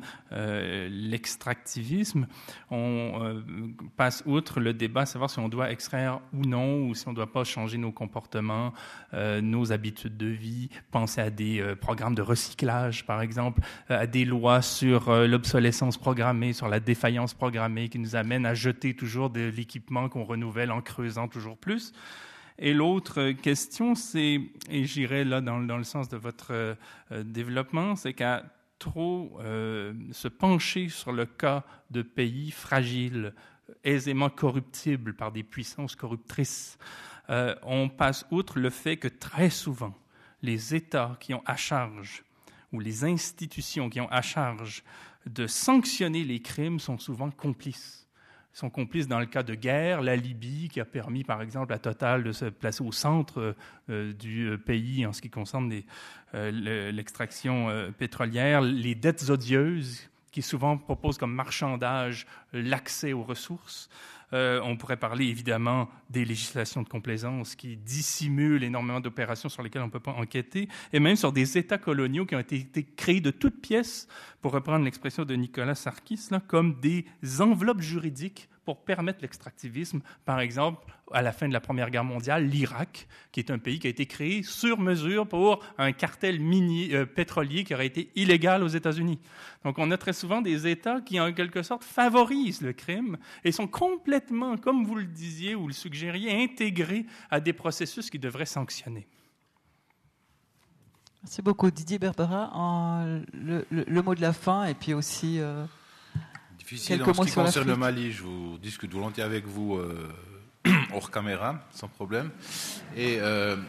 l'extractivisme. On passe outre le débat, à savoir si on doit extraire ou non, ou si on ne doit pas changer nos comportements, nos habitudes de vie, penser à des programmes de recyclage, par exemple, à des lois sur l'obsolescence programmée, sur la défaillance programmée, qui nous amènent à jeter toujours de l'équipement qu'on renouvelle en creusant toujours plus. Et l'autre question, c'est, et j'irai là dans le sens de votre développement, c'est qu'à trop se pencher sur le cas de pays fragiles, aisément corruptibles par des puissances corruptrices, on passe outre le fait que très souvent, les États qui ont à charge ou les institutions qui ont à charge de sanctionner les crimes sont souvent complices. Ils sont complices dans le cas de guerre, la Libye, qui a permis, par exemple, à Total de se placer au centre du pays en ce qui concerne l'extraction pétrolière, les dettes odieuses, qui souvent proposent comme marchandage l'accès aux ressources. On pourrait parler évidemment des législations de complaisance qui dissimulent énormément d'opérations sur lesquelles on ne peut pas enquêter, et même sur des États coloniaux qui ont été créés de toutes pièces, pour reprendre l'expression de Nicolas Sarkis, là, comme des enveloppes juridiques pour permettre l'extractivisme. Par exemple, à la fin de la Première Guerre mondiale, l'Irak, qui est un pays qui a été créé sur mesure pour un cartel pétrolier qui aurait été illégal aux États-Unis. Donc on a très souvent des États qui, en quelque sorte, favorisent le crime et sont complètement, comme vous le disiez ou le suggériez, intégrés à des processus qui devraient sanctionner. Merci beaucoup. Didier Berbera, le mot de la fin et puis aussi... Difficile en ce qui concerne le Mali, je vous discute volontiers avec vous hors caméra, sans problème. Et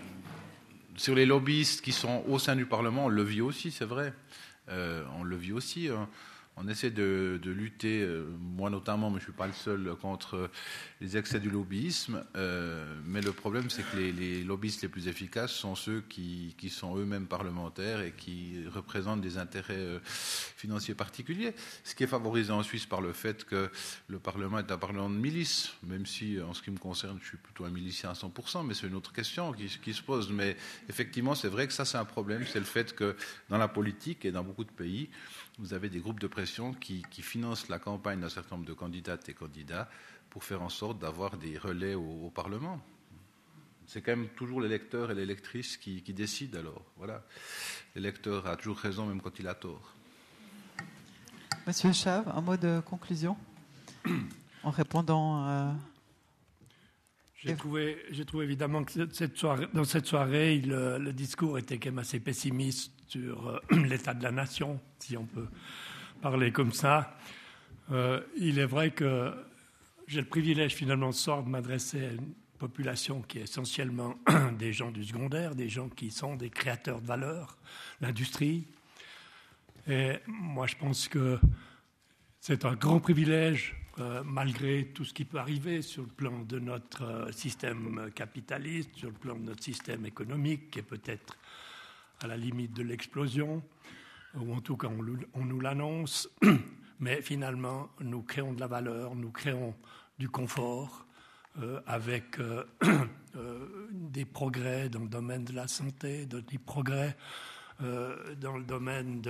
sur les lobbyistes qui sont au sein du Parlement, on le vit aussi, c'est vrai. On le vit aussi. On essaie de lutter, moi notamment, mais je ne suis pas le seul, contre les excès du lobbyisme. Mais le problème, c'est que les lobbyistes les plus efficaces sont ceux qui sont eux-mêmes parlementaires et qui représentent des intérêts financiers particuliers. Ce qui est favorisé en Suisse par le fait que le Parlement est un Parlement de milice, même si, en ce qui me concerne, je suis plutôt un milicien à 100%, mais c'est une autre question qui se pose. Mais effectivement, c'est vrai que ça, c'est un problème. C'est le fait que dans la politique et dans beaucoup de pays, vous avez des groupes de pression qui financent la campagne d'un certain nombre de candidates et candidats pour faire en sorte d'avoir des relais au Parlement. C'est quand même toujours l'électeur et l'électrice qui décident alors. Voilà. L'électeur a toujours raison, même quand il a tort. Monsieur Chave, un mot de conclusion en répondant... J'ai trouvé évidemment que dans cette soirée, le discours était quand même assez pessimiste sur l'état de la nation, si on peut parler comme ça. Il est vrai que j'ai le privilège finalement ce soir de m'adresser à une population qui est essentiellement des gens du secondaire, des gens qui sont des créateurs de valeur, l'industrie. Et moi, je pense que c'est un grand privilège, malgré tout ce qui peut arriver sur le plan de notre système capitaliste, sur le plan de notre système économique, qui est peut-être à la limite de l'explosion, ou en tout cas on nous l'annonce, mais finalement nous créons de la valeur, nous créons du confort avec des progrès dans le domaine de la santé, des progrès dans le domaine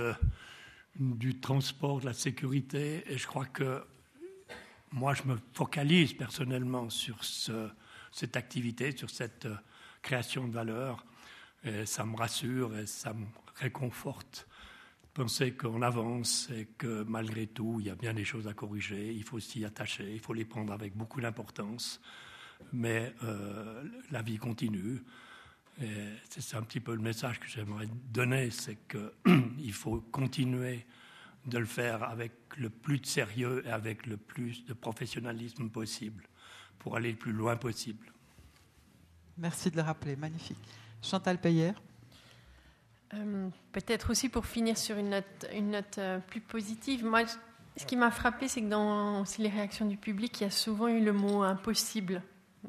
du transport, de la sécurité, et je crois que moi je me focalise personnellement sur cette activité, sur cette création de valeur. Et ça me rassure et ça me réconforte. Penser qu'on avance et que malgré tout, il y a bien des choses à corriger, il faut s'y attacher, il faut les prendre avec beaucoup d'importance. Mais la vie continue. Et c'est un petit peu le message que j'aimerais donner, c'est qu'il faut continuer de le faire avec le plus de sérieux et avec le plus de professionnalisme possible pour aller le plus loin possible. Merci de le rappeler, magnifique. Chantal Peyer. Peut-être aussi pour finir sur une note plus positive. Moi, ce qui m'a frappé, c'est que dans aussi les réactions du public, il y a souvent eu le mot impossible.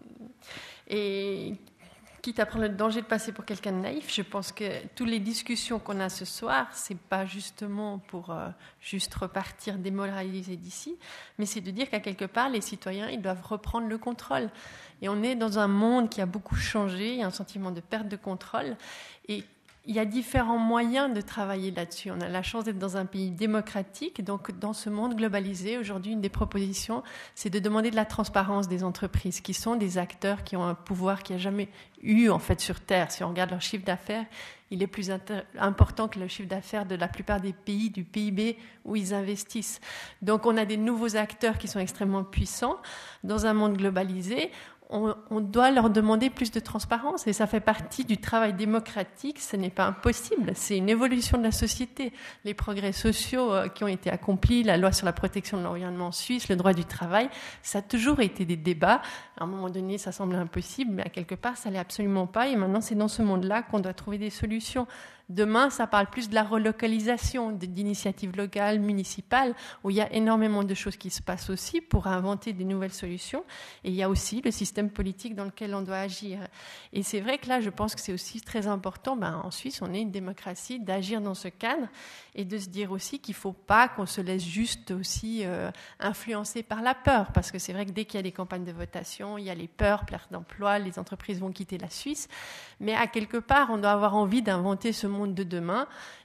Et quitte à prendre le danger de passer pour quelqu'un de naïf, je pense que toutes les discussions qu'on a ce soir, c'est pas justement pour juste repartir démoralisé d'ici, mais c'est de dire qu'à quelque part, les citoyens, ils doivent reprendre le contrôle. Et on est dans un monde qui a beaucoup changé, il y a un sentiment de perte de contrôle, et il y a différents moyens de travailler là-dessus. On a la chance d'être dans un pays démocratique. Donc, dans ce monde globalisé, aujourd'hui, une des propositions, c'est de demander de la transparence des entreprises, qui sont des acteurs qui ont un pouvoir qu'il n'y a jamais eu, en fait, sur Terre. Si on regarde leur chiffre d'affaires, il est plus important que le chiffre d'affaires de la plupart des pays, du PIB, où ils investissent. Donc, on a des nouveaux acteurs qui sont extrêmement puissants. Dans un monde globalisé, on doit leur demander plus de transparence et ça fait partie du travail démocratique. Ce n'est pas impossible, c'est une évolution de la société. Les progrès sociaux qui ont été accomplis, la loi sur la protection de l'environnement en Suisse, le droit du travail, ça a toujours été des débats. À un moment donné, ça semblait impossible, mais à quelque part, ça ne l'est absolument pas. Et maintenant, c'est dans ce monde-là qu'on doit trouver des solutions. Demain, ça parle plus de la relocalisation, d'initiatives locales, municipales, où il y a énormément de choses qui se passent aussi pour inventer des nouvelles solutions. Et il y a aussi le système politique dans lequel on doit agir. Et c'est vrai que là, je pense que c'est aussi très important, en Suisse, on est une démocratie, d'agir dans ce cadre et de se dire aussi qu'il ne faut pas qu'on se laisse juste aussi influencer par la peur. Parce que c'est vrai que dès qu'il y a des campagnes de votation, il y a les peurs, perte d'emploi, les entreprises vont quitter la Suisse. Mais à quelque part, on doit avoir envie d'inventer ce monde de demain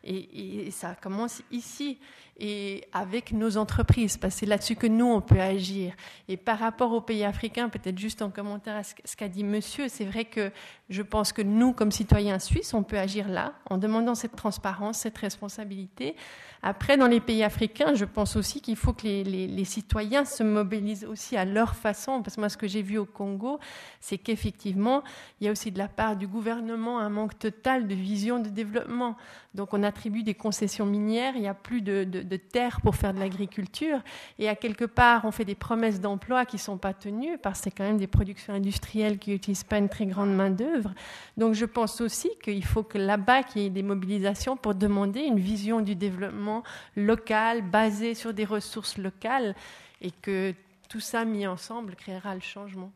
et ça commence ici et avec nos entreprises parce que c'est là-dessus que nous on peut agir. Et par rapport aux pays africains, peut-être juste en commentaire à ce qu'a dit monsieur, c'est vrai que je pense que nous comme citoyens suisses on peut agir là en demandant cette transparence, cette responsabilité. Après, dans les pays africains, je pense aussi qu'il faut que les citoyens se mobilisent aussi à leur façon. Parce que moi, ce que j'ai vu au Congo, c'est qu'effectivement, il y a aussi de la part du gouvernement un manque total de vision de développement. Donc, on attribue des concessions minières, il n'y a plus de terre pour faire de l'agriculture. Et à quelque part, on fait des promesses d'emploi qui ne sont pas tenues, parce que c'est quand même des productions industrielles qui n'utilisent pas une très grande main-d'œuvre. Donc, je pense aussi qu'il faut que là-bas, qu'il y ait des mobilisations pour demander une vision du développement local, basé sur des ressources locales, et que tout ça mis ensemble créera le changement.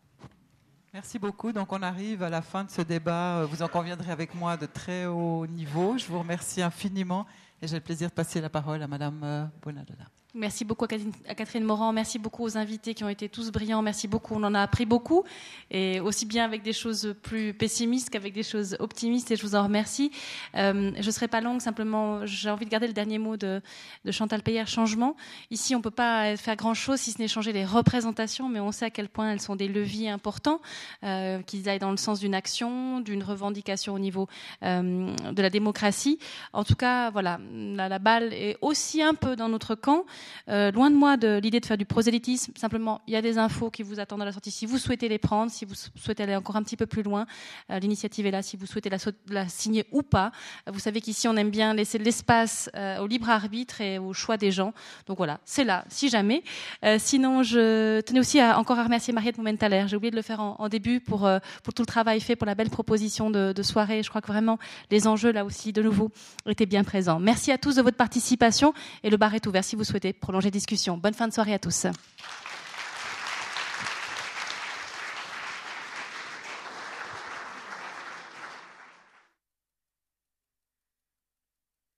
Merci beaucoup. Donc on arrive à la fin de ce débat. Vous en conviendrez avec moi de très haut niveau. Je vous remercie infiniment et j'ai le plaisir de passer la parole à Madame Bonadonna. Merci beaucoup à Catherine Morand, merci beaucoup aux invités qui ont été tous brillants, merci beaucoup, on en a appris beaucoup, et aussi bien avec des choses plus pessimistes qu'avec des choses optimistes, et je vous en remercie. Je ne serai pas longue, simplement j'ai envie de garder le dernier mot de Chantal Peyer, changement. Ici on ne peut pas faire grand-chose si ce n'est changer les représentations, mais on sait à quel point elles sont des leviers importants, qu'ils aillent dans le sens d'une action, d'une revendication au niveau de la démocratie. En tout cas, voilà, la balle est aussi un peu dans notre camp. Loin de moi de l'idée de faire du prosélytisme, simplement il y a des infos qui vous attendent à la sortie si vous souhaitez les prendre, si vous souhaitez aller encore un petit peu plus loin, l'initiative est là si vous souhaitez la signer ou pas. Vous savez qu'ici on aime bien laisser de l'espace au libre arbitre et au choix des gens, donc voilà, c'est là si jamais. Sinon je tenais aussi encore à remercier Mariette Moumentaler, j'ai oublié de le faire en début pour tout le travail fait, pour la belle proposition de soirée. Je crois que vraiment les enjeux là aussi de nouveau étaient bien présents. Merci à tous de votre participation et le bar est ouvert si vous souhaitez prolonger discussion. Bonne fin de soirée à tous.